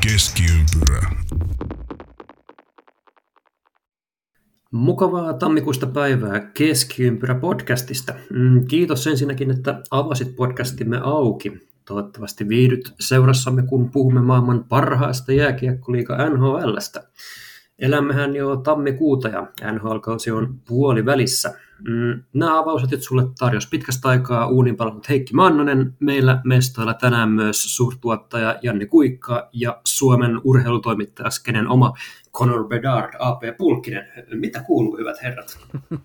Keskiympyrä. Mukavaa tammikuista päivää Keskiympyrä-podcastista. Kiitos ensinnäkin, että avasit podcastimme auki. Toivottavasti viihdyt seurassamme, kun puhumme maailman parhaasta jääkiekkoliiga NHL:stä. Elämmehän jo tammikuuta ja NHL-kausi on puolivälissä. Nämä avausotit sulle tarjosi pitkästä aikaa uunin palannut Heikki Mannonen. Meillä mestoilla tänään myös suurtuottaja Janne Kuikka ja Suomen urheilutoimittaja Skenen oma Connor Bedard, AP Pulkkinen. Mitä kuuluu, hyvät herrat?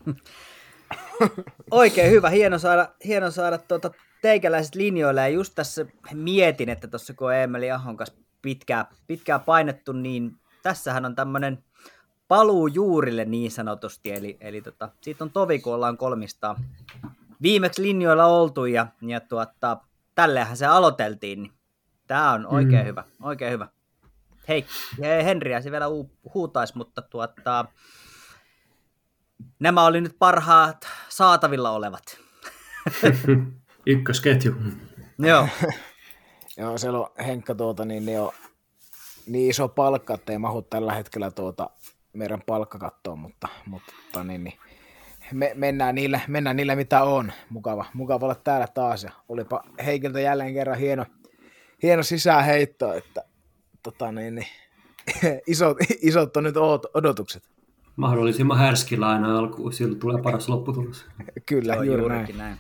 Oikein hyvä, hieno saada teikäläiset linjoille. Ja just tässä mietin, että tuossa kun Eemeli Ahon kanssa pitkään painettu, niin tässähän on tämmöinen paluu juurille niin sanotusti. Eli siitä on tovi, kun ollaan kolmistaan viimeksi linjoilla oltu ja tälleenhän se aloiteltiin. Niin tämä on oikein hyvä. Hei, Henriä se vielä huutaisi, mutta nämä oli nyt parhaat saatavilla olevat. Ykkösketju. Joo. Joo, siellä on Henkka ne on niin iso palkka, että ei mahu tällä hetkellä meidän palkkakattoon, mutta mennään niillä mitä on. Mukava olla täällä taas ja olipa Heikiltä jälleen kerran hieno sisäänheitto, että isot on nyt odotukset. Mahdollisimman härskillä aina alkuun, silloin tulee paras lopputulos. Kyllä, juuri näin.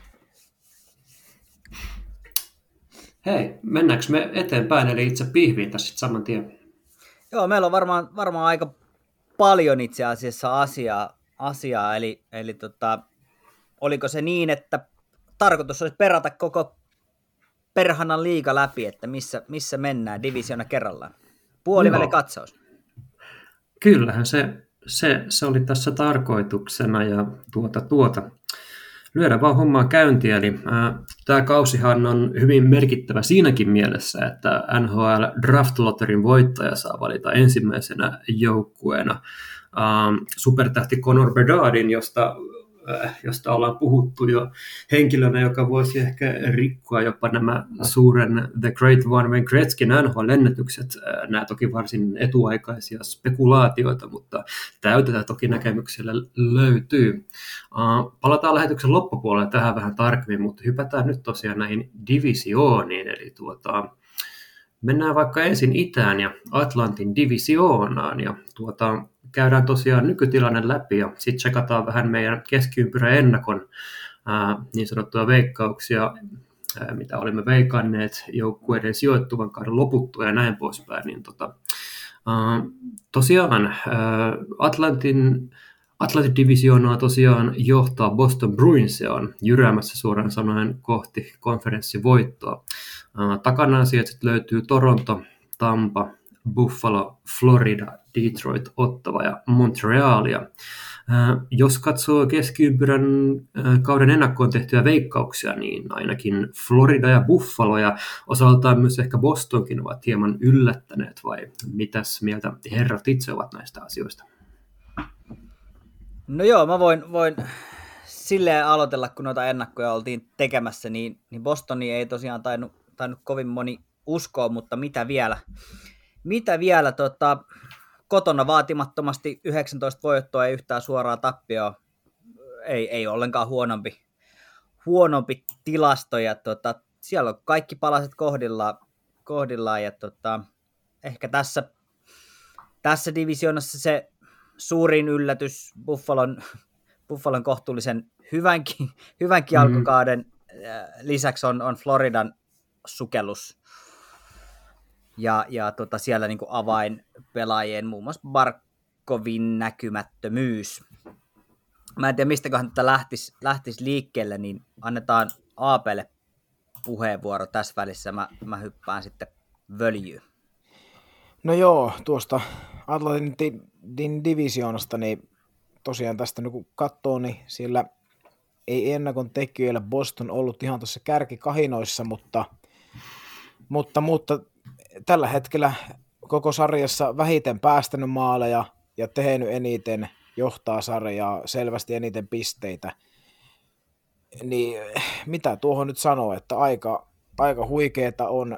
Hei, mennäänkö me eteenpäin, eli itse pihviin tässä saman tien? Joo, meillä on varmaan aika paljon itse asiassa asiaa eli oliko se niin, että tarkoitus olisi perata koko perhanan liiga läpi, että missä mennään divisiona kerrallaan. Puoliväli katsaus. Kyllähän se oli tässä tarkoituksena ja lyödään vaan hommaa käyntiin. Eli tämä kausihan on hyvin merkittävä siinäkin mielessä, että NHL Draft Lotteryn voittaja saa valita ensimmäisenä joukkueena supertähti Connor Bedardin, josta ollaan puhuttu jo henkilönä, joka voisi ehkä rikkoa jopa nämä suuren The Great One Wayne Gretzkyn NHL-ennätykset. Nämä toki varsin etuaikaisia spekulaatioita, mutta täytetä toki näkemyksellä löytyy. Palataan lähetyksen loppupuolelle tähän vähän tarkemmin, mutta hypätään nyt tosiaan näihin divisiooniin, eli mennään vaikka ensin Itään ja Atlantin divisioonaan ja käydään tosiaan nykytilanne läpi ja sitten tsekataan vähän meidän keskiympyrän ennakon niin sanottuja veikkauksia, mitä olimme veikanneet joukkueiden sijoittuvan kauden loputtua ja näin poispäin. Niin tosiaan Atlantin divisioonaa tosiaan johtaa Boston Bruins ja on jyräämässä suoraan sanoen kohti konferenssivoittoa. Takanaan sieltä löytyy Toronto, Tampa, Buffalo, Florida, Detroit, Ottawa ja Montrealia. Jos katsoo keskiympyrän kauden ennakkoon tehtyjä veikkauksia, niin ainakin Florida ja Buffalo ja osaltaan myös ehkä Bostonkin ovat hieman yllättäneet, vai mitäs mieltä herrat itse ovat näistä asioista? No joo, mä voin silleen aloitella, kun noita ennakkoja oltiin tekemässä, niin Bostoni ei tosiaan tainnut kovin moni uskoa, mutta mitä vielä kotona vaatimattomasti 19 voittoa, ei yhtään suoraa tappioa, ei ollenkaan huonompi tilasto, ja siellä on kaikki palaset kohdillaan ja ehkä tässä divisioonassa se suurin yllätys Buffalon kohtuullisen hyvänkin alkukauden lisäksi on Floridan sukellus. Ja siellä niin kuin avainpelaajien, muun muassa Barkovin näkymättömyys. Mä en tiedä, mistäköhän tätä lähtisi liikkeelle, niin annetaan AP:lle puheenvuoro tässä välissä. Mä hyppään sitten völjyyn. No joo, tuosta Atlantin divisioonasta, niin tosiaan tästä kun katsoo, niin siellä ei ennakon tekijöillä Boston ollut ihan tuossa kärkikahinoissa, mutta tällä hetkellä koko sarjassa vähiten päästänyt maaleja ja tehnyt eniten, johtaa sarjaa selvästi eniten pisteitä. Niin mitä tuohon nyt sanoo, että aika huikeeta on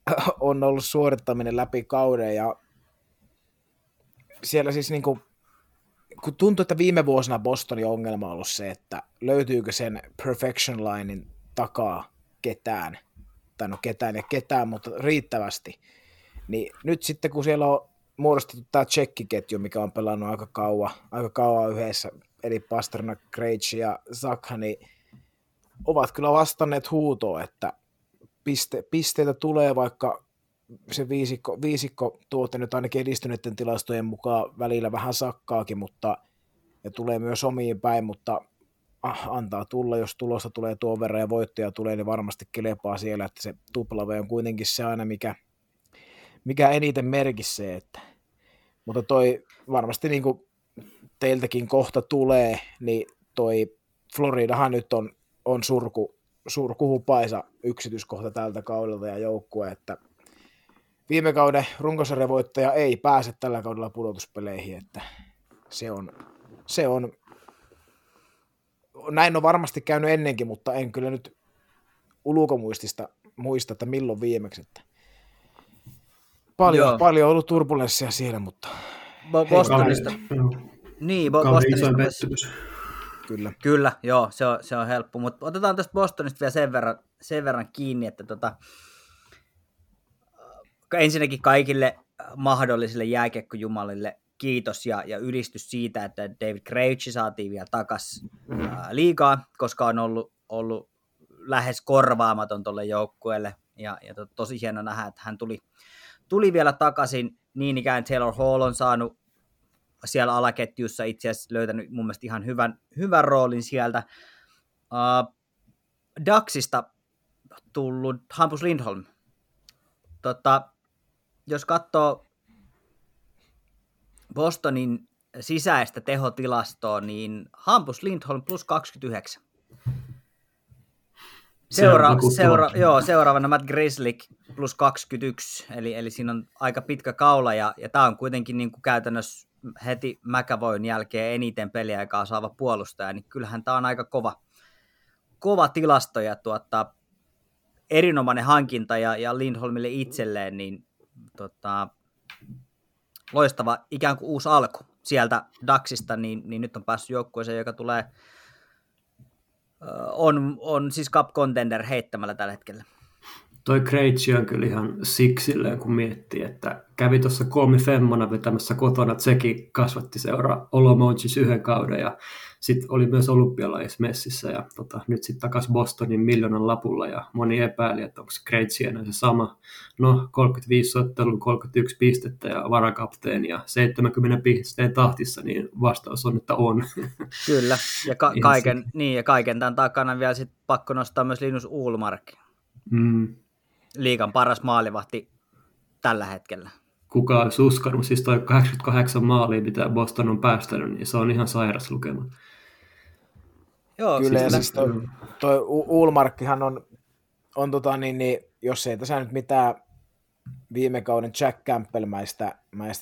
on ollut suorittaminen läpi kauden, ja siellä siis niinku, kun tuntuu, että viime vuosina Bostonin ongelma on ollut se, että löytyykö sen perfection linein takaa ketään, tai no ketään, mutta riittävästi, niin nyt sitten kun siellä on muodostettu tämä tsekkiketju, mikä on pelannut aika kauan yhdessä, eli Pasternak, Krejci ja Zakha, niin ovat kyllä vastanneet huutoon, että pisteitä tulee, vaikka se viisikko tuote nyt ainakin edistyneiden tilastojen mukaan välillä vähän sakkaakin, mutta ja tulee myös omiin päin, mutta antaa tulla, jos tulosta tulee tuon verran ja voittoja tulee, niin varmasti kelepaa siellä, että se tuplave on kuitenkin se aina, mikä eniten merkitsee, että mutta toi varmasti niin kuin teiltäkin kohta tulee, niin toi Floridahan nyt on surkuhupaisa yksityiskohta tältä kaudelta ja joukkue, että viime kauden runkosarjavoittaja ei pääse tällä kaudella pudotuspeleihin, että se on näin on varmasti käynyt ennenkin, mutta en kyllä nyt ulkomuistista muista, että milloin viimeksi, että paljon on ollut turbulenssia siellä, mutta Bostonista. Niin, Bostonista. Kyllä, joo, se on helppo, mutta otetaan tästä Bostonista vielä sen verran kiinni, että ensinnäkin kaikille mahdollisille jääkiekkojumalille kiitos ja ylistys siitä, että David Krejci saatiin vielä takaisin liigaan, koska on ollut lähes korvaamaton tuolle joukkueelle, ja tosi hieno nähdä, että hän tuli vielä takaisin. Niin ikään Taylor Hall on saanut siellä alaketjussa itse asiassa löytänyt mun mielestä ihan hyvän roolin sieltä. Ducksista tullut Hampus Lindholm. Jos katsoo Bostonin sisäistä tehotilastoa, niin Hampus Lindholm plus 29. Seuraavana Matt Grzelcyk plus 21, eli siinä on aika pitkä kaula, ja tämä on kuitenkin niin kuin käytännössä heti McAvoyn jälkeen eniten peliaikaa saava puolustaja, niin kyllähän tämä on aika kova tilasto, ja erinomainen hankinta, ja Lindholmille itselleen, niin loistava ikään kuin uusi alku sieltä Ducksista, niin nyt on päässyt joukkueeseen, joka tulee on siis cup contender heittämällä tällä hetkellä. Toi Krejci on kyllä ihan siksilleen, kun miettii, että kävi tuossa kolmifemmona vetämässä kotona, Tseki kasvatti seuraa Olomoucis yhden kauden, ja sitten oli myös olympialajissa messissä, ja nyt sitten takaisin Bostonin 1 miljoonan lapulla, ja moni epäili, että onko Krejci enää se sama. No, 35 ottelua, 31 pistettä ja varakapteeni, ja 70 pisteen tahtissa, niin vastaus on, että on. Kyllä, ja kaiken tämän takana vielä sit pakko nostaa myös Linus Ullmark. Liigan paras maalivahti tällä hetkellä. Kuka olisi uskonut, siis toi 88 maalia, mitä Boston on päästänyt, niin se on ihan sairas lukema. Joo, kyllä, siis toi Ullmarkkihan on jos ei tässä nyt mitään viime kauden Jack Campbell-mäistä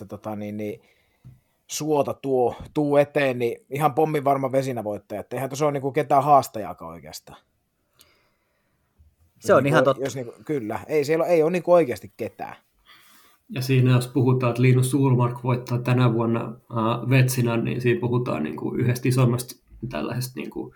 suota tuo eteen, niin ihan pommin varma vesinävoittaja, että eihän tuossa ole niinku ketään haastajaakaan oikeastaan. Se on ihan totta. Kyllä, ei ole niinku oikeasti ketään. Ja siinä jos puhutaan, että Linus Ullmark voittaa tänä vuonna Vetsinan, niin siinä puhutaan niinku yhdestä isommasta tällaisesta niinku,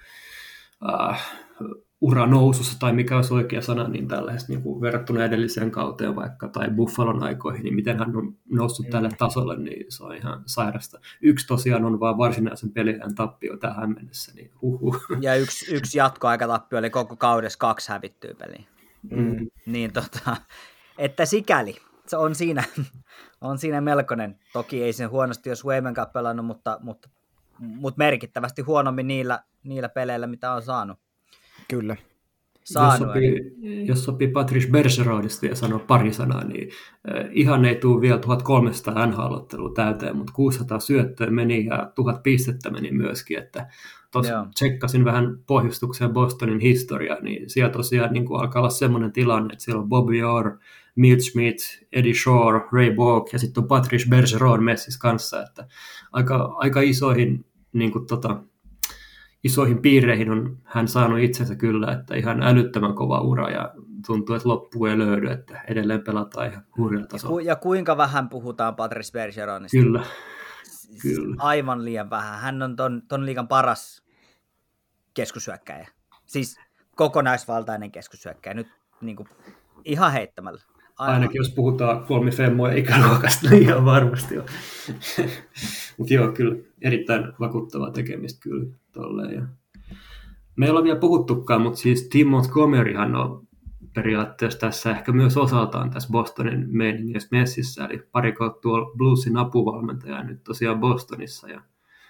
uranousussa, tai mikä olisi oikea sana, niin tällaisesta niinku verrattuna edelliseen kauteen vaikka, tai Buffalon aikoihin, niin miten hän on noussut tälle tasolle, niin se on ihan sairasta. Yksi tosiaan on vaan varsinaisen peliajan tappio tähän mennessä, niin Ja yksi jatkoaikatappio, eli koko kaudessa 2 hävittyä peliä. Niin että sikäli se on siinä melkoinen. Toki ei sen huonosti, jos Waymankaan pelannut, mutta merkittävästi huonommin niillä peleillä, mitä on saanut. Kyllä. Jos sopii Patrice Bergeronista ja sanoo pari sanaa, niin ihan ei tule vielä 1300 NHL-ottelua täyteen, mutta 600 syöttöä meni ja 1000 pistettä meni myöskin, että tuossa tsekkasin vähän pohjustuksen Bostonin historiaa, niin siellä tosiaan niin kuin alkaa olla semmoinen tilanne, että siellä on Bobby Orr, Milt Schmidt, Eddie Shore, Ray Bourque ja sitten on Patrice Bergeron messissä kanssa, että aika isoihin niin kuin isoihin piireihin on hän saanut itsensä kyllä, että ihan älyttömän kova ura, ja tuntuu, että loppu ei löydy, että edelleen pelataan ihan hurjalla tasolla. Ja kuinka vähän puhutaan Patrice Bergeronista? Kyllä. Aivan liian vähän. Hän on ton liigan paras keskushyökkäjä. Siis kokonaisvaltainen keskushyökkäjä. Nyt niin kuin, ihan heittämällä. Ainakin jos puhutaan kolmifemmoja ikäluokasta, niin ihan varmasti on. Mutta joo, kyllä erittäin vakuuttavaa tekemistä kyllä tolleen. Ja me ei ole vielä puhuttukaan, mutta siis Tim Montgomeryhan on periaatteessa tässä ehkä myös osaltaan tässä Bostonin meiningissä messissä, eli pari kautta tuolla Bluesin apuvalmentaja nyt tosiaan Bostonissa ja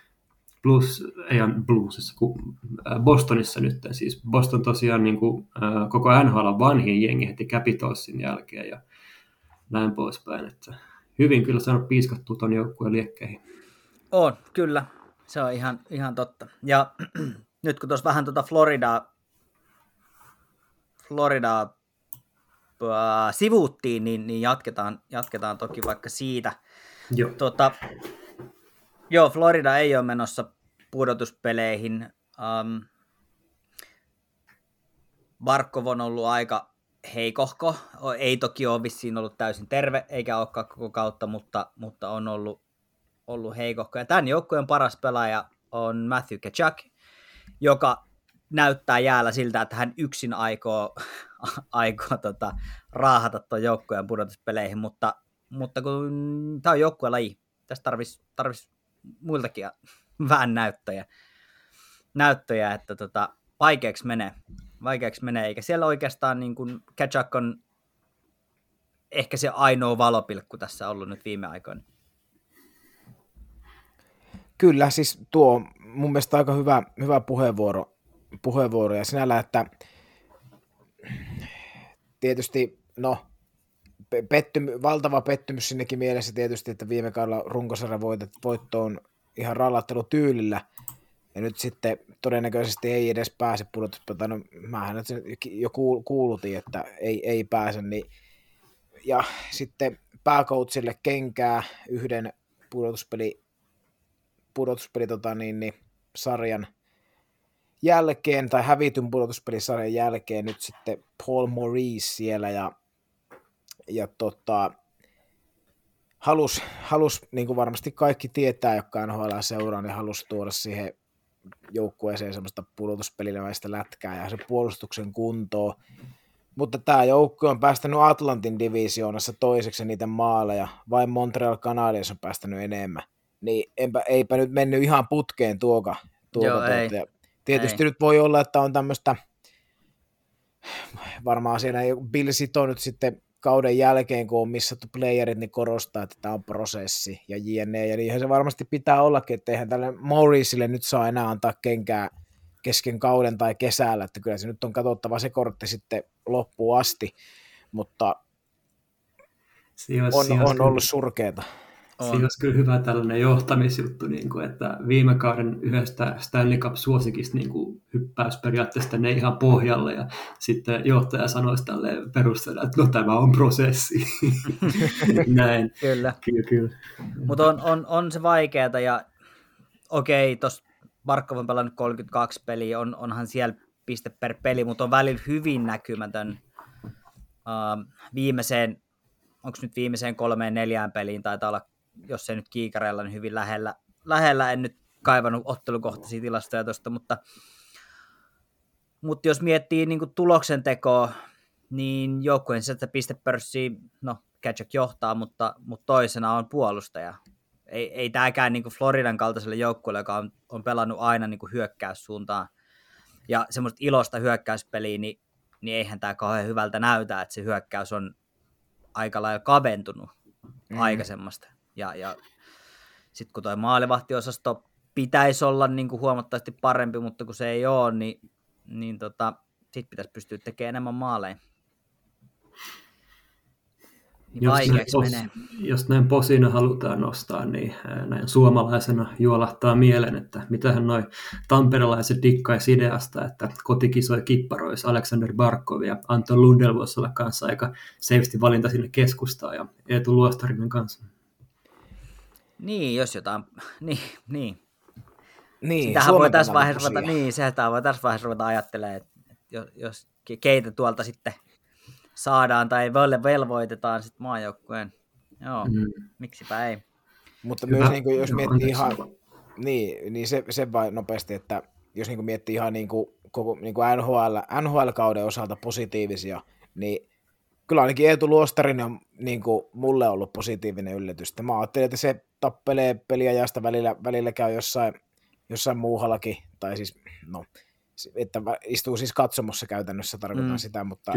Bostonissa nyt, siis Boston tosiaan niin kuin, koko NHL vanhin jengi heti Capitalsin jälkeen ja näin poispäin, että hyvin kyllä saanut piiskattua ton joukkueen liekkeihin. On, kyllä, se on ihan totta. Ja nyt kun tuossa vähän Floridaa sivuuttiin, niin jatketaan toki vaikka siitä. Joo. Joo, Florida ei ole menossa pudotuspeleihin. Barkov on ollut aika heikohko. Ei toki ole vissiin ollut täysin terve, eikä olekaan koko kautta, mutta on ollut heikohko. Ja tämän joukkueen paras pelaaja on Matthew Tkachuk, joka näyttää jäällä siltä, että hän yksin aikoo raahata tuon joukkueen pudotuspeleihin, mutta kun tämä on joukkuelaji, tässä tarvitsisi muiltakin vähän näyttöjä että vaikeaksi menee, eikä siellä oikeastaan niin kuin Tkachuk on ehkä se ainoa valopilkku tässä ollut nyt viime aikoina. Kyllä, siis tuo mun mielestä aika hyvä puheenvuoro ja sinällä, että tietysti valtava pettymys sinnekin mielessä tietysti, että viime kaudella runkosarjan voitto on ihan rallattelutyylillä ja nyt sitten todennäköisesti ei edes pääse pudotuspeliin. No mähän jo kuulutin, että ei pääse, niin ja sitten pääcoachille kenkää yhden pudotuspeli sarjan jälkeen, tai hävityn pudotuspelisarjan jälkeen nyt sitten Paul Maurice siellä, ja halus niin kuin varmasti kaikki tietää, jotka NHL seuraa, niin halusi tuoda siihen joukkueeseen semmoista pudotuspeliläväistä lätkää ja se puolustuksen kuntoon. Mutta tämä joukkue on päästänyt Atlantin divisioonassa toiseksi niitä maaleja, vain Montreal Canadiens on päästänyt enemmän. Niin eipä nyt mennyt ihan putkeen tuoka. Tietysti ei. Nyt voi olla, että on tämmöistä, varmaan siinä Bill Sito nyt sitten kauden jälkeen, kun on missattu playerit, niin korostaa, että tämä on prosessi ja jne. Ja niinhän se varmasti pitää ollakin, että eihän tälle Mauricelle nyt saa enää antaa kenkää kesken kauden tai kesällä, että kyllä se nyt on katsottava se kortti sitten loppuun asti, mutta on ollut surkeeta. Siinä olisi kyllä hyvä tällainen johtamisjuttu, niin kuin, että viime kauden yhdestä Stanley Cup-suosikista niin kuin hyppäys periaatteessa tänne ihan pohjalle, ja sitten johtaja sanoisi tälleen perusteella, että no tämä on prosessi. Näin. Kyllä. Mutta on se vaikeaa, ja okei, tuossa Barkov on pelannut 32 peliä, onhan siellä piste per peli, mutta on välillä hyvin näkymätön viimeiseen 3-4 peliin, taitaa olla, jos ei nyt kiikareilla, niin hyvin lähellä, en nyt kaivannut ottelukohtaisia tilastoja tuosta, mutta jos miettii niin kuin tuloksen tekoa, niin joukkueen sieltä pistepörssiä, no Tkachuk johtaa, mutta toisena on puolustaja. Ei tämäkään niin kuin Floridan kaltaiselle joukkueelle, joka on pelannut aina niin kuin hyökkäyssuuntaan ja semmoista ilosta hyökkäyspeliä, niin eihän tämä kauhean hyvältä näytä, että se hyökkäys on aika lailla kaventunut aikaisemmasta. Ja sitten kun tuo maalivahtiosasto pitäisi olla niin kuin huomattavasti parempi, mutta kun se ei ole, niin sitten pitäisi pystyä tekemään enemmän maaleja. Niin vaikeaksi menee. Jos näin posina halutaan nostaa, niin näin suomalaisena juolahtaa mieleen, että mitähän noi tamperelaiset dikkaisi ideasta, että kotikisoi kipparoisi Alexander Barkov ja Anton Lundell voisi olla kanssa aika safety valinta sinne keskustaan ja Eetu Luostarinen kanssa. Niin, jos jotain, niin. Sitähän voi tässä vaiheessa ruveta ajattelemaan, että jos keitä tuolta sitten saadaan tai velvoitetaan sitten maajoukkueen. Joo, miksipä ei. Mutta myös niin kuin, jos miettii ihan, niin se vain nopeasti, että jos niin kuin miettii ihan niin kuin, koko niin kuin NHL-kauden osalta positiivisia, niin kyllä ainakin Eetu Luostarinen on niin kuin mulle ollut positiivinen yllätys. Mä ajattelin, että se tappelee peliajasta välillä käy jossain muuhallakin, tai siis, no, että istuu siis katsomossa käytännössä, tarkoitan sitä, mutta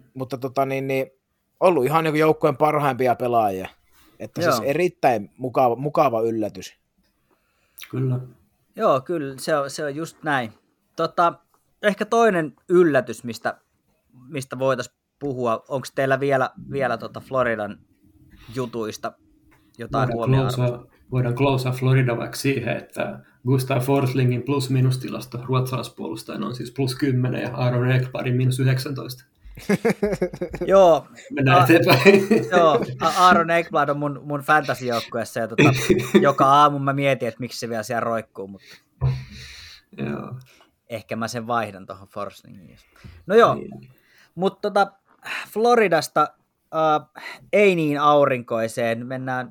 ollut ihan niin kuin joukkueen parhaimpia pelaajia. Että siis erittäin mukava yllätys. Kyllä. Joo, kyllä, se on just näin. Ehkä toinen yllätys, mistä voitaisiin puhua, onko teillä vielä Floridan jutuista jotain huomioarvoista? Voidaan closea Florida vaikka siihen, että Gustav Forslingin plus-minus-tilasto ruotsalaispuolustajana on siis +10 ja Aaron Ekbladin -19. Joo. Mennään eteenpäin. Joo, Aaron Ekblad on mun fantasy-joukkueessa ja joka aamu mä mietin, että miksi se vielä siellä roikkuu, mutta joo. Ehkä mä sen vaihdan tuohon Forslingiin. No joo, mutta Floridasta ei niin aurinkoiseen, mennään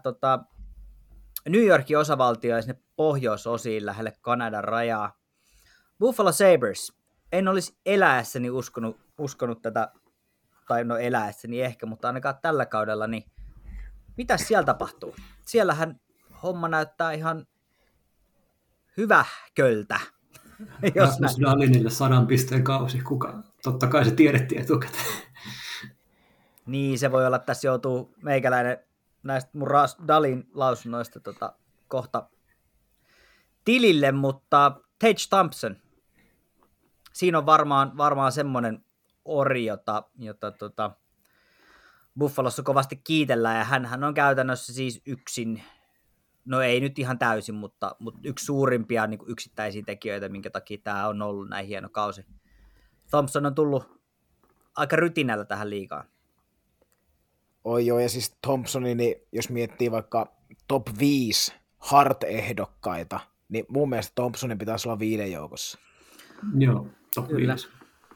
New Yorkin osavaltioon sinne pohjoisosiin lähelle Kanadan rajaa. Buffalo Sabres. En olisi eläessäni uskonut tätä, tai no eläessäni ehkä, mutta ainakaan tällä kaudella, niin mitä siellä tapahtuu? Siellähän homma näyttää ihan hyväköltä. Rasmus Dalinille 100 pisteen kausi, totta kai se tiedettiin etukäteen. Niin, se voi olla, että tässä joutuu meikäläinen näistä mun Dalin lausunnoista kohta tilille, mutta Tage Thompson, siinä on varmaan semmoinen ori, jota Buffalossa kovasti kiitellään, ja hän on käytännössä siis yksin, no ei nyt ihan täysin, mutta yksi suurimpia niin kuin yksittäisiä tekijöitä, minkä takia tämä on ollut näin hieno kausi. Thompson on tullut aika rytinällä tähän liigaan. Oi joo, ja siis Thompsoni, niin jos miettii vaikka top 5 Hart-ehdokkaita, niin mun mielestä Thompsonin pitäisi olla 5 joukossa. Joo, top 5.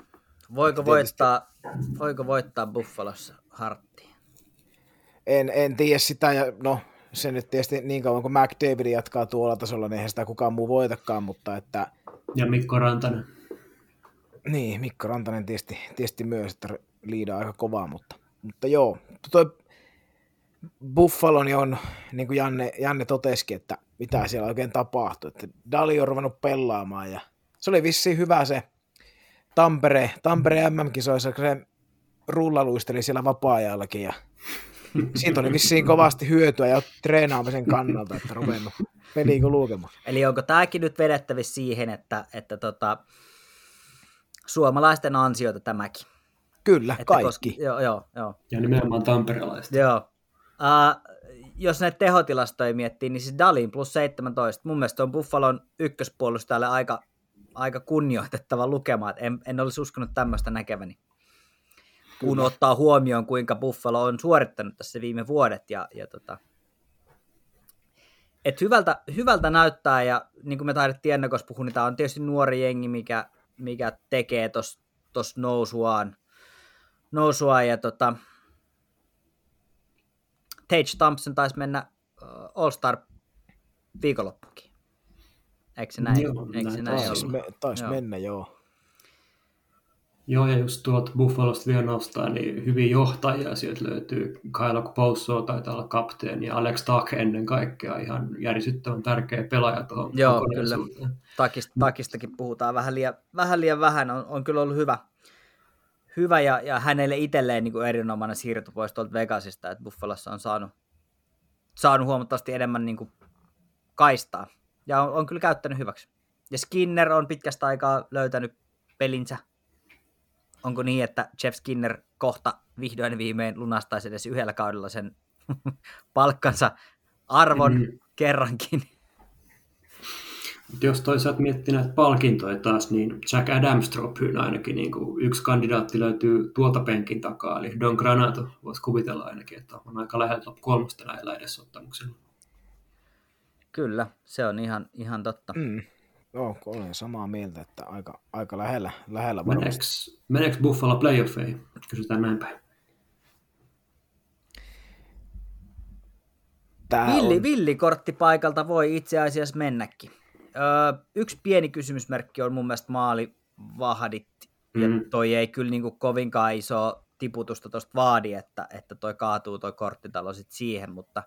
Voiko voittaa Buffalossa Harttia? En tiedä sitä, ja no se nyt tietysti niin kauan kuin McDavid jatkaa tuolla tasolla, niin eihän sitä kukaan muu voitakaan, mutta että... Ja Mikko Rantanen. Niin, Mikko Rantanen tietysti myös, että liidaa aika kovaa, mutta joo, toi Buffaloni on, niin kuin Janne totesikin, että mitä siellä oikein tapahtui, että Dali on ruvennut pelaamaan, ja se oli vissiin hyvä se Tampere MM-kisoissa, kun se rullaluisteli siellä vapaa-ajallakin, ja siitä oli vissiin kovasti hyötyä ja treenaamisen kannalta, että ruvennut peliin lukemaan. Eli onko tämäkin nyt vedettävissä siihen, että suomalaisten ansiota tämäkin? Kyllä, että kaikki. Joo. Ja nimenomaan tamperelaista. Joo. Jos näitä tehotilastoja miettii, niin siis Dalin +17. Mun mielestä on Buffalon ykköspuolustajalle aika kunnioitettava lukema. En olisi uskonut tämmöistä näkeväni. Kun ottaa huomioon, kuinka Buffalo on suorittanut tässä viime vuodet. Et hyvältä näyttää, ja niin kuin me taidettiin ennakossa puhua, niin tämä on tietysti nuori jengi, mikä tekee tuossa nousua, ja Tage Thompson taisi mennä All-Star viikonloppukin. Eikö se näin? Joo, taisi mennä, joo. Joo, ja just tuolta Buffalosta vielä nostaa, niin hyviä johtajia sieltä löytyy. Kyle Pousseau taitaa olla kapteeni, ja Alex Tuch ennen kaikkea ihan järisyttävän tärkeä pelaaja tuohon kokonaisuuteen. Joo, kyllä. Takistakin puhutaan vähän liian vähän. On kyllä ollut hyvä ja hänelle itselleen niin kuin erinomainen siirto pois tuolta Vegasista, että Buffalossa on saanut huomattavasti enemmän niin kuin kaistaa. Ja on kyllä käyttänyt hyväksi. Ja Skinner on pitkästä aikaa löytänyt pelinsä. Onko niin, että Jeff Skinner kohta vihdoin viimein lunastaisi edes yhdellä kaudella sen palkkansa arvon kerrankin? Jos toisaalta miettii näitä palkintoja taas, niin Jack Adams Trophyyn ainakin niin kuin yksi kandidaatti löytyy tuolta penkin takaa, eli Don Granato voisi kuvitella ainakin, että on aika lähellä top 3 näillä edesottamuksilla. Kyllä, se on ihan totta. Joo, olen samaa mieltä, että aika lähellä varmasti. Meneekö Buffalo playoffeihin? Kysytään näin päin. Villikorttipaikalta voi itse asiassa mennäkin. Yksi pieni kysymysmerkki on mun mielestä maalivahdit, ja toi ei kyllä niin kuin kovinkaan iso tiputusta tuosta vaadi, että toi kaatuu toi korttitalo sit siihen, mutta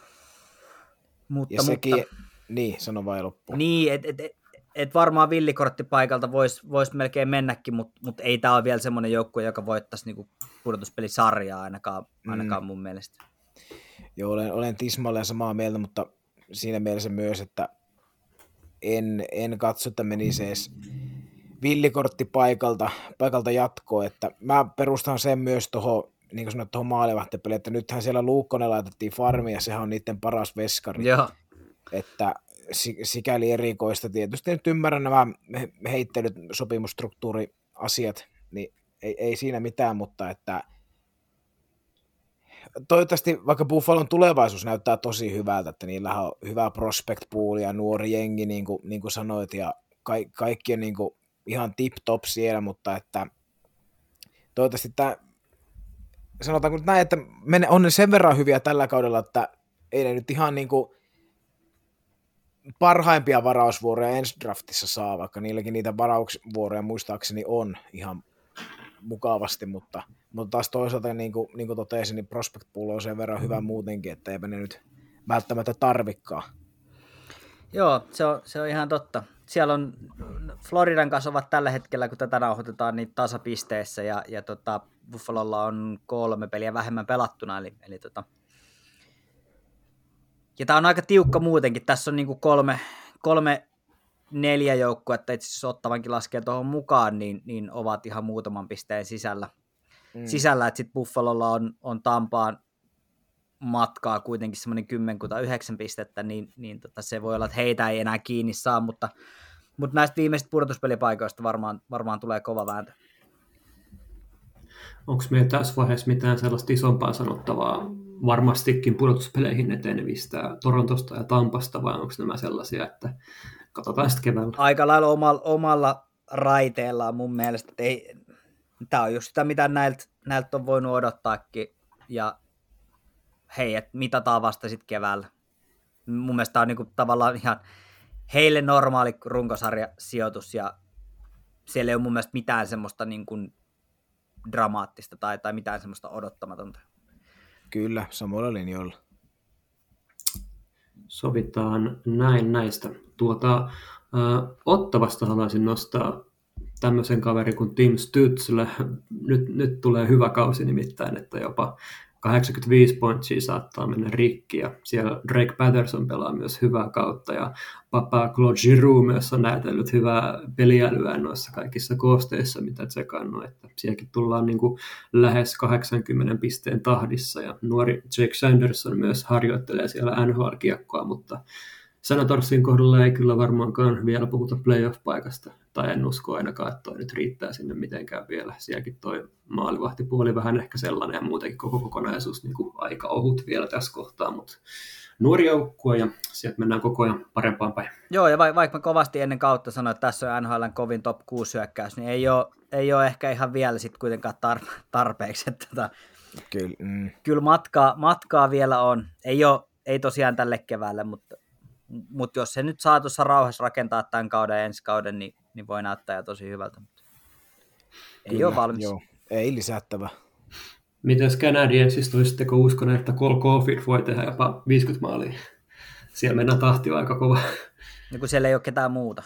sekin, niin, sano vai loppuun. Niin, et varmaan villikorttipaikalta vois melkein mennäkin, mutta ei tämä ole vielä semmoinen joukkue, joka voittaisi niinku pudotuspelisarjaa ainakaan mun mielestä. Joo, olen tismalleen samaa mieltä, mutta siinä mielessä myös, että en katso, että menisi edes villikorttipaikalta jatkoon, että mä perustan sen myös tuohon, niin kuin sanoit, tuohon maalivahtipeliin, että nythän siellä Luukkonen laitettiin farmiin, ja sehän on niiden paras veskari. Joo. Että sikäli erikoista. Tietysti nyt ymmärrän nämä heittelyt, sopimusstruktuuriasiat, niin ei siinä mitään, mutta että toivottavasti vaikka Buffalon tulevaisuus näyttää tosi hyvältä, että niillä on hyvä prospect pool ja nuori jengi, niin kuin sanoit, ja kaikki on niin kuin ihan tip-top siellä, mutta että toivottavasti tämä, sanotaanko nyt näin, että on ne sen verran hyviä tällä kaudella, että ei ne nyt ihan niin kuin parhaimpia varausvuoroja ensi draftissa saa, vaikka niilläkin niitä varausvuoroja muistaakseni on ihan mukavasti, mutta taas toisaalta niin kuin totesin, niin prospect pool on sen verran hyvä muutenkin, että eipä ne nyt välttämättä tarvikkaa. Joo, se on ihan totta. Siellä on Floridan kanssa ovat tällä hetkellä, kun tätä nauhoitetaan, niin tasapisteissä, ja Buffalolla on 3 peliä vähemmän pelattuna, eli ja tämä on aika tiukka muutenkin. Tässä on niinku 3-4 joukkuetta, itse asiassa Ottavankin laskee tuohon mukaan, niin ovat ihan muutaman pisteen sisällä. Että sitten Buffalolla on Tampaan matkaa kuitenkin semmoinen 10-9 pistettä, niin se voi olla, että heitä ei enää kiinni saa, mutta näistä viimeisistä pudotuspelipaikoista varmaan tulee kova vääntö. Onko meillä tässä vaiheessa mitään sellaista isompaa sanottavaa varmastikin pudotuspeleihin etenevistä Torontosta ja Tampasta, vai onko nämä sellaisia, että katsotaan sitten keväällä? Aika lailla omalla raiteellaan mun mielestä. Tämä on just sitä, mitä näiltä on voinut odottaakin, ja hei, että mitataan vasta sitten keväällä. Mun mielestä tämä on niinku tavallaan ihan heille normaali runkosarjasijoitus, ja siellä ei ole mun mielestä mitään semmoista niinku dramaattista tai mitään semmoista odottamatonta. Kyllä, samoilla linjoilla. Sovitaan näin näistä. Ottavasta haluaisin nostaa tämmöisen kaverin kuin Tim Stützle. Nyt tulee hyvä kausi nimittäin, että jopa 85 pointsia saattaa mennä rikki, ja siellä Drake Patterson pelaa myös hyvää kautta, ja Papa Claude Giroux myös on näytellyt hyvää peliälyä noissa kaikissa koosteissa, mitä tsekannut, että sielläkin tullaan niin kuin lähes 80 pisteen tahdissa, ja nuori Jake Sanderson myös harjoittelee siellä NHL-kiekkoa, mutta Senatorsin kohdalla ei kyllä varmaankaan vielä puhuta playoff-paikasta, tai en usko ainakaan, että toi nyt riittää sinne mitenkään vielä. Sielläkin toi maalivahtipuoli vähän ehkä sellainen, ja muutenkin koko kokonaisuus niin kuin aika ohut vielä tässä kohtaa, mutta nuori joukkue, ja sieltä mennään koko ajan parempaan päin. Joo, ja vaikka mä kovasti ennen kautta sanoin, että tässä on NHL:n kovin top 6 hyökkäys, niin ei ole ehkä ihan vielä sitten kuitenkaan tarpeeksi. Että Kyllä matkaa vielä on. Ei tosiaan tälle keväälle, mutta jos se nyt saa tuossa rauhassa rakentaa tämän kauden ja ensi kauden, niin voi näyttää jo tosi hyvältä. Ei ole valmis. Joo, ei lisättävä. Mites Canadiensista olisitteko uskoneet, että Cole Caulfield voi tehdä jopa 50 maalia? Siellä mennään tahti aika kova. No kun siellä ei ole ketään muuta.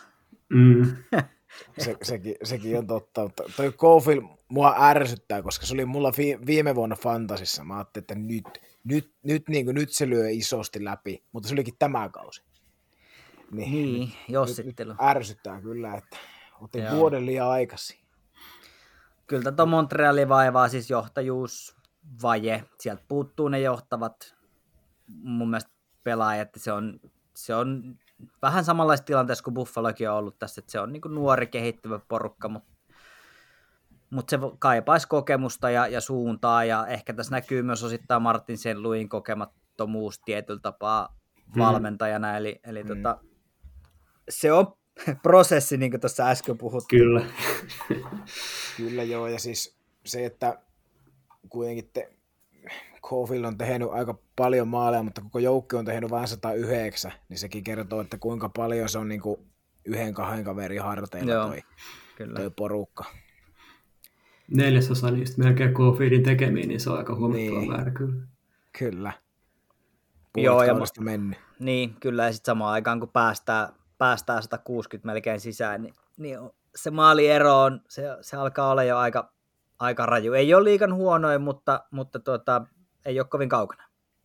Sekin on totta, mutta toi Caulfield mua ärsyttää, koska se oli mulla viime vuonna Fantasissa. Mä ajattelin, että nyt se lyö isosti läpi, mutta se olikin tämä kausi. Niin jossittelu. Nyt ärsyttää kyllä, että otin vuoden liian aikaisin. Kyllä tätä Montrealin vaivaa siis johtajuusvaje. Sieltä puuttuu ne johtavat mun mielestä pelaajat. Se on vähän samanlaisessa tilanteessa kuin Buffalokin on ollut tässä, että se on niin kuin nuori kehittyvä porukka, mutta se kaipaisi kokemusta ja suuntaa, ja ehkä tässä näkyy myös osittain Martin St. Louisin kokemattomuus tietyllä tapaa valmentajana, eli se on prosessi, niin kuin tuossa äsken puhuttiin. Kyllä. Kyllä joo, ja siis se, että kuitenkin Caulfield on tehnyt aika paljon maaleja, mutta koko joukko on tehnyt vain 109, niin sekin kertoo, että kuinka paljon se on niin kuin 1-2 kaverin harteilla toi porukka. 4/4 niistä melkein Caulfieldin tekemiin, niin se on aika huomattava määrä kyllä. Kyllä. Joo, ja mennyt. Niin, kyllä, ja sitten samaan aikaan, kun päästään 160 melkein sisään, niin se maaliero on, se alkaa olla jo aika raju. Ei ole liigan huonoin, mutta ei ole kovin kaukana.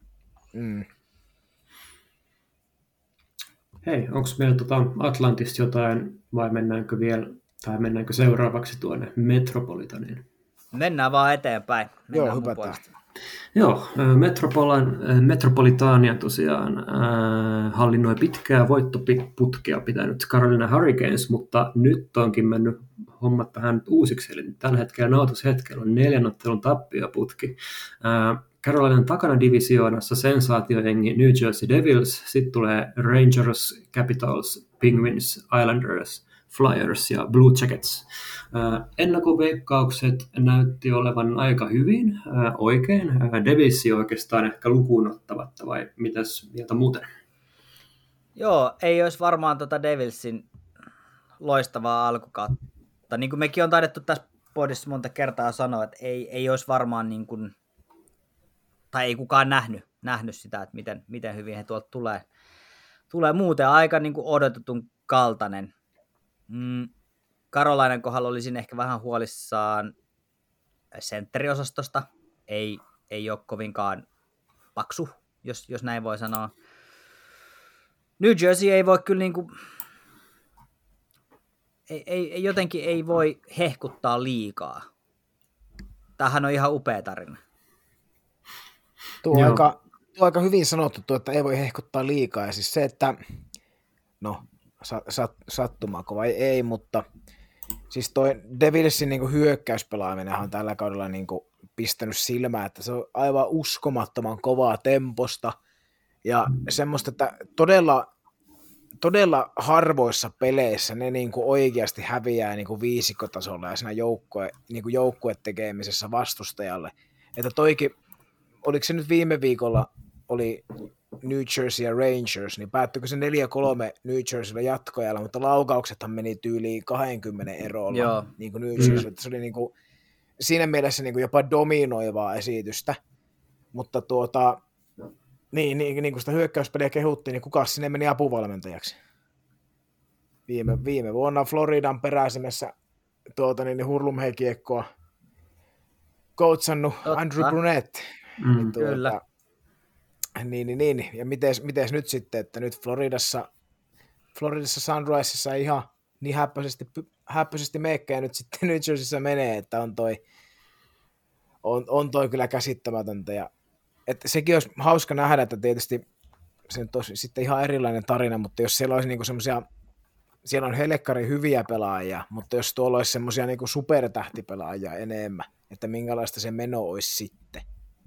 Hei, onko meillä Atlantista jotain, vai mennäänkö seuraavaksi tuonne Metropolitaniin? Mennään vaan eteenpäin. Joo, hypätään. Joo, Metropolitania tosiaan hallinnoi pitkää voittoputkea pitänyt Carolina Hurricanes, mutta nyt onkin mennyt hommat vähän uusiksi, eli tällä hetkellä nautushetkellä on 4 ottelun tappioputki. Carolinan takana divisioonassa sensaatiojengi New Jersey Devils, sitten tulee Rangers, Capitals, Penguins, Islanders, Flyers ja Blue Jackets. Ennakkoveikkaukset näytti olevan aika hyvin, oikein. Devilsi oikeastaan ehkä lukuun ottamatta, vai mitäs mieltä muuten? Joo, ei olisi varmaan Devilsin loistavaa alkukautta. Niin kuin mekin on taidettu tässä podissa monta kertaa sanoa, että ei olisi varmaan niin kuin, tai ei kukaan nähnyt sitä, että miten hyvin he tuolta tulee muuten aika niin kuin odotetun kaltainen. Carolinan kohdalla olisin ehkä vähän huolissaan sentteriosastosta. Ei ole kovinkaan paksu, jos näin voi sanoa. New Jersey ei voi kyllä niin kuin, jotenkin ei voi hehkuttaa liikaa. Tämähän on ihan upea tarina. Tuo aika hyvin sanottu, että ei voi hehkuttaa liikaa. Ja siis se, että no sattumaako vai ei, mutta siis toi Devilsin niinku hyökkäyspelaaminen on tällä kaudella niinku pistänyt silmään, että se on aivan uskomattoman kovaa temposta ja semmoista, että todella harvoissa peleissä ne niinku oikeasti häviää niinku viisikkotasolla ja siinä joukkuetekemisessä vastustajalle. Että toikin, oliko se nyt viime viikolla oli New Jersey ja Rangers, niin päättyikö se 4-3 New Jerseyllä jatkoajalla, mutta laukauksethan meni tyyliin 20 erolla. Niin kuin New Jersey. Se oli niin kuin, siinä mielessä niin kuin jopa dominoivaa esitystä, mutta niin kuin sitä hyökkäyspeliä kehuttiin, niin kuka sinne meni apuvalmentajaksi? Viime vuonna Floridan peräisimessä hurlumheikiekkoa coachannut Andrew Brunette. Kyllä. Niin. Ja mites nyt sitten, että nyt Floridassa Sunrisessa ei ihan niin häppöisesti meekkä, ja nyt sitten New Jerseyssä menee, että on toi kyllä käsittämätöntä. Ja, että sekin olisi hauska nähdä, että tietysti se on sitten ihan erilainen tarina, mutta jos siellä olisi niinku semmoisia, siellä on helkkari hyviä pelaajia, mutta jos tuolla olisi semmoisia niinku supertähtipelaajia enemmän, että minkälaista se meno olisi sitten.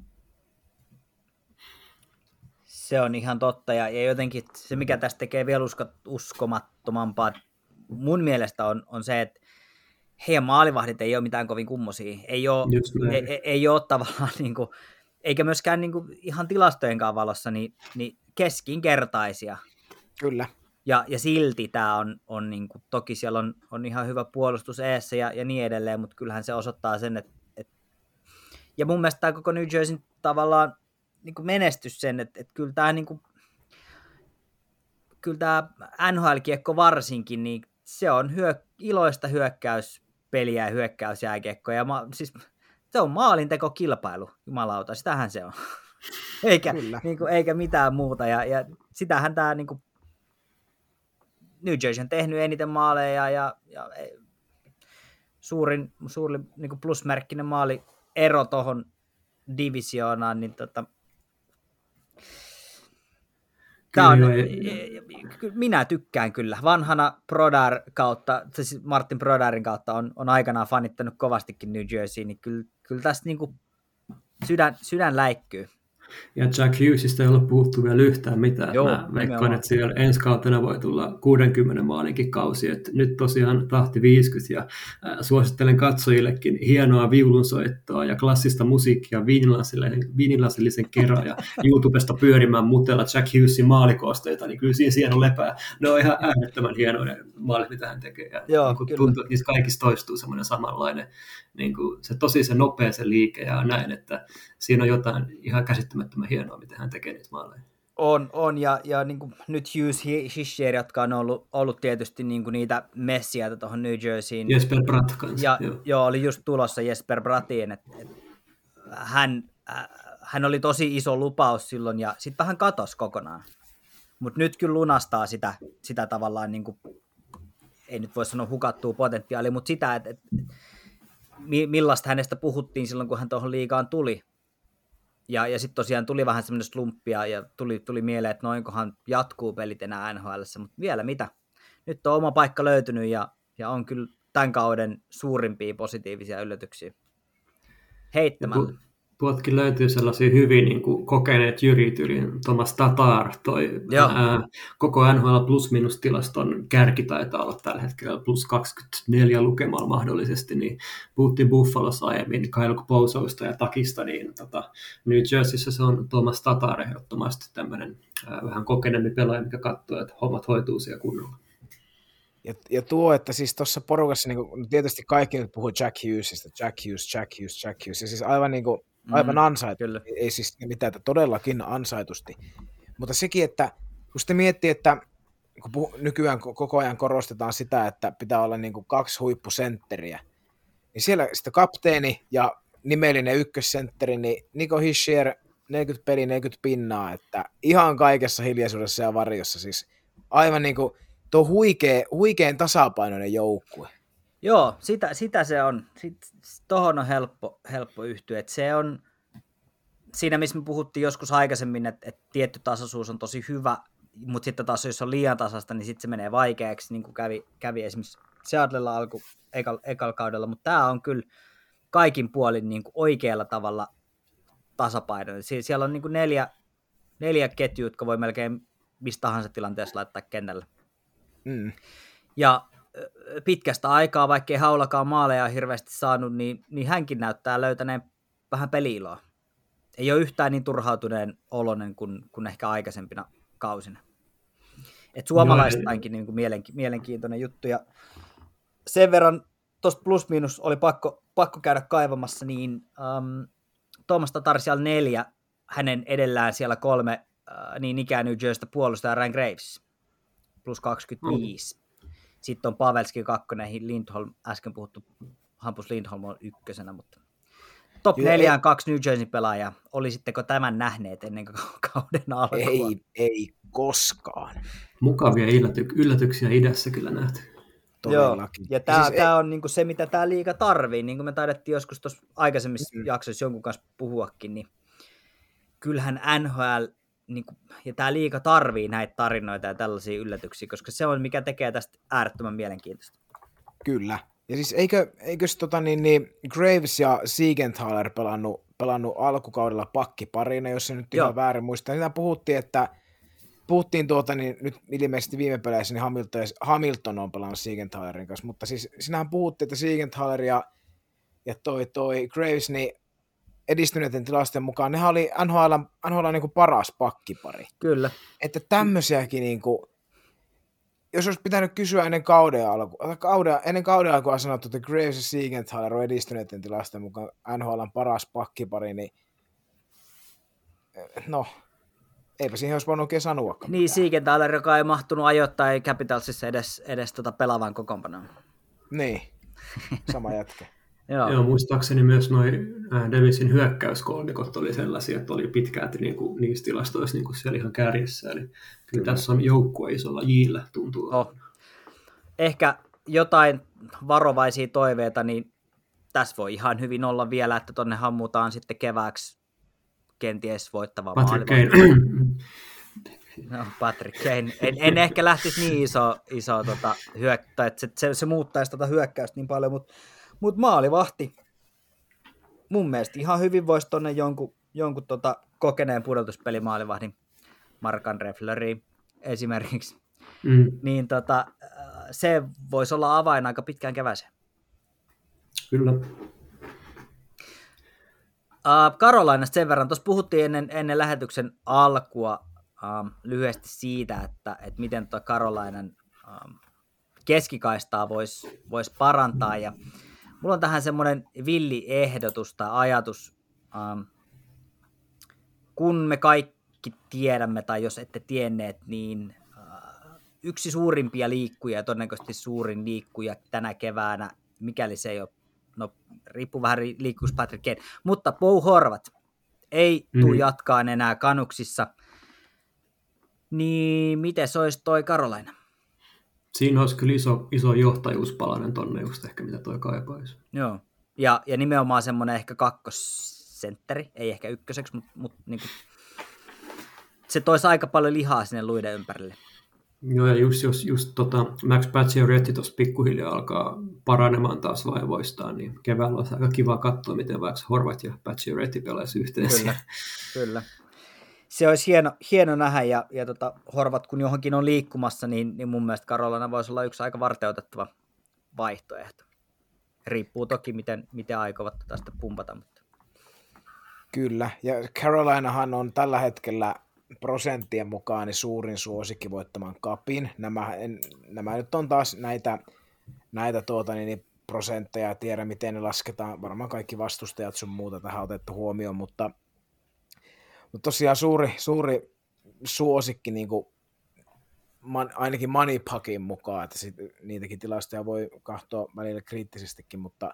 Se on ihan totta, ja jotenkin se, mikä tästä tekee vielä uskomattomampaa mun mielestä on se, että heidän maalivahdit ei ole mitään kovin kummosia. Ei ole tavallaan, niin kuin, eikä myöskään niin kuin ihan tilastojenkaan valossa niin keskinkertaisia. Kyllä. Ja silti tämä on niin kuin, toki siellä on ihan hyvä puolustus eessä ja niin edelleen, mutta kyllähän se osoittaa sen, että ja mun mielestä tämä koko New Jerseyn tavallaan niin kuin menestys sen, että kyllä tämä niin kuin, kyllä tämä NHL-kiekko varsinkin, niin se on iloista hyökkäyspeliä ja hyökkäysjääkiekkoa. Ja siis se on maalintekokilpailu, jumalauta, sitähän se on. eikä mitään muuta. Ja sitähän tämä niin kuin New Jersey on tehnyt eniten maaleja ja suurin niin kuin plusmerkkinen maaliero tuohon divisioonaan, niin minä tykkään kyllä. Vanhana Brodar kautta, siis Martin Brodarin kautta on aikanaan fanittanut kovastikin New Jersey, niin kyllä tästä niin kuin sydän läikkyy. Ja Jack Hughesista ei ole puhuttu vielä yhtään mitään. Joo, mä veikkaan, nimenomaan. että siellä ensi kautena voi tulla 60 maalinkin kausi. Et nyt tosiaan tahti 50 ja suosittelen katsojillekin hienoa viulunsoittoa ja klassista musiikkia viinilasillisen kerran ja YouTubesta pyörimään mutella Jack Hughesin maalikoosteita, niin kyllä siinä lepää. Ne on ihan äärettömän hienoja maalit, mitä hän tekee. Ja Joo, niin tuntuu, että niissä kaikissa toistuu semmoinen samanlainen, niin kuin se nopea se liike ja näin, että siinä on jotain ihan käsittämättömän hienoa, mitä hän tekee niitä maaleja. On ja niin kuin nyt Hughes, Hischier, jotka on ollut tietysti niin kuin niitä messiä tuohon New Jerseyin. Jesper Bratt kanssa. Ja joo, oli just tulossa Jesper Brattiin, että hän oli tosi iso lupaus silloin ja sitten vähän katosi kokonaan. Mutta nyt kyllä lunastaa sitä tavallaan, niin kuin, ei nyt voi sanoa hukattua potentiaalia, mutta sitä, että millaista hänestä puhuttiin silloin, kun hän tuohon liigaan tuli. Ja sitten tosiaan tuli vähän semmoinen slumppia ja tuli mieleen, että noinkohan jatkuu pelit enää NHL:ssä, mutta vielä mitä. Nyt on oma paikka löytynyt ja on kyllä tämän kauden suurimpia positiivisia yllätyksiä heittämällä. Tuotkin löytyy sellaisia hyvin niin kuin kokeneet jyrit yli. Thomas Tatar, koko NHL plus-minus-tilaston kärki taitaa olla tällä hetkellä plus 24 lukemalla mahdollisesti, niin puhuttiin Buffalossa aiemmin Kyle Posoista ja Takista, niin New Jerseyssä se on Thomas Tatar ehdottomasti tämmöinen vähän kokeneempi pelaaja, mikä katsoo, että hommat hoituu siellä kunnolla. Ja tuo, että siis tuossa porukassa niin tietysti kaikki nyt puhuu Jack Hughesista, Jack Hughes, ja siis aivan niin kuin aivan ansaitusti, ei siis mitään, että todellakin ansaitusti. Mutta sekin, että kun sitten miettii, että kun nykyään koko ajan korostetaan sitä, että pitää olla niin kuin 2 huippusentteriä, niin siellä sitten kapteeni ja nimellinen ykkössentteri, niin Nico Hischier 40 peliä, 40 pinnaa, että ihan kaikessa hiljaisuudessa ja varjossa, siis aivan niin kuin tuo huikean tasapainoinen joukkue. Joo, sitä se on. Tuohon on helppo yhtyä. Että se on siinä, missä me puhuttiin joskus aikaisemmin, että tietty tasaisuus on tosi hyvä, mutta sitten taas jos on liian tasasta, niin sitten se menee vaikeaksi, niin kuin kävi esimerkiksi Seattlella ekalla kaudella. Mutta tämä on kyllä kaikin puolin niin kuin oikealla tavalla tasapainoinen. Siellä on niin kuin neljä ketjua, jotka voi melkein mistä tahansa tilanteessa laittaa kentälle. Ja pitkästä aikaa, vaikkei Haulakaan maaleja hirveästi saanut, niin hänkin näyttää löytäneen vähän peli-iloa. Ei ole yhtään niin turhautuneen oloinen kuin ehkä aikaisempina kausina. Et suomalaistainkin niin kuin mielenkiintoinen juttu. Ja sen verran tuosta plus-miinus oli pakko käydä kaivamassa, niin Thomas Tatar siellä 4, hänen edellään siellä 3, niin ikään New Jerseystä puolustaja Ryan Graves, plus 25. Sitten on Pavelski 2, Lindholm, äsken puhuttu, Hampus Lindholm on 1, mutta top 4 2 New Jersey pelaajaa. Olisitteko tämän nähneet ennen kauden alkua? Ei koskaan. Mukavia yllätyksiä idässä kyllä nähty. Todellakin. Joo, ja tämä on niinku se, mitä tämä liiga tarvii. Niin kuin me taidettiin joskus tuossa aikaisemmissa jaksoissa jonkun kanssa puhuakin, niin kyllähän NHL ja tämä liiga tarvii näitä tarinoita ja tällaisia yllätyksiä, koska se on mikä tekee tästä äärettömän mielenkiintoista. Kyllä. Ja siis eikös Graves ja Siegenthaler pelannut alkukaudella pakkiparina, jos se nyt ihan väärin muistaa. Niin puhuttiin niin nyt ilmeisesti viime peleissä, niin Hamilton on pelannut Siegenthalerin kanssa, mutta siis sinähän puhuttiin, että Siegenthaler ja toi Graves, niin edistyneiden tilastojen mukaan, nehän oli NHL niin kuin paras pakkipari. Kyllä. Että tämmöisiäkin, niin kuin, jos olisi pitänyt kysyä ennen kauden alkua sanottu, että Graves ja Siegenthaler on edistyneiden tilastojen mukaan NHL:n paras pakkipari, niin no, eipä siihen olisi voinut oikein sanoa. Niin, Siegenthaler, joka ei mahtunut ajoittain Capitalsissa edes pelaavan kokoonpanoon. Niin, sama jätkä. Joo, muistaakseni myös noin Davisin hyökkäyskolmikot oli sellaisia, että oli pitkälti niinku niissä tilastoissa niinku siellä ihan kärjessä. Eli kyllä tässä on joukkue isolla jillä tuntuu. Ehkä jotain varovaisia toiveita, niin tässä voi ihan hyvin olla vielä, että tonne hammutaan sitten kevääksi kenties voittavaa Patrick Kane. No, Patrick Kane. En ehkä lähtisi niin iso että se muuttaisi hyökkäystä niin paljon, mutta maalivahti mun mielestä ihan hyvin voisi tuonne jonkun kokeneen pudotuspelimaalivahdin Marc-André Fleury esimerkiksi, niin se voisi olla avain aika pitkään kevääseen. Kyllä. Carolinasta sen verran, tuossa puhuttiin ennen lähetyksen alkua lyhyesti siitä, että miten tuo Carolinan keskikaistaa voisi parantaa, ja mulla on tähän semmoinen villi ehdotus tai ajatus, kun me kaikki tiedämme, tai jos ette tienneet, niin yksi suurimpia liikkuja, todennäköisesti suurin liikkuja tänä keväänä, mikäli se ei ole, no riippuu vähän liikkuus Patrick Kane, mutta Bo Horvat ei tule jatkaa enää Canucksissa, niin miten se olisi toi Carolina? Siinä olisi kyllä iso johtajuuspalanen tonne just ehkä, mitä toi kaipaisi. Joo, ja nimenomaan semmoinen ehkä kakkosentteri, ei ehkä ykköseksi, mutta niin kuin, se toisi aika paljon lihaa sinne luiden ympärille. Joo, ja just Max Pacioretty tuossa pikkuhiljaa alkaa paranemaan taas vaivoistaan, niin keväällä olisi aika kiva katsoa, miten vaikka Horvat ja Pacioretty pelaisi yhteensä. Kyllä. Se olisi hieno nähdä, ja Horvat kun johonkin on liikkumassa, niin mun mielestä Carolina voisi olla yksi aika varteutettava vaihtoehto. Riippuu toki, miten aikovat tästä pumpata. Mutta. Kyllä, ja Carolinahan on tällä hetkellä prosenttien mukaan niin suurin suosikki voittamaan cupin. Nämä nyt on taas näitä prosentteja, tiedä miten ne lasketaan, varmaan kaikki vastustajat sun muuta tähän otettu huomioon, mutta tosiaan suuri suosikki niin kuin ainakin Moneypuckin mukaan, että niitäkin tilastoja voi katsoa välillä kriittisestikin, mutta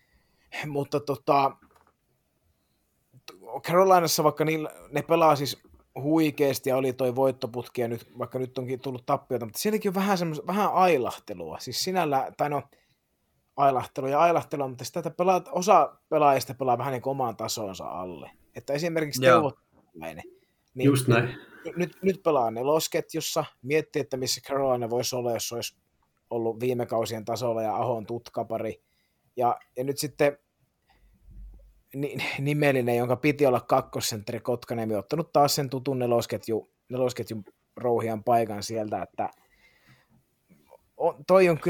Carolinassa vaikka ne pelaa siis huikeasti ja oli toi voittoputki ja vaikka nyt onkin tullut tappiota, mutta sielläkin on vähän ailahtelua, siis sinällä, tai no ailahtelua, mutta sitä osa pelaajista pelaa vähän niin kuin omaan tasonsa alle, että esimerkiksi Teuvo niin just näin. Nyt pelaa nelosketjussa, miettii, että missä Carolina voisi olla, jos olisi ollut viime kausien tasolla ja Ahon tutkapari, ja nyt sitten nimellinen, jonka piti olla kakkosentteri Kotkaniemi, ottanut taas sen tutun nelosketjun rouhian paikan sieltä, että toi on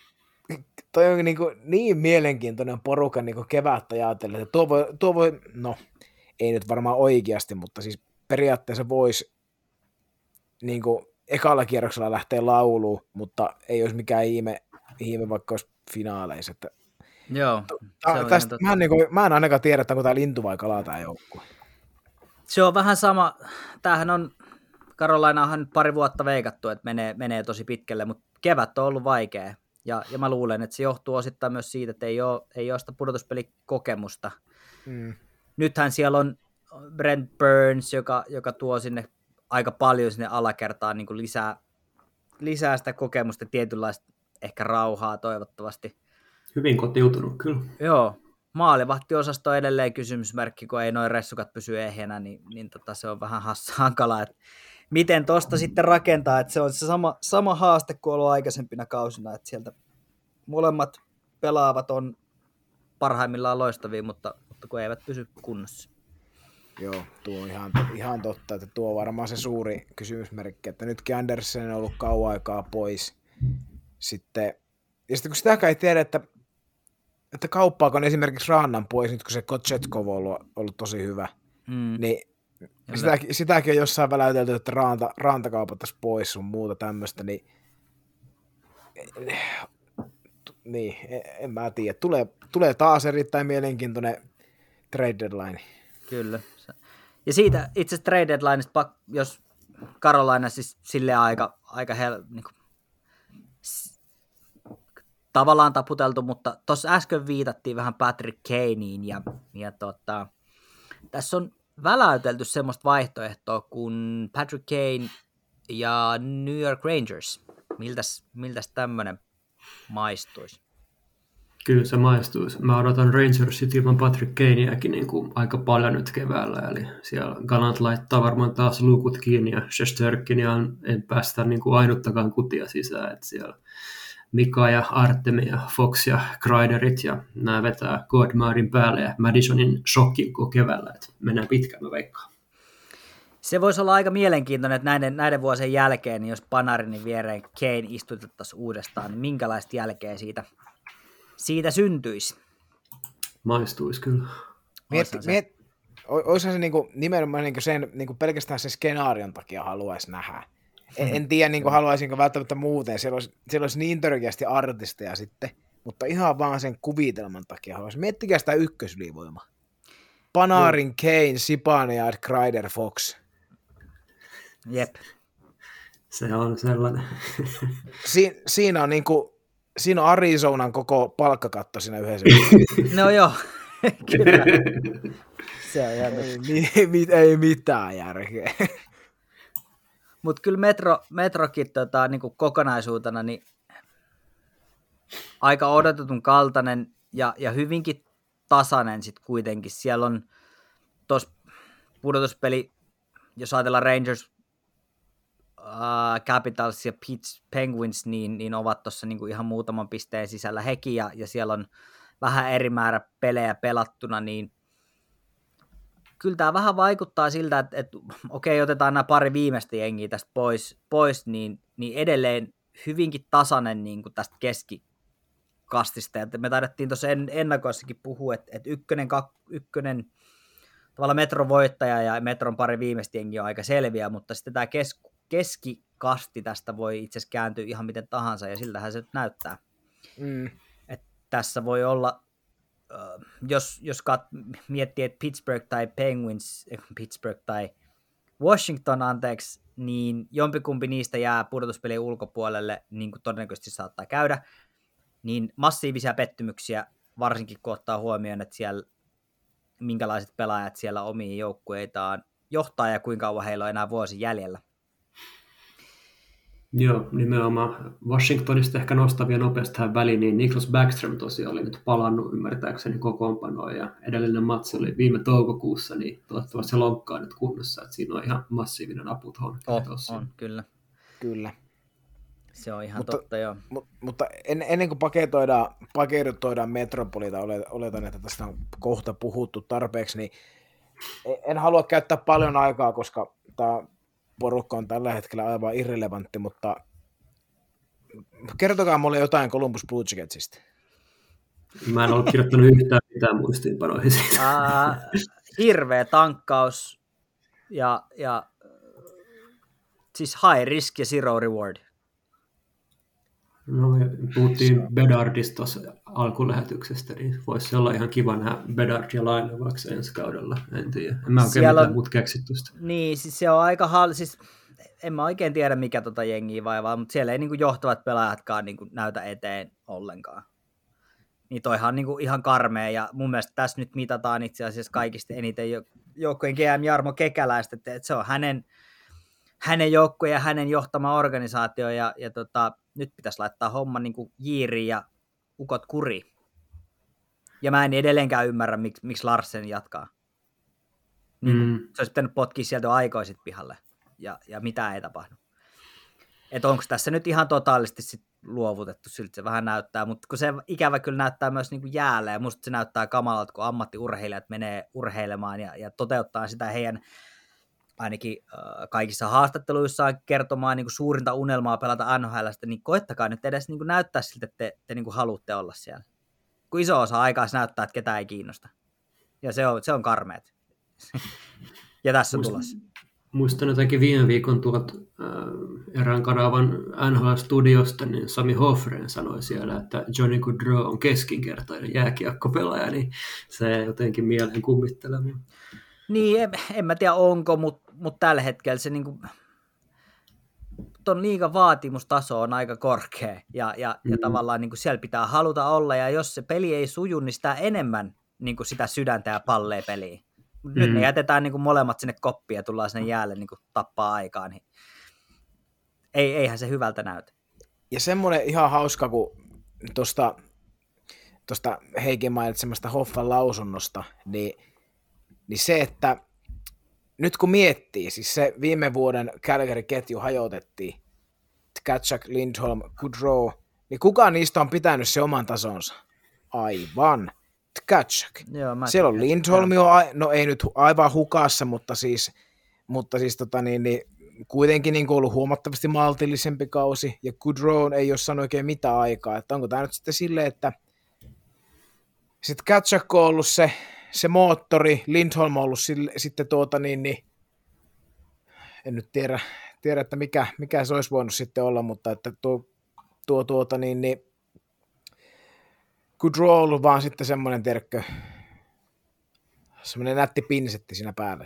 niin mielenkiintoinen porukka niin kevättä ajatellen, että tuo voi, no ei nyt varmaan oikeasti, mutta siis periaatteessa voisi niin kuin ekalla kierroksella lähteä lauluun, mutta ei olisi mikään ihme vaikka olisi finaaleissa. Joo. Tästä mä en ainakaan tiedä, että onko tämä lintu vai kala tämä joukkue. Se on vähän sama, tämähän on, Carolinahan pari vuotta veikattu, että menee tosi pitkälle, mutta kevät on ollut vaikea. Ja mä luulen, että se johtuu osittain myös siitä, että ei ole sitä pudotuspelikokemusta. Nythän siellä on Brent Burns, joka tuo sinne aika paljon sinne alakertaan niin kuin lisää sitä kokemusta, tietynlaista ehkä rauhaa toivottavasti. Hyvin kotiutunut kyllä. Joo, maalivahtiosasto on edelleen kysymysmerkki, kun ei noin ressukat pysy ehjänä, niin se on vähän hankalaa, että miten tuosta sitten rakentaa, että se on se sama haaste kuin ollut aikaisempina kausina, että sieltä molemmat pelaavat on parhaimmillaan loistavia, mutta kun eivät pysy kunnossa. Joo, tuo on ihan totta, että tuo on varmaan se suuri kysymysmerkki, että nytkin Andersen on ollut kauan aikaa pois. Sitten kun sitäkään ei tiedä, että kauppaako esimerkiksi Rannan pois, nyt kun se Kochetkov on ollut tosi hyvä, niin sitäkin on jossain väläytelty, että Ranta kaupattaisiin pois sun muuta tämmöistä, niin en mä tiedä. Tulee taas erittäin mielenkiintoinen trade deadline. Kyllä. Ja siitä itse asiassa trade deadlineista, jos Carolina siis silleen aika niin kuin, tavallaan taputeltu, mutta tuossa äsken viitattiin vähän Patrick Kaneen ja tässä on väläytelty semmoista vaihtoehtoa kuin Patrick Kane ja New York Rangers. Miltäs tämmöinen maistuisi? Kyllä se maistuisi. Mä odotan Rangersit ilman Patrick Kaneäkin niin kuin aika paljon nyt keväällä, eli siellä Gallant laittaa varmaan taas luukut kiinni ja Shesterkinia en päästä niin kuin ainuttakaan kutia sisään, että siellä Mika ja Artemi ja Fox ja Kreiderit ja nämä vetää Godmarin päälle ja Madisonin shokkin koko keväällä, että mennään pitkään, mä veikkaan. Se voisi olla aika mielenkiintoinen, että näiden vuosien jälkeen, niin jos Panarinin viereen Kane istutettaisiin uudestaan, niin minkälaista jälkeä siitä syntyisi? Maistuisi kyllä. Olisihan se niinku, nimenomaan niinku sen, niinku pelkästään sen skenaarion takia haluaisi nähdä. En tiedä, niinku, haluaisinko välttämättä muuten. Siellä olisi niin törkeästi artisteja sitten, mutta ihan vaan sen kuvitelman takia haluaisi. Miettikää sitä ykkösylivoimaa. Panarin, Kane, Zibanejad, Kreider, Fox. Jep. Se on sellainen. Siinä on Arizonan koko palkkakatto siinä yhdessä. No joo, kyllä. Se on ihan ei mitään järkeä. Mutta kyllä Metrokin niinku kokonaisuutena niin aika odotetun kaltainen ja hyvinkin tasainen sitten kuitenkin. Siellä on tuossa pudotuspeli, jos ajatellaan Rangers, Capitals ja Penguins, niin ovat tuossa niinku ihan muutaman pisteen sisällä hekin, ja siellä on vähän eri määrä pelejä pelattuna, niin kyllä tämä vähän vaikuttaa siltä, että okei, otetaan nämä pari viimeistä jengiä tästä pois niin edelleen hyvinkin tasainen niin kuin tästä keskikastista. Ja me taidettiin tuossa ennakoissakin puhua, että ykkönen tavallaan Metron voittaja ja Metron pari viimeistä jengiä on aika selviä, mutta sitten tämä keskikasti tästä voi itse asiassa kääntyä ihan miten tahansa, ja siltähän se nyt näyttää. Että tässä voi olla, jos miettii, että Pittsburgh tai Washington, niin jompikumpi niistä jää pudotuspelien ulkopuolelle, niin kuin todennäköisesti saattaa käydä, niin massiivisia pettymyksiä, varsinkin kun ottaa huomioon, että siellä minkälaiset pelaajat siellä omiin joukkueitaan johtaa ja kuinka kauan heillä on enää vuosi jäljellä. Joo, nimenomaan Washingtonista ehkä nostavia nopeasti tähän väliin, niin Niklas Backstrom tosiaan oli nyt palannut ymmärtääkseni kokoonpanoon, ja edellinen matsi oli viime toukokuussa, niin toivottavasti se lonkkaa nyt kunnossa, että siinä on ihan massiivinen apu tuohon. On, kyllä. Kyllä. Se on ihan totta, joo. Mutta ennen kuin paketoidaan Metropolita, oletan, että tästä on kohta puhuttu tarpeeksi, niin en halua käyttää paljon aikaa, koska tämä porukka on tällä hetkellä aivan irrelevantti, mutta kertokaa mulle jotain Columbus Blue Jacketsista. Mä en ole kirjoittanut yhtään mitään muistiinpanoihin siitä. Hirveä tankkaus ja siis high risk ja zero reward. No, puhuttiin Bedardista tuossa alkulähetyksestä, niin voisi olla ihan kiva nähdä Bedard ja Laine vaikka ensi kaudella, en tiedä. En mä oikein mitään muuta keksittystä. Niin, siis se on aika siis en mä oikein tiedä mikä jengiä vaivaa, mutta siellä ei niinku johtavat pelaajatkaan niinku näytä eteen ollenkaan. Niin toihan on niinku ihan karmea, ja mun mielestä tässä nyt mitataan itse asiassa kaikista eniten joukkojen GM Jarmo Kekäläistä, että se on hänen joukkojen ja hänen johtama organisaatio, ja nyt pitäisi laittaa homma niin kuin jiiriin ja ukot kuriin. Ja mä en edelleenkään ymmärrä, miksi Larsen jatkaa. Niin, se olisi pitänyt potkia sieltä aikoisit pihalle, ja mitä ei tapahdu. Että onko tässä nyt ihan totaalisesti sit luovutettu, siltä se vähän näyttää, mutta kun se ikävä kyllä näyttää myös niin kuin jäällä, ja musta se näyttää kamalalta, kun ammattiurheilijat menee urheilemaan ja toteuttaa sitä heidän ainakin kaikissa haastatteluissaan kertomaan niin kuin suurinta unelmaa pelata NHL:stä, niin koettakaa nyt edes niin kuin näyttää siltä, että te niin kuin haluatte olla siellä. Kun iso osa aikaa se näyttää, että ketään ei kiinnosta. Ja se on karmeet. Ja tässä on tulossa. Muistan jotenkin viime viikon tuolta erään kanavan NHL-studiosta, niin Sami Hoffren sanoi siellä, että Johnny Gaudreau on keskinkertainen jääkiekkopelaaja, niin se jotenkin mieleen kummittelee. Niin, en mä tiedä onko, mutta tällä hetkellä se niinku, ton liigan vaatimustaso on aika korkea, ja tavallaan niinku siellä pitää haluta olla, ja jos se peli ei suju, niin sitä enemmän niinku sitä sydäntä ja pallee peliin. Nyt ne jätetään niinku molemmat sinne koppiin ja tullaan sinne jäälle niinku tappaa aikaa, niin eihän se hyvältä näytä. Ja semmoinen ihan hauska, kun tuosta Heikin mainitsemasta Hoffan lausunnosta, niin se, että nyt kun miettii, siis se viime vuoden Calgary-ketju hajotettiin, Tkachuk, Lindholm, Gaudreau, niin kukaan niistä on pitänyt se oman tasonsa? Aivan. Tkachuk. Siellä on Lindholm jo, no ei nyt aivan hukassa, mutta mutta siis kuitenkin niin ollut huomattavasti maltillisempi kausi, ja Goodrow ei ole saanut oikein mitään aikaa, että onko tämä nyt sitten silleen, että sitten Katchak on ollut se moottori, Lindholm on ollut sitten en nyt tiedä, että mikä se olisi voinut sitten olla, mutta että Goodrow on ollut vaan sitten semmoinen, tiedätkö, semmoinen nätti pinsetti siinä päällä.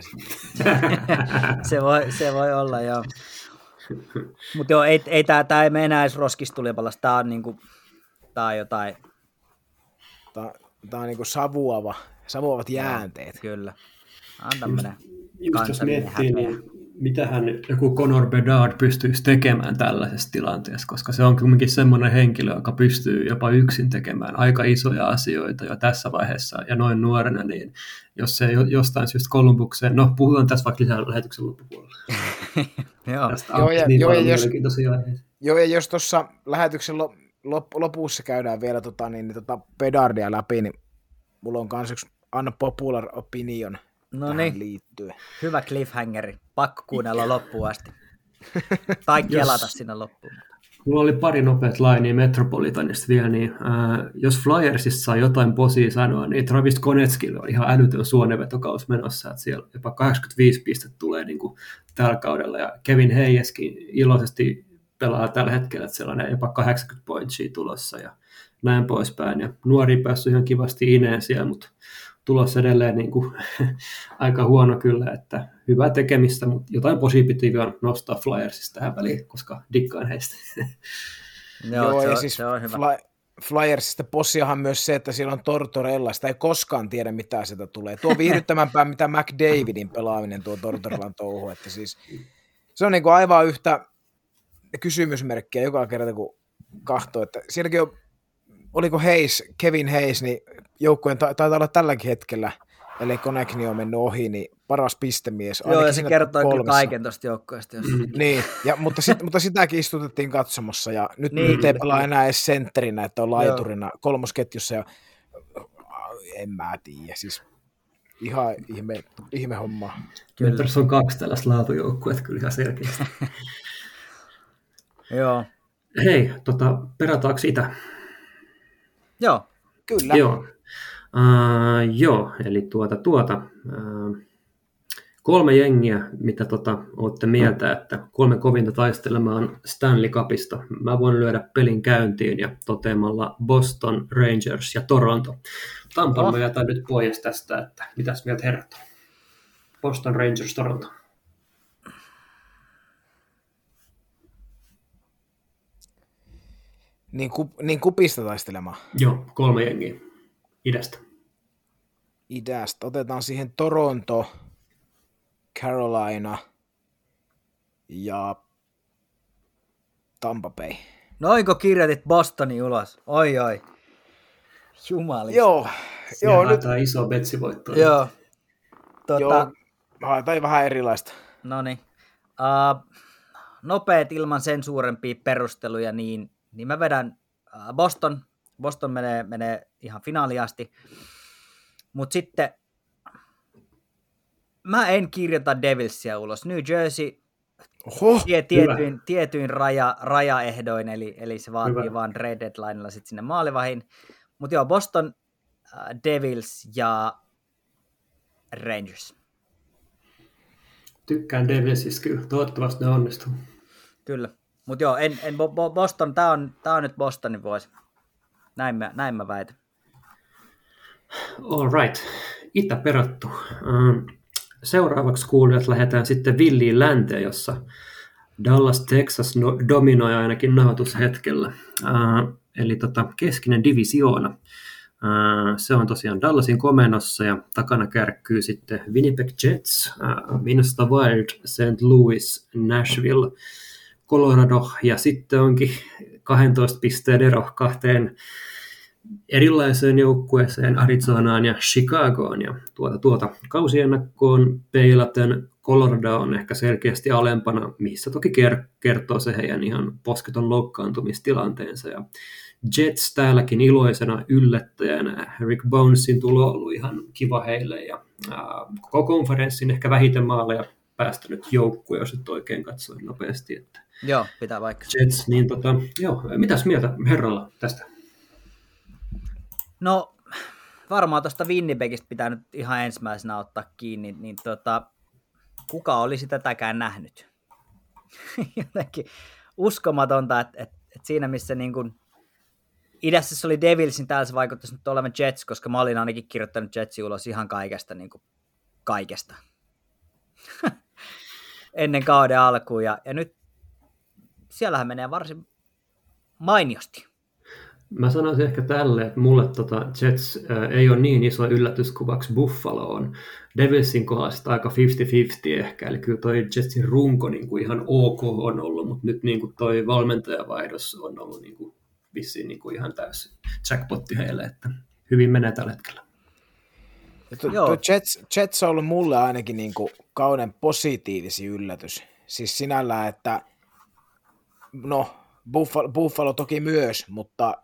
se voi olla, joo. Mutta joo, ei tää ei mene enää edes roskistulipalasta, tää on niinku, tää on jotain. Tää on niinku savuavat jäänteet. Kyllä. On tämmönen just jos miettii, häpeä. niin mitähän joku Connor Bedard pystyisi tekemään tällaisessa tilanteessa, koska se on kuitenkin semmoinen henkilö, joka pystyy jopa yksin tekemään aika isoja asioita jo tässä vaiheessa ja noin nuorena, niin jos se jostain syystä Columbukseen, no puhutaan tässä vaikka lisää lähetyksen loppupuolella. Joo, ja jos tuossa lähetyksen lopussa käydään vielä Bedardia läpi, niin mulla on myös yksi unpopular opinion tähän liittyen. Hyvä cliffhangeri. Pakko kuunnella loppuun asti. Tai kelata sinne loppuun. Mulla oli pari nopeat lainia Metropolitanista vielä, niin jos Flyersissa saa jotain posia sanoa, niin Travis Konecskilla on ihan älytön suonenvetokaus menossa, että siellä jopa 85 pistettä tulee niin kuin tällä kaudella, ja Kevin Hayeskin iloisesti pelaa tällä hetkellä, että sellainen jopa 80 pointsia tulossa ja näin poispäin, ja nuori päässyt ihan kivasti ineen siellä, mutta tulos edelleen niin kuin, aika huono kyllä, että hyvää tekemistä, mutta jotain positiivia on nostaa Flyersista tähän väliin, koska dikkaan heistä. Joo, ja siis se on hyvä. Flyersista possiahan myös se, että siellä on Tortorella, sitä ei koskaan tiedä, mitä sieltä tulee. Tuo viihdyttävämpää, mitä McDavidin pelaaminen tuo Tortorellan touhu, että siis se on niin kuin aivan yhtä kysymysmerkkiä joka kerta, kun katsoo, että sielläkin on, oliko Kevin Hayes, niin joukkueen taitaa olla tälläkin hetkellä, eli Konechny on mennyt ohi, niin paras pistemies. Joo, ja se kertoo kyllä kaiken tuosta joukkueesta. Niin, mutta sitäkin istutettiin katsomassa, ja nyt ei pelaa enää edes sentterinä, että on laiturina kolmosketjussa, ja en mä tiedä, siis ihan ihme homma. Kyllä tässä on 2 tällaista laatujoukkuetta kyllä ihan selkeästi. Joo. Hei, perataanko sitä? Joo. Kyllä. Joo, eli 3 jengiä, mitä olette mieltä, että 3 kovinta taistelemaan Stanley Cupista. Mä voin lyödä pelin käyntiin ja toteamalla Boston, Rangers ja Toronto. Tampan mä jätän nyt pois tästä, että mitäs mieltä herrat on? Boston, Rangers, Toronto. Niin kupista taistelemaan. Joo, 3 jengiä idästä. Otetaan siihen Toronto, Carolina ja Tampa Bay. Noinko kirjoitit Bostonin ulos? Oi. Jumalista. Joo nyt tämä iso betsivoitto. Joo. Tai vähän erilaista. Noniin. Nopeet ilman sen suurempia perusteluja, niin mä vedän Boston. Boston menee ihan finaaliin asti. Mutta sitten mä en kirjoita Devilsia ulos. New Jersey tietyin rajaehdoin, eli se vaatii vaan trade deadlinella sitten sinne maalivahin. Mutta joo, Boston, Devils ja Rangers. Tykkään Devilsistä kyllä. Toivottavasti ne onnistuu. Kyllä. Mutta joo, Boston, tää on nyt Bostonin vuosi. Näin mä väitän. All right. Itä perattu. Seuraavaksi kuulijat lähdetään sitten villiin länteen, jossa Dallas, Texas dominoi ainakin nauhoitushetkellä. Eli keskinen divisioona. Se on tosiaan Dallasin komennossa ja takana kärkkyy sitten Winnipeg Jets, Minnesota Wild, St. Louis, Nashville, Colorado ja sitten onkin 12 pisteen ero 2 erilaiseen joukkueeseen Arizonaan ja Chicagoon ja kausiennakkoon peilaten Colorado on ehkä selkeästi alempana, missä toki kertoo se heidän ihan posketon loukkaantumistilanteensa ja Jets täälläkin iloisena yllättäjänä. Rick Bonesin tulo on ollut ihan kiva heille ja koko konferenssin ehkä vähiten maaleja päästänyt joukkue, jos nyt oikein katsoin nopeasti. Että Joo, pitää vaikka. Jets, niin joo, mitäs mieltä herralla tästä? No, varmaan tuosta Winnipegistä pitää nyt ihan ensimmäisenä ottaa kiinni, niin kuka olisi tätäkään nähnyt? Jotenkin uskomatonta, että siinä missä niin kuin idässä se oli Devils, niin täällä se vaikuttaisi nyt olevan Jets, koska mä olin ainakin kirjoittanut Jetsin ulos ihan kaikesta, niin kuin kaikesta. Ennen kauden alkuun, ja nyt siellähän menee varsin mainiosti. Mä sanoisin ehkä tälle, että mulle Jets ei ole niin iso yllätys kuin vaikka Buffalo on. Devilsin kohdasta aika 50-50 ehkä, eli kyllä toi Jetsin runko niin kuin ihan ok on ollut, mutta nyt niin kuin toi valmentajavaihdos on ollut niin kuin vissiin niin kuin ihan täysin jackpotti heille, että hyvin menee tällä hetkellä. Jets on ollut mulle ainakin niin kuin kauden positiivisi yllätys. Siis sinällään, että no Buffalo toki myös, mutta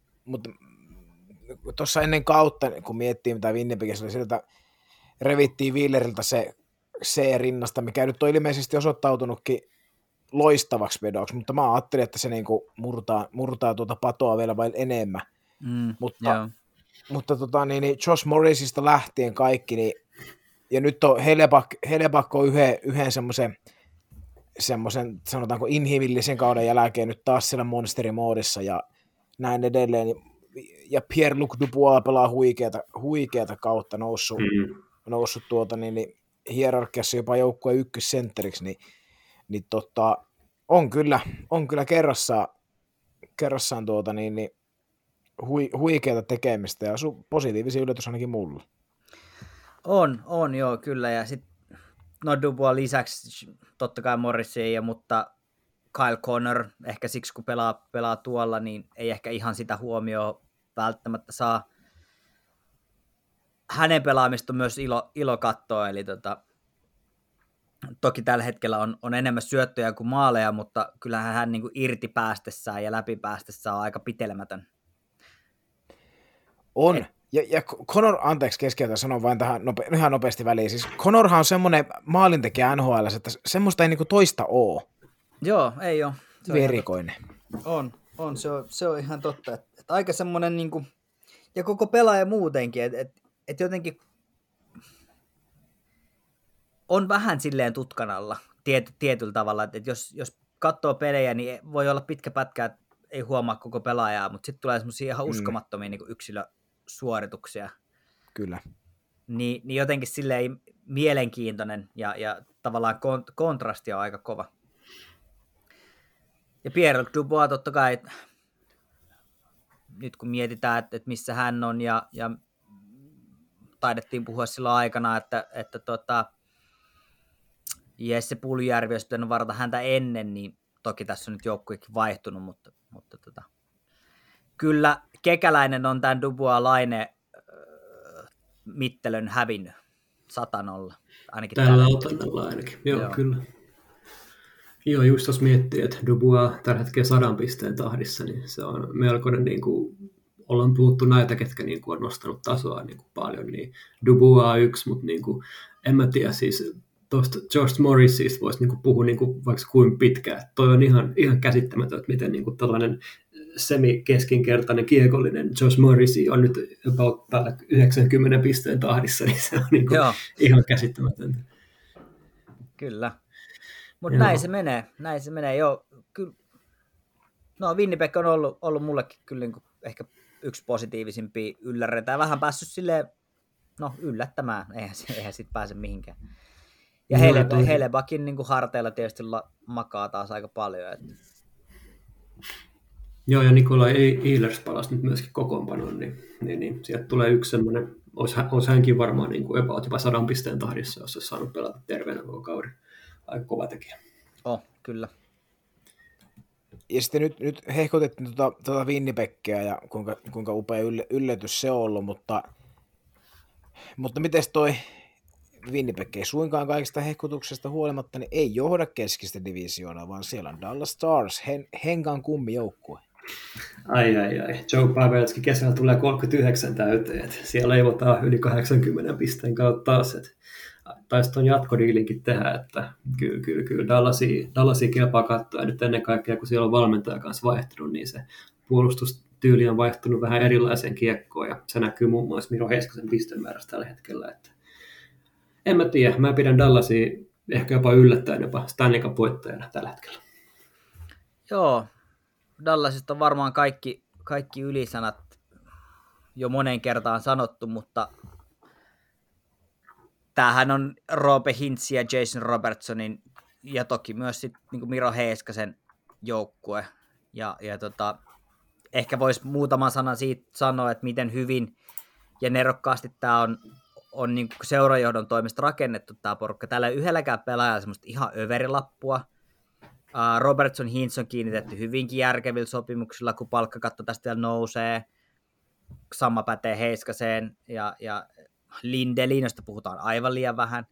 tuossa ennen kautta, kun miettii mitä Winnipegissä oli, sieltä revittiin Wheeleriltä se C-rinnasta, mikä nyt on ilmeisesti osoittautunutkin loistavaksi vedoksi, mutta mä ajattelin, että se niinku murtaa tuota patoa vielä vain enemmän. Mutta Josh Morrisista lähtien kaikki, niin, ja nyt on Hellebuyck on yhden semmoisen, sanotaanko inhimillisen kauden jälkeen nyt taas siellä monsterimoodissa ja näin edelleen. Ja Pierre-Luc Dubois pelaa huikeata kautta noussut hierarkiassa jopa joukkueen ykkössentteriksi, niin on kyllä kerrassaan huikeata tekemistä ja positiivisia yllätys ainakin mulle. On joo, kyllä, ja sitten Dubois lisäksi totta kai Morrissey, mutta Kyle Connor, ehkä siksi kun pelaa tuolla, niin ei ehkä ihan sitä huomioon välttämättä saa. Hänen pelaamista on myös ilo katsoa, eli toki tällä hetkellä on enemmän syöttöjä kuin maaleja, mutta kyllähän hän niin kuin irti päästessään ja läpi päästessään on aika pitelemätön. On. Ja Connor, anteeksi keskeltä, sanon vain tähän ihan nopeasti väliin. Siis Connorhan on semmoinen maalintekijä NHL, että semmoista ei niinku toista ole. Joo, ei ole. Se on erikoinen. On. Se on ihan totta. Että aika semmoinen, niinku, ja koko pelaaja muutenkin, että jotenkin on vähän silleen tutkan alla tietyllä tavalla, että jos katsoo pelejä, niin voi olla pitkä pätkä, että ei huomaa koko pelaajaa, mutta sitten tulee semmoisia ihan uskomattomia niin kuin yksilösuorituksia. Kyllä. Niin jotenkin silleen mielenkiintoinen ja tavallaan kontrasti on aika kova. Ja Pierre-Luc Dubois totta kai, nyt kun mietitään, että missä hän on ja taidettiin puhua silloin aikana, että Jesse Puljujärvi olisi pitänyt varata häntä ennen, niin toki tässä on nyt joukkuekin vaihtunut, mutta kyllä Kekäläinen on tämän Dubois-Laine mittelön hävinnyt 100-0. Ainakin tällä otannalla ainakin, joo, kyllä. Joo, just jos miettii, että Dubois tällä hetkellä 100 pisteen tahdissa, niin se on melkoinen, niin kuin ollaan puhuttu näitä, ketkä niin kuin on nostanut tasoa niin kuin paljon, niin Dubois yksi, mutta niin kuin, en mä tiedä, siis tuosta George Morrisista voisi niin kuin puhua niin kuin vaikka kuin pitkään. Toi on ihan käsittämätön, että miten niin kuin tällainen semi-keskinkertainen kiekollinen Josh Morrissey on nyt about päällä 90 pisteen tahdissa, niin se on niin kuin ihan käsittämätöntä. Kyllä. Mutta näin se menee. Joo, kyllä. No Winnipeg on ollut mullekin kyllä niin kuin ehkä yksi positiivisimpia ylläreitä. Vähän päässyt silleen, yllättämään. Eihän siitä pääse mihinkään. Ja Hellebuyckin niin kuin harteilla tietysti makaa taas aika paljon. Että. Joo, ja Nikolai Ehlers palasi nyt myöskin kokoonpanoon, niin sieltä tulee yksi semmoinen, olisi hänkin varmaan niin kuin jopa 100 pisteen tahdissa, jos olisi saanut pelata terveenä koko kauden. Aika kova tekijä. Kyllä. Ja sitten nyt hehkutettiin tuota Winnipegia ja kuinka upea yllätys se on ollut, mutta miten toi Winnipeg ei suinkaan kaikista hehkutuksesta huolimatta, niin ei johda keskistä divisioonaa, vaan siellä on Dallas Stars, Henkan kummijoukkue. Ai. Joe Pavelski kesällä tulee 39 täyteen. Siellä leivotaan yli 80 pisteen kautta taas. taisi tuon jatkodiilinkin tehdä, että kyllä Dallasia kelpaa katsoa, ja nyt ennen kaikkea, kun siellä on valmentaja kanssa vaihtunut, niin se puolustustyyli on vaihtunut vähän erilaiseen kiekkoon, ja se näkyy muun muassa Miro Heiskasen pistemäärässä tällä hetkellä. Että en mä tiedä, mä pidän Dallasia ehkä jopa yllättäen jopa Stanley Cup-voittajana tällä hetkellä. Joo, Dallasista on varmaan kaikki ylisanat jo moneen kertaan sanottu, mutta tämähän on Roope Hintz ja Jason Robertsonin ja toki myös sit, niin Miro Heiskasen joukkue. Ja ehkä voisi muutaman sanan siitä sanoa, että miten hyvin ja nerokkaasti tämä on niin seurajohdon toimesta rakennettu tämä porukka. Täällä ei yhdelläkään pelaajalla semmoista ihan överilappua. Robertson Hintz on kiinnitetty hyvinkin järkevillä sopimuksilla, kun palkkakatto tästä vielä nousee. Sama pätee Heiskaseen ja Lindelin, josta puhutaan aivan liian vähän.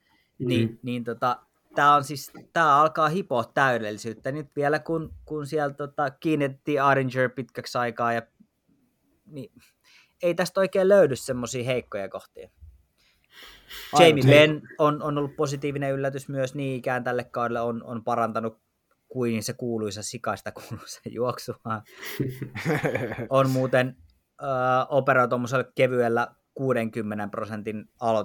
Tämä alkaa hipoa täydellisyyttä. Nyt vielä kun siellä kiinnitettiin Aringer pitkäksi aikaa, niin ei tästä oikein löydy semmoisia heikkoja kohtia. Jamie Benn on ollut positiivinen yllätys myös niin ikään tälle kaudelle, on parantanut kuin se kuuluisa sikaista kuuluisa juoksua. On muuten operoi tuommoisella kevyellä 60%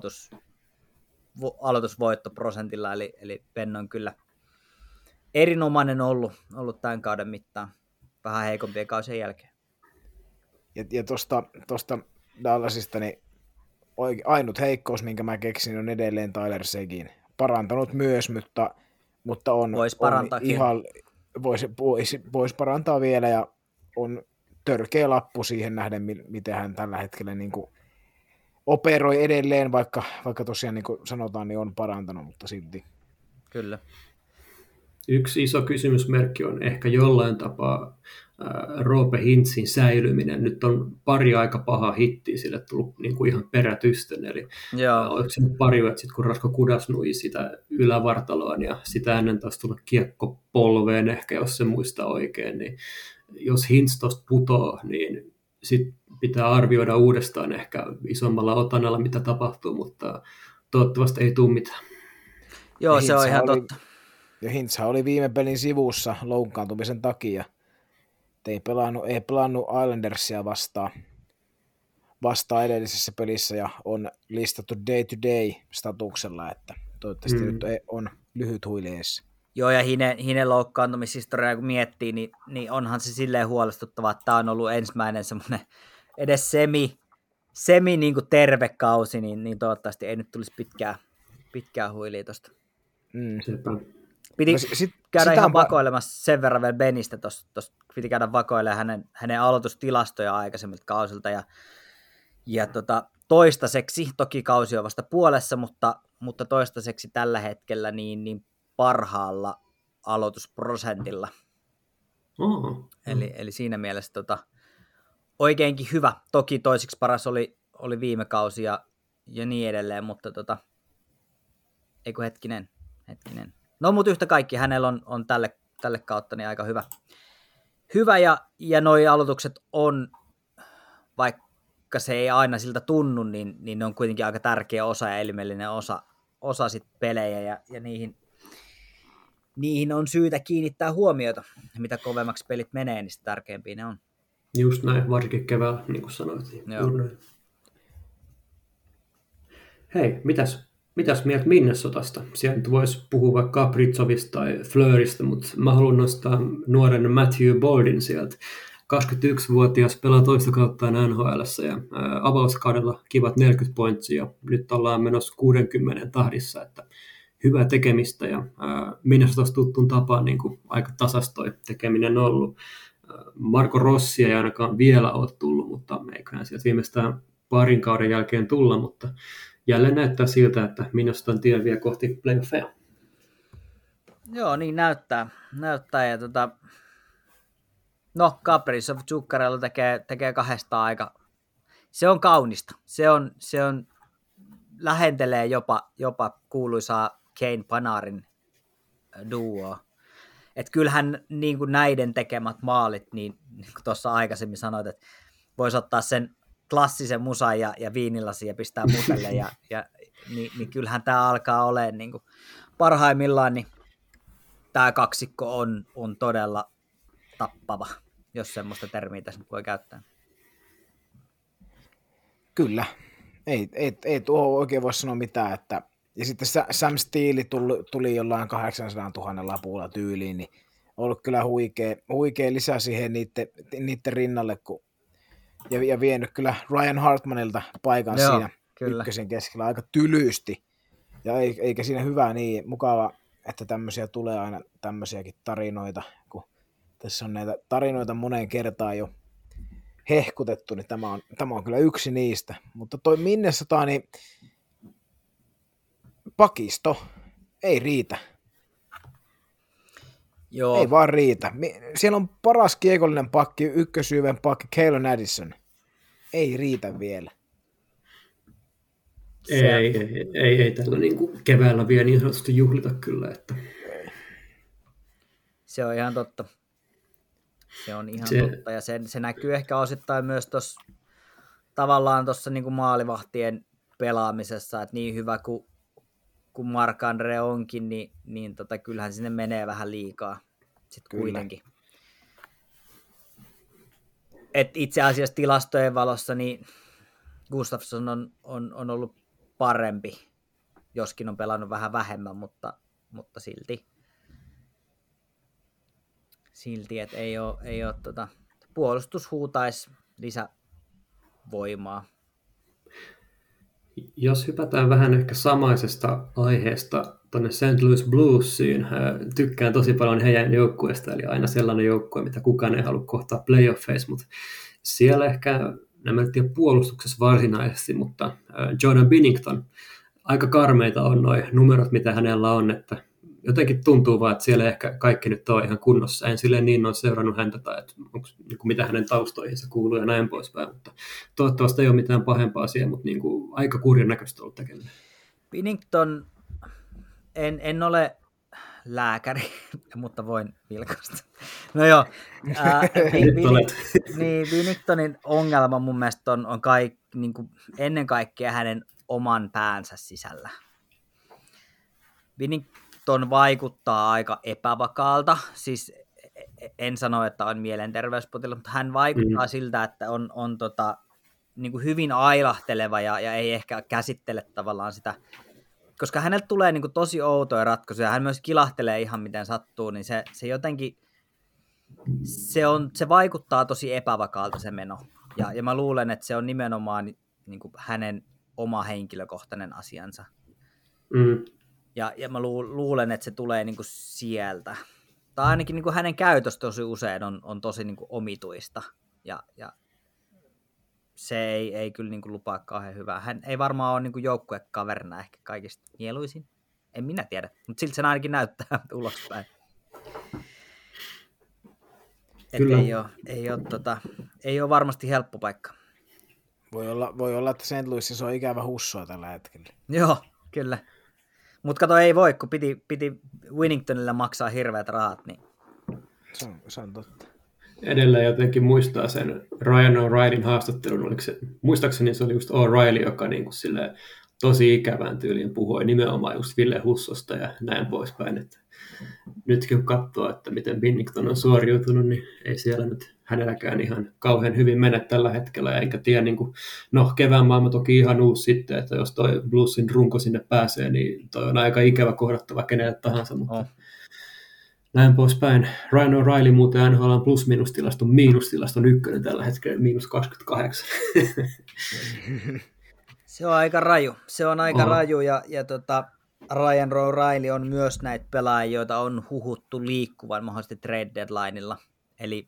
aloitusvoittoprosentilla, eli Benn on kyllä erinomainen ollut tämän kauden mittaan, vähän heikompien kausien jälkeen. Ja tuosta Dallasista, niin ainut heikkous, minkä mä keksin, on edelleen Tyler Seguin. Parantanut myös, mutta on ihan, voisi parantaa vielä, ja on törkeä lappu siihen nähden, miten hän tällä hetkellä niin kuin operoi edelleen, vaikka tosiaan niin kuin sanotaan, niin on parantanut, mutta silti. Kyllä. Yksi iso kysymysmerkki on ehkä jollain tapaa Roope Hintzin säilyminen. Nyt on pari aika pahaa hittiä sille tullut niin kuin ihan perätysten. Eli oliko se nyt pari, että sitten kun Rasko Kudas nui sitä ylävartaloon ja sitä ennen taas tulla kiekko polveen ehkä, jos se muistaa oikein, niin jos Hintz tuosta putoo, niin sitten pitää arvioida uudestaan ehkä isommalla otanalla, mitä tapahtuu, mutta toivottavasti ei tule mitään. Joo, se on ihan totta. Ja Hintzhän oli viime pelin sivussa loukkaantumisen takia. Ei pelannut Islandersia vastaan edellisessä pelissä ja on listattu day-to-day statuksella, että toivottavasti nyt on lyhyt huileessa. Joo, ja Hinen loukkaantumishistoriaa kun miettii, niin onhan se silleen huolestuttavaa, että tämä on ollut ensimmäinen semmoinen edes semi niin kuin terve kausi, niin toivottavasti ei nyt tulisi pitkää huilia tuosta. Piti käydä ihan vakoilemassa sen verran vielä Benistä, piti käydä vakoilemaan hänen aloitustilastoja aikaisemmilta kausilta, ja toistaiseksi, toki kausi on vasta puolessa, mutta toistaiseksi tällä hetkellä niin parhaalla aloitusprosentilla. Eli siinä mielessä oikeinkin hyvä. Toki toiseksi paras oli viime kausi ja niin edelleen, mutta eiku hetkinen. No mutta yhtä kaikki, hänellä on tälle kautta niin aika hyvä ja noi aloitukset on, vaikka se ei aina siltä tunnu, niin ne on kuitenkin aika tärkeä osa ja elimellinen osa sit pelejä ja niihin on syytä kiinnittää huomiota. Mitä kovemmaksi pelit menee, niin sitä tärkeämpiä ne on. Just näin, varsinkin keväällä, niin kuin sanoit. Hei, mitäs mieltä Minnesotasta? Sieltä nyt voisi puhua vaikka Kaprizovista tai Fleuristä, mutta mä haluan nostaa nuoren Matthew Boardin sieltä. 21-vuotias pelaa toista kautta NHL:ssä ja avauskaudella kivat 40 pointsia. Nyt ollaan menossa 60 tahdissa, että hyvää tekemistä ja Minnesotasta tuttuun tapaan niin kuin aika tasastoi tekeminen ollut. Marco Rossi ei ainakaan vielä ole tullut, mutta eiköhän sieltä viimeistään parin kauden jälkeen tulla, mutta jälleen näyttää siltä, että Minnesotan tie vie kohti playoffeja. Joo, niin näyttää ja no Kaprizov Zuccarello tekee kahdesta aika, se on kaunista, se on lähentelee jopa kuuluisaa Kane Panarin duoa. Että kyllähän niin kuin näiden tekemät maalit, niin kuin tuossa aikaisemmin sanoit, että voisi ottaa sen klassisen musan ja viinilasin ja pistää mutelle, niin kyllähän tämä alkaa olemaan niin kuin parhaimmillaan, niin tämä kaksikko on todella tappava, jos semmoista termiä tässä nyt voi käyttää. Kyllä. Ei tuohon oikein voi sanoa mitään. Että... Ja sitten Sam Steele tuli jollain 800 000 lapulla tyyliin, niin ollut kyllä huikea lisä siihen niiden rinnalle, ja vienyt kyllä Ryan Hartmanilta paikan siinä kyllä. Ykkösen keskellä aika tylysti. Ja eikä siinä hyvä niin mukava, että tämmöisiä tulee aina tämmöisiäkin tarinoita, kun tässä on näitä tarinoita moneen kertaan jo hehkutettu, niin tämä on kyllä yksi niistä. Mutta toi Minnesota, niin pakisto ei riitä. Joo. Ei vaan riitä. Siellä on paras kiekollinen pakki, ykkösyyven pakki, Kalen Addison. Ei riitä vielä. Ei tällä niin kuin keväällä vielä niin sanotusti juhlita kyllä. Että... Se on ihan totta. Se on ihan totta, ja se näkyy ehkä osittain myös tuossa tavallaan tuossa niin kuin maalivahtien pelaamisessa, että niin hyvä kuin Marc-Andre onkin, niin kyllähän sinne menee vähän liikaa sitten kuitenkin. Et itse asiassa tilastojen valossa niin Gustafsson on ollut parempi, joskin on pelannut vähän vähemmän, mutta silti että ei ole puolustus huutaisi lisävoimaa. Jos hypätään vähän ehkä samaisesta aiheesta tuonne St. Louis Bluesiin, tykkään tosi paljon heidän joukkueesta, eli aina sellainen joukkue, mitä kukaan ei halua kohtaa playoffeissa, mutta siellä ehkä, nämä en tiedä puolustuksessa varsinaisesti, mutta Jordan Binnington, aika karmeita on nuo numerot, mitä hänellä on, että jotenkin tuntuu vaan, että siellä ehkä kaikki nyt on ihan kunnossa. En silleen niin ole seurannut häntä tai että mitä hänen taustoihinsa kuuluu ja näin poispäin, mutta toivottavasti ei ole mitään pahempaa siellä, mutta niin kuin aika kurjan näköistä ollut tekeminen. Binnington, en ole lääkäri, mutta voin vilkaista. No joo, Binningtonin ongelma mun mielestä on niin kuin ennen kaikkea hänen oman päänsä sisällä. Binnington vaikuttaa aika epävakaalta, siis en sano, että on mielenterveyspotilas, mutta hän vaikuttaa siltä, että on niin kuin hyvin ailahteleva ja ei ehkä käsittele tavallaan sitä, koska häneltä tulee niin kuin tosi outoja ratkaisuja, hän myös kilahtelee ihan miten sattuu, niin se jotenkin, se vaikuttaa tosi epävakaalta se meno, ja mä luulen, että se on nimenomaan niin kuin hänen oma henkilökohtainen asiansa. Ja mä luulen, että se tulee niin kuin sieltä. Tai ainakin niin kuin hänen käytös tosi usein on tosi niin kuin omituista. Ja se ei kyllä niin kuin lupaa kauhean hyvää. Hän ei varmaan ole niin kuin joukkuekaverina ehkä kaikista mieluisin. En minä tiedä, mutta siltä sen ainakin näyttää ulospäin. Kyllä. Ei ole varmasti helppo paikka. Voi olla, että St. Louisissa on ikävä hussua tällä hetkellä. Joo, kyllä. Mutta kato, ei voi, kun piti Winningtonille maksaa hirveät rahat. Niin. Se on totta. Edelleen jotenkin muistaa sen Ryan O'Reillyn haastattelun. Muistaakseni se oli just O'Reilly, joka niin kuin silleen, tosi ikävään tyyliin puhui nimenomaan just Ville Hussosta ja näin poispäin. Että nytkin kun katsoo, että miten Binnington on suoriutunut, niin ei siellä nyt hänelläkään ihan kauhean hyvin mene tällä hetkellä. Enkä tiedä, niin kuin, no kevään maailma toki ihan uusi sitten, että jos toi Bluesin runko sinne pääsee, niin toi on aika ikävä kohdattava kenelle tahansa, mutta näin poispäin. Ryan O'Reilly muuten NHL:n plus-miinustilaston miinustilaston ykkönen tällä hetkellä, -28. Se on aika raju. Raju ja Ryan O'Reilly on myös näitä pelaajia, joita on huhuttu liikkuvan mahdollisesti trade deadlineilla. Eli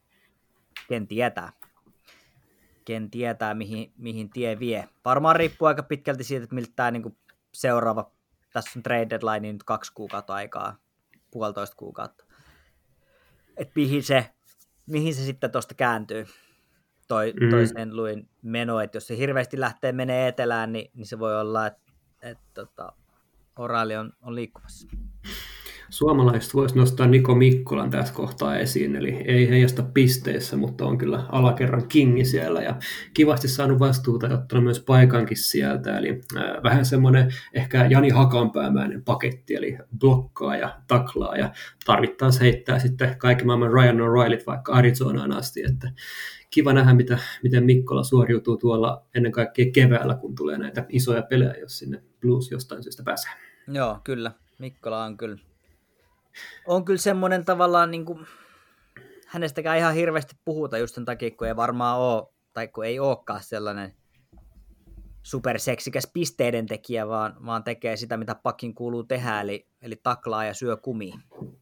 ken tietää mihin tie vie. Varmaan riippuu aika pitkälti siitä, että miltä tämä niinku seuraava, tässä on trade deadline nyt 2 kuukautta aikaa, 1,5 kuukautta. Että mihin se sitten tuosta kääntyy. Toisen luin meno, että jos se hirveästi menee etelään, niin se voi olla, että O'Reilly on liikkumassa. suomalaiset voisi nostaa Niko Mikkolan tässä kohtaa esiin, eli ei heijasta pisteissä, mutta on kyllä alakerran kingi siellä ja kivasti saanut vastuuta ja ottanut myös paikankin sieltä, eli vähän semmoinen ehkä Jani Hakanpäämäinen paketti, eli blokkaa ja taklaa ja tarvittaessa heittää sitten kaiken maailman Ryan O'Reillyt vaikka Arizonaan asti, että kiva nähdä, miten Mikkola suoriutuu tuolla ennen kaikkea keväällä, kun tulee näitä isoja pelejä, jos sinne Blues jostain syystä pääsee. Joo, kyllä. Mikkola on kyllä semmoinen tavallaan, niin kuin, hänestäkään ihan hirveästi puhuta just sen takia, kun ei varmaan ole, tai kun ei olekaan sellainen superseksikäs pisteiden tekijä, vaan tekee sitä, mitä pakin kuuluu tehdä, eli taklaa ja syö kumia.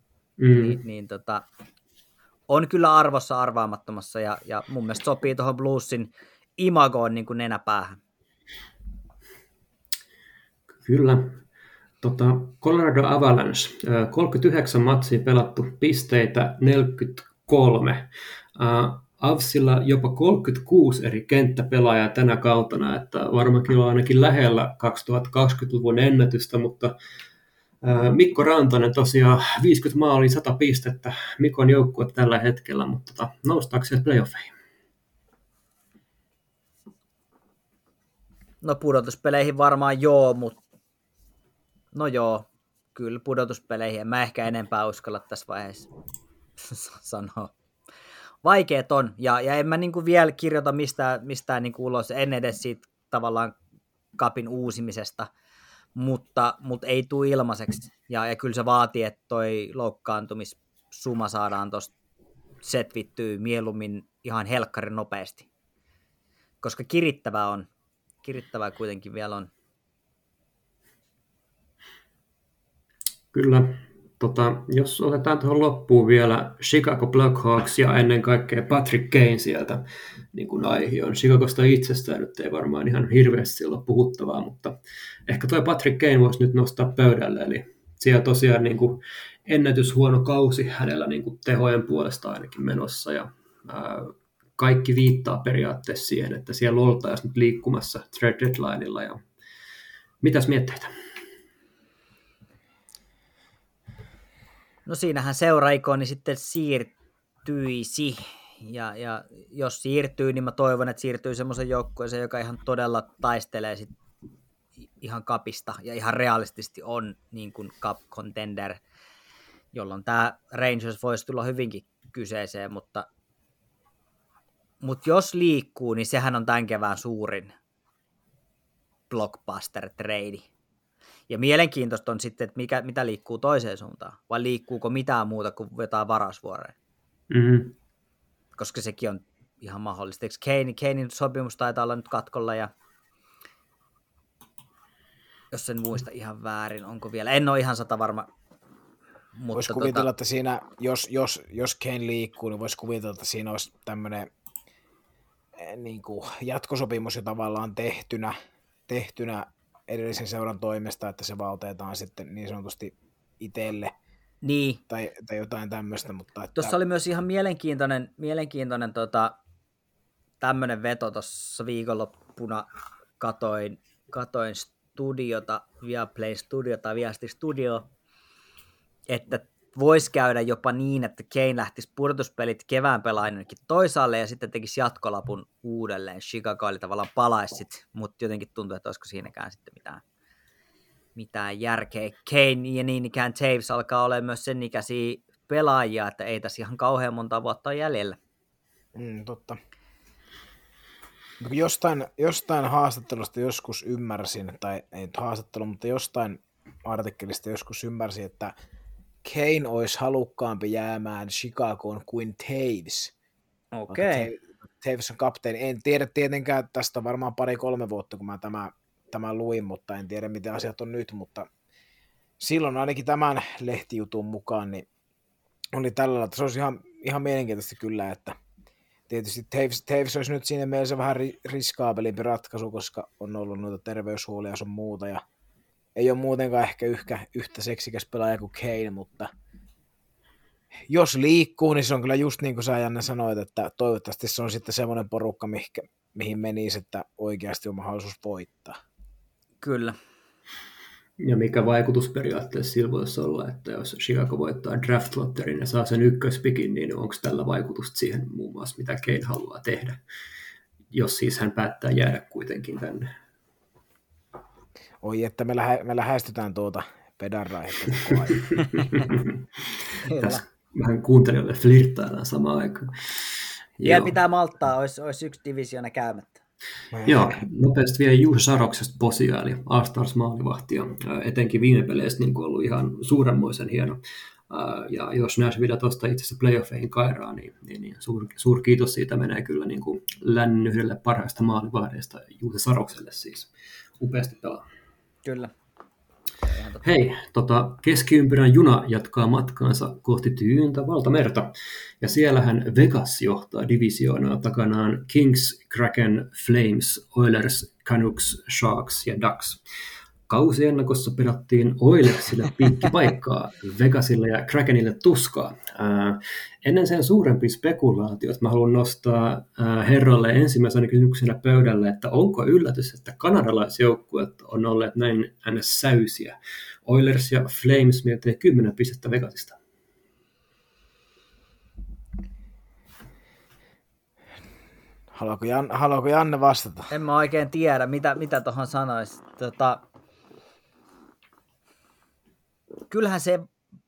On kyllä arvossa arvaamattomassa, ja mun mielestä sopii tuohon Bluesin imagoon niin kuin nenäpäähän. Kyllä. Colorado Avalanche, 39 matsia pelattu, pisteitä 43. Avsilla jopa 36 eri kenttäpelaajaa tänä kautena, että varmaankin on ainakin lähellä 2020-luvun ennätystä, mutta Mikko Rantanen tosiaan 50 maalia, 100 pistettä, Mikon joukkue tällä hetkellä, mutta noustaako se playoffeihin? No pudotuspeleihin varmaan joo, mutta no joo, kyllä pudotuspeleihin. En mä ehkä enempää uskalla tässä vaiheessa sanoa. Vaikeet on, ja en mä niinku vielä kirjoita mistään niinku ulos, en edes siitä tavallaan kapin uusimisesta, mutta ei tule ilmaiseksi. Ja kyllä se vaatii, että toi loukkaantumissuma saadaan tuosta setvittyä mieluummin ihan helkkarin nopeasti. Koska kirittävää kuitenkin vielä on. Kyllä. Jos otetaan tuohon loppuun vielä Chicago Blackhawks ja ennen kaikkea Patrick Kane sieltä niin kuin aihe on. Chicagosta itsestään nyt ei varmaan ihan hirveästi olla puhuttavaa, mutta ehkä tuo Patrick Kane voisi nyt nostaa pöydälle. Eli siellä tosiaan niin kuin ennätyshuono kausi hänellä niin kuin tehojen puolesta ainakin menossa ja kaikki viittaa periaatteessa siihen, että siellä oltaisiin nyt liikkumassa trade deadlineilla. Ja mitäs mietteitä? No siinähän seuraikoni sitten siirtyisi, ja jos siirtyy, niin mä toivon, että siirtyy semmoisen joukkueeseen, joka ihan todella taistelee sit ihan kapista, ja ihan realistisesti on niin kuin cup contender, jolloin tämä Rangers voisi tulla hyvinkin kyseeseen, mutta jos liikkuu, niin sehän on tämän kevään suurin blockbuster-trade. Ja mielenkiintoista on sitten, että mitä liikkuu toiseen suuntaan, vai liikkuuko mitään muuta kuin jotain varausvuoroja. Mm-hmm. Koska sekin on ihan mahdollista. Eikö Kanein sopimus taitaa olla nyt katkolla, ja jos en muista ihan väärin, onko vielä, en ole ihan 100 varma. Voisi kuvitella, että siinä, jos Kane liikkuu, niin voisi kuvitella, että siinä olisi tämmöinen niin kuin jatkosopimus jo tavallaan tehtynä edellisen seuran toimesta, että se valteetaan sitten niin sanotusti itselle. Niin. Tai jotain tämmöistä. Mutta tuossa oli myös ihan mielenkiintoinen tämmöinen veto tuossa viikonloppuna, katoin studiota, Viaplay studiota, Viastin studio, että voisi käydä jopa niin, että Kane lähtisi pudotuspelit kevään pelaajanakin toisaalle ja sitten tekisi jatkolapun uudelleen. Chicago eli tavallaan palaisi, mutta jotenkin tuntuu, että olisiko siinäkään sitten mitään järkeä. Kane ja niin ikään Taves alkaa olla myös sen ikäisiä pelaajia, että ei tässä ihan kauhean monta vuotta ole jäljellä. Totta. Jostain haastattelusta joskus ymmärsin, tai ei nyt haastattelu, mutta jostain artikkelista joskus ymmärsin, että Kane olisi halukkaampi jäämään Chicagoon kuin Taves. Okei. Taves on kapteeni. En tiedä tietenkään, tästä on varmaan 2-3 vuotta, kun mä tämän luin, mutta en tiedä, miten asiat on nyt, mutta silloin ainakin tämän lehtijutun mukaan niin oli tällä lailla, että se olisi ihan mielenkiintoista kyllä, että tietysti Taves olisi nyt siinä mielessä vähän riskaabelimpi ratkaisu, koska on ollut noita terveyshuolia ja sun muuta, ja ei ole muutenkaan ehkä yhtä seksikäs pelaaja kuin Kane, mutta jos liikkuu, niin se on kyllä just niin kuin sä, Janne, sanoit, että toivottavasti se on sitten semmoinen porukka, mihin menisi, että oikeasti on mahdollisuus voittaa. Kyllä. Ja mikä vaikutus periaatteessa sillä voisi olla, että jos Chicago voittaa draft-lotterin ja saa sen ykköspikin, niin onko tällä vaikutusta siihen muun muassa, mitä Kane haluaa tehdä, jos siis hän päättää jäädä kuitenkin tänne? Oi, että me lähestytään tuota pedanraihetta koko ajan. Tässä vähän kuuntelijoille flirttaillaan samaan aikaan. Vielä pitää malttaa, olisi yksi divisioona käymättä. Joo, nopeasti vielä Juuse Saroksesta Posia, eli All-Stars maalivahti, ja etenkin viime peleissä niin ollut ihan suuremmoisen hieno. Ja jos Nashville tuosta itse asiassa playoffeihin kairaa, niin suuri kiitos siitä menee kyllä niin kuin lännen yhdelle parhaista maalivahdeista Juuse Sarokselle siis. Upeasti pelaa. Kyllä. Hei, keskiympyrän juna jatkaa matkaansa kohti tyyntä valtamerta, ja siellähän Vegas johtaa divisioonaa takanaan Kings, Kraken, Flames, Oilers, Canucks, Sharks ja Ducks. Kausiennakossa pelattiin Oilersille pinkkipaikkaa, Vegasille ja Krakenille tuskaa. Ennen sen suurempia spekulaatioita mä haluan nostaa herralle ensimmäisenä kysymyksenä pöydälle, että onko yllätys, että kanadalaisjoukkueet on olleet näin ns. Säysiä. Oilers ja Flames miltei 10 pistettä Vegasista. Haluaako Janne vastata? En mä oikein tiedä, mitä tuohon sanoisi. Kyllähän se,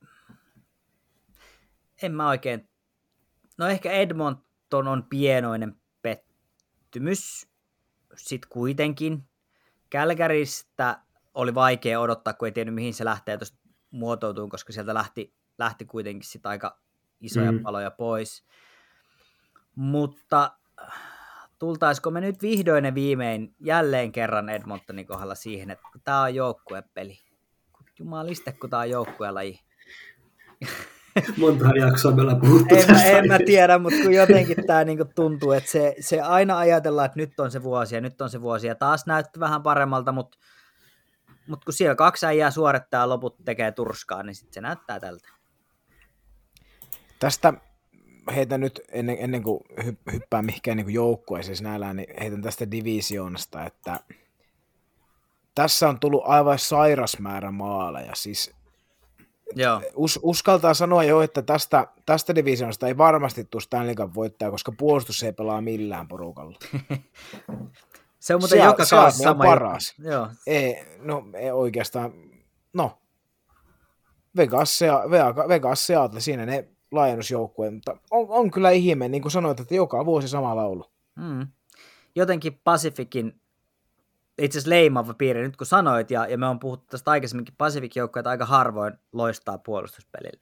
en mä oikein, no ehkä Edmonton on pienoinen pettymys, sitten kuitenkin. Calgarystä oli vaikea odottaa, kun ei tiennyt mihin se lähtee tuosta muotoutumaan, koska sieltä lähti kuitenkin sit aika isoja paloja pois. Mutta tultaisiko me nyt vihdoin ja viimein jälleen kerran Edmontonin kohdalla siihen, että tämä on joukkuepeli. Jumaliste, kun tämä on joukkuelaji. Montahan jaksoa meillä puhuttu en mä tiedä, mutta kun jotenkin tämä niinku tuntuu, että se aina ajatellaan, että nyt on se vuosi, ja taas näyttää vähän paremmalta, mutta kun siellä 2 äijää suorittaa ja loput tekee turskaa, niin sitten se näyttää tältä. Tästä heitän nyt, ennen kuin hyppää mihinkään niin joukkueeseen näillä, niin heitän tästä divisioonasta, että tässä on tullut aivan sairas määrä maaleja. Siis joo. Uskaltaa sanoa jo, että tästä divisioonasta ei varmasti tule Stanley Cup voittaja, koska puolustus ei pelaa millään porukalla. Se on muuten joka kausi sama paras. Joo. Ei oikeastaan. No, Vegas Seattle, siinä ne laajennusjoukkueet, mutta on kyllä ihme, niin kuin sanoit, että joka vuosi sama laulu. Jotenkin Pacificin itse asiassa leimaava piirre, nyt kun sanoit, ja me on puhuttu tästä aikaisemminkin, Pacificin joukkueet aika harvoin loistaa puolustuspelille.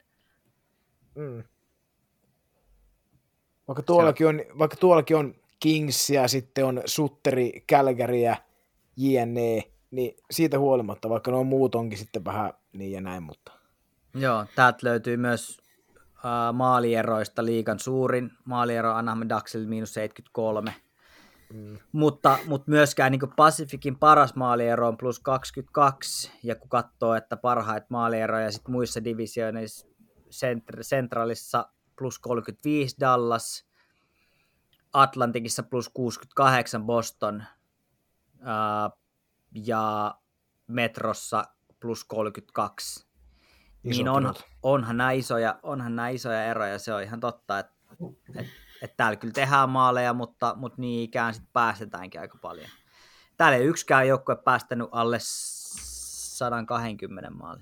Vaikka tuollakin on Kingsia, sitten on Sutteri, Calgaryä, JNE, niin siitä huolimatta, vaikka nuo muut onkin sitten vähän niin ja näin, mutta. Joo, täältä löytyy myös maalieroista liigan suurin maaliero Anaheim Ducksille -73. Mutta myöskään niin Pacificin paras maaliero on +22, ja kun katsoo, että parhaat maalieroja sitten muissa divisioonissa Centralissa +35 Dallas, Atlantikissa +68 Boston ja Metrossa +32. Niin onhan nämä isoja eroja, se on ihan totta, että täällä kyllä tehdään maaleja, mutta niin ikään sitten päästetäänkin aika paljon. Täällä ei yksikään joukkue päästänyt alle 120 maaliin.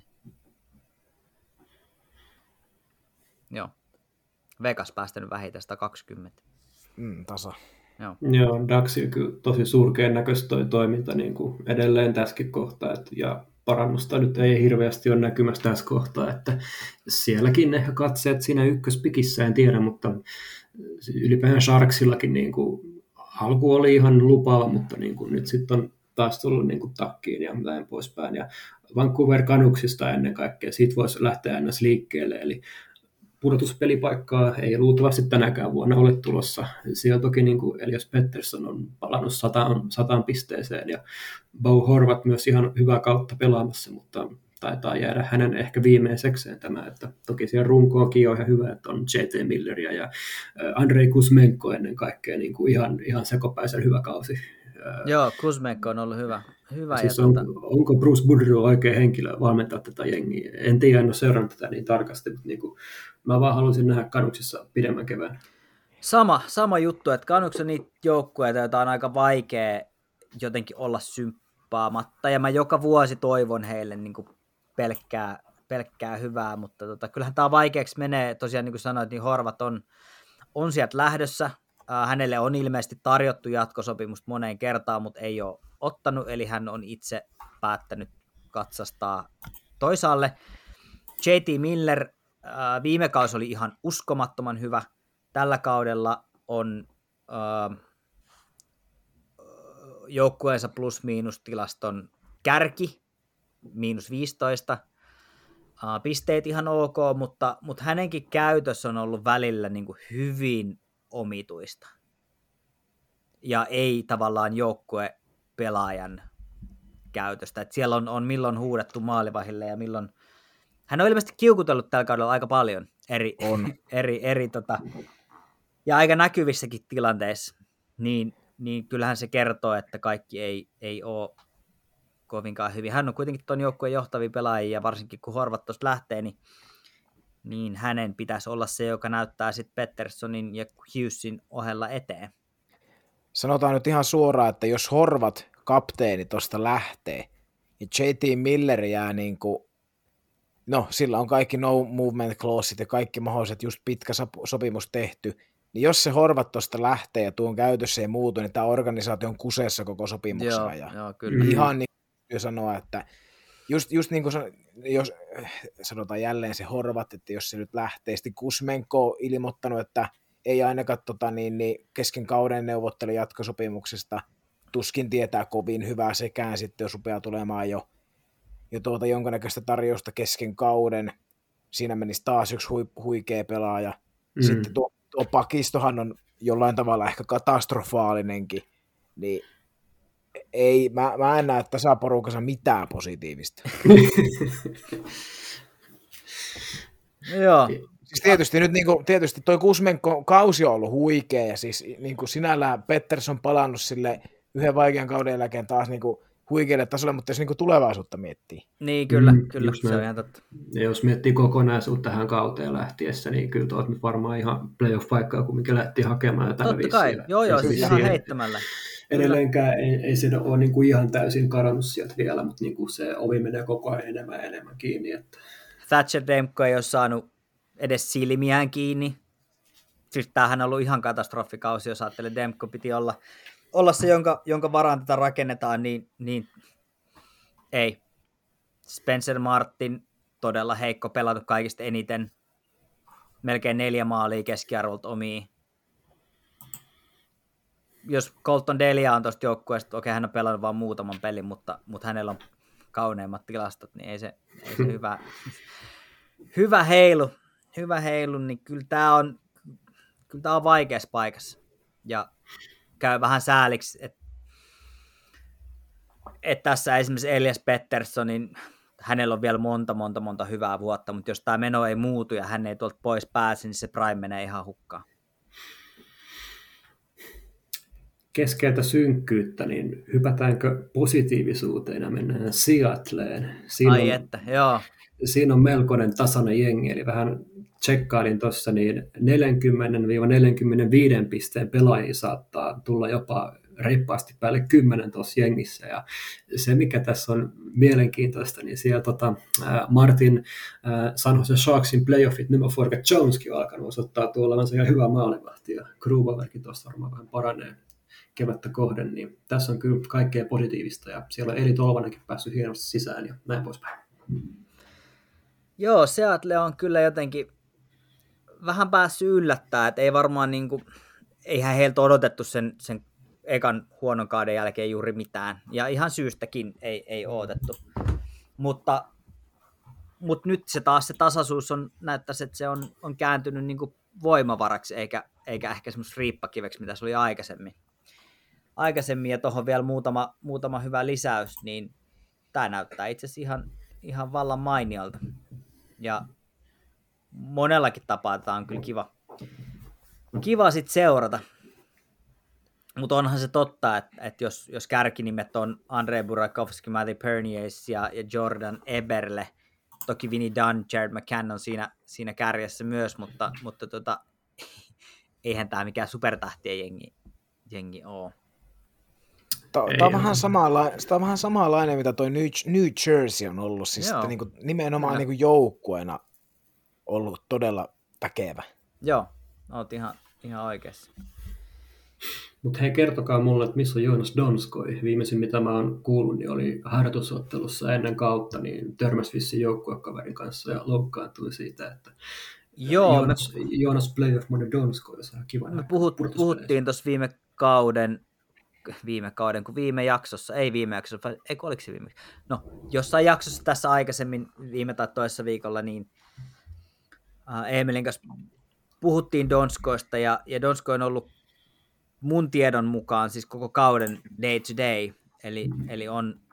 Joo. Vegas päästänyt vähintään 120. Tasa. Joo, Ducksilla kyllä tosi surkean näköistä toi toiminta niin kuin edelleen tässäkin kohtaa, ja parannusta nyt ei hirveästi ole näkymässä tässä kohtaa, että sielläkin ehkä katseet siinä ykköspikissä, en tiedä, mutta ylipäätään Sharksillakin niin kuin, alku oli ihan lupaava, mutta niin kuin, nyt sitten on taas tullut niin kuin, takkiin ja näin poispäin, ja Vancouver Canucksista ennen kaikkea, siitä voisi lähteä ennäs liikkeelle, eli pudotuspelipaikkaa ei luultavasti tänäkään vuonna ole tulossa. Siellä toki niin kuin Elias Pettersson on palannut 100 pisteeseen ja Bo Horvat myös ihan hyvää kautta pelaamassa, mutta taitaa jäädä hänen ehkä viimeisekseen tämä, että toki siellä runkoonkin on ihan hyvä, että on J.T. Milleria ja Andrei Kuzmenko ennen kaikkea niin kuin ihan sekopäisen hyvä kausi. Joo, Kuzmenko on ollut hyvä. hyvä. Siis onko Bruce Boudreau oikea henkilö valmentaa tätä jengiä? En tiedä, en ole seurannut tätä niin tarkasti, mutta niin kuin, mä vaan halusin nähdä Canucksissa pidemmän kevään. Sama juttu, että Canucks on niitä joukkueita, joita on aika vaikea jotenkin olla symppaamatta, ja mä joka vuosi toivon heille niin kuin pelkkää hyvää, mutta kyllähän tämä vaikeaksi menee, tosiaan niin kuin sanoit, niin Horvat on sieltä lähdössä, hänelle on ilmeisesti tarjottu jatkosopimusta moneen kertaan, mutta ei ole ottanut, eli hän on itse päättänyt katsastaa toisaalle. J.T. Miller viime kausi oli ihan uskomattoman hyvä, tällä kaudella on joukkueensa plus-miinus-tilaston kärki, -15, pisteet ihan ok, mutta hänenkin käytös on ollut välillä niin kuin hyvin omituista. Ja ei tavallaan joukkuepelaajan käytöstä. Et siellä on milloin huudettu maalivahille ja milloin... Hän on ilmeisesti kiukutellut tällä kaudella aika paljon eri ja aika näkyvissäkin tilanteissa. Niin kyllähän se kertoo, että kaikki ei ole kovinkaan hyvin. Hän on kuitenkin tuon joukkueen johtavia pelaajia, ja varsinkin kun Horvat tuosta lähtee, niin hänen pitäisi olla se, joka näyttää sitten Petterssonin ja Hughesin ohella eteen. Sanotaan nyt ihan suoraan, että jos Horvat kapteeni tuosta lähtee, niin J.T. Miller jää niin kuin, no sillä on kaikki no movement clauset ja kaikki mahdolliset just pitkä sopimus tehty, niin jos se Horvat tuosta lähtee ja tuon käytössä ei muutu, niin tämä organisaatio on kuseessa koko sopimuksella. Joo, kyllä. Ihan niin kuin sanoa, että just niin kuin jos sanotaan jälleen se Horvat, että jos se nyt lähtee, sitten Kuzmenko on ilmoittanut, että ei ainakaan niin kesken kauden neuvottele jatkosopimuksesta, tuskin tietää kovin hyvää sekään sitten, jos rupeaa tulemaan jo jonkinnäköistä tarjousta kesken kauden, siinä menisi taas yksi huikea pelaaja. Sitten tuo pakistohan on jollain tavalla ehkä katastrofaalinenkin, niin ei, mä en näe, että saa porukassa mitään positiivista. Joo. Siis tietysti nyt tietysti toi Kuzmenko kausi on ollut huikea, ja siis sinällään Pettersson palannut sille yhden vaikean kauden jälkeen taas huikealle tasolle, mutta jos tulevaisuutta miettii. Niin, kyllä, se on ihan totta. Ja jos miettii kokonaisuutta tähän kauteen lähtiessä, niin kyllä tuot nyt varmaan ihan playoff-paikkaa, kun mikä lähti hakemaan jo tällä viisiin. Totta kai, joo, siis ihan heittämällä. Edelleenkään ei se ole niin kuin ihan täysin kadonnut sieltä vielä, mutta niin kuin se ovi menee koko ajan enemmän kiinni. Että... Thatcher Demko ei ole saanut edes silmiään kiinni. Siis tämähän on ollut ihan katastrofikausi, jos ajattelee, Demko piti olla se, jonka varaan tätä rakennetaan, niin ei. Spencer Martin, todella heikko, pelatu kaikista eniten. Melkein 4 maalia keskiarvolta omiin. Jos Colton Delia on tuosta joukkueesta, okei, hän on pelannut vain muutaman pelin, mutta hänellä on kauneimmat tilastot, niin ei se hyvä heilu, niin kyllä tämä on vaikeassa paikassa. Ja käy vähän sääliksi, että tässä esimerkiksi Elias Petterssonin, hänellä on vielä monta hyvää vuotta, mutta jos tämä meno ei muutu ja hän ei tuolta pois pääse, niin se prime menee ihan hukkaan. Keskeltä synkkyyttä, niin hypätäänkö positiivisuuteen ja mennään Seattleen? Siinä on melkoinen tasainen jengi, eli vähän tsekkailin tuossa, niin 40-45 pisteen pelaajia saattaa tulla jopa reippaasti päälle 10 tuossa jengissä, ja se mikä tässä on mielenkiintoista, niin siellä Martin San Jose Sharksin playoffit Nemo-Forget Joneskin on alkanut osoittaa olevansa ihan hyvä maalivahti, ja Grubauerkin tuossa varmaan vähän paranee kevättä kohden, niin tässä on kyllä kaikkea positiivista, ja siellä on Eli Tolvanenkin päässyt hienosti sisään, ja näin poispäin. Joo, Seattle on kyllä jotenkin vähän päässyt yllättää, että ei varmaan eihän heiltä odotettu sen ekan huonon kauden jälkeen juuri mitään, ja ihan syystäkin ei odotettu, mutta nyt se taas se tasaisuus näyttäisi, että se on kääntynyt voimavaraksi, eikä ehkä semmoista riippakiveksi, mitä se oli aikaisemmin, ja tuohon vielä muutama hyvä lisäys, niin tämä näyttää itse asiassa ihan vallan mainiolta. Ja monellakin tapaa tämä on kyllä kiva sit seurata. Mutta onhan se totta, että jos kärkinimet on Andrei Burakovsky, Matty Perniers ja Jordan Eberle, toki Vinnie Dunn, Jared McCann on siinä kärjessä myös, mutta eihän tämä mikään supertähtien jengi ole. Tämä on vähän samanlainen, mitä toi New Jersey on ollut, siis että niin kuin, nimenomaan niin kuin joukkueena ollut todella väkevä. Joo, olet ihan oikeassa. Mutta hei, kertokaa mulle, että missä on Joonas Donskoi. Viimeisin, mitä mä oon kuullut, niin oli harjoitusottelussa ennen kautta, niin törmäsi vissiin joukkuekaverin kanssa ja loukkaantui siitä, että Joonas playoff mode Donskoi, se on kiva. Me puhuttiin tuossa viime kauden, kun viime jaksossa, oliko se viime? No, jossain jaksossa tässä aikaisemmin, viime tai toisessa viikolla, niin Emilin kanssa puhuttiin Donskoista, ja Donskoi on ollut mun tiedon mukaan siis koko kauden day to day, eli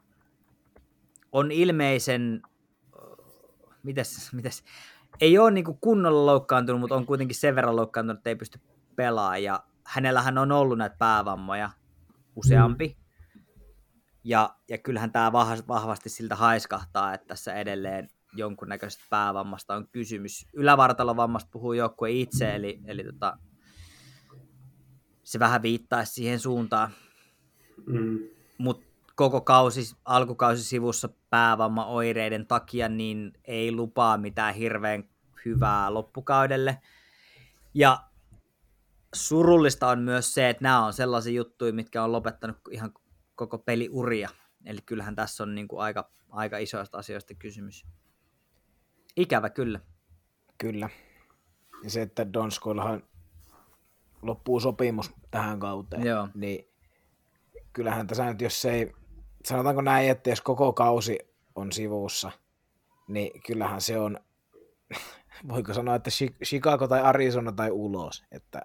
on ilmeisen, mitäs ei ole niin kuin kunnolla loukkaantunut, mutta on kuitenkin sen verran loukkaantunut, että ei pysty pelaamaan, ja hänellähän on ollut näitä päävammoja useampi, ja kyllähän tämä vahvasti siltä haiskahtaa, että tässä edelleen jonkunnäköisestä päävammasta on kysymys. Ylävartalovammasta puhuu joukkue itse, eli se vähän viittaisi siihen suuntaan. Mutta koko alkukausi sivussa päävammaoireiden takia niin ei lupaa mitään hirveän hyvää loppukaudelle. Ja surullista on myös se, että nämä on sellaisia juttuja, mitkä on lopettanut ihan koko peliuria. Eli kyllähän tässä on niinku aika isoista asioista kysymys. Ikävä kyllä. Kyllä. Ja se, että Donskoillahan loppuu sopimus tähän kauteen, niin kyllähän tässä nyt, jos ei, sanotaanko näin, että jos koko kausi on sivussa, niin kyllähän se on, voiko sanoa, että Chicago tai Arizona tai ulos, että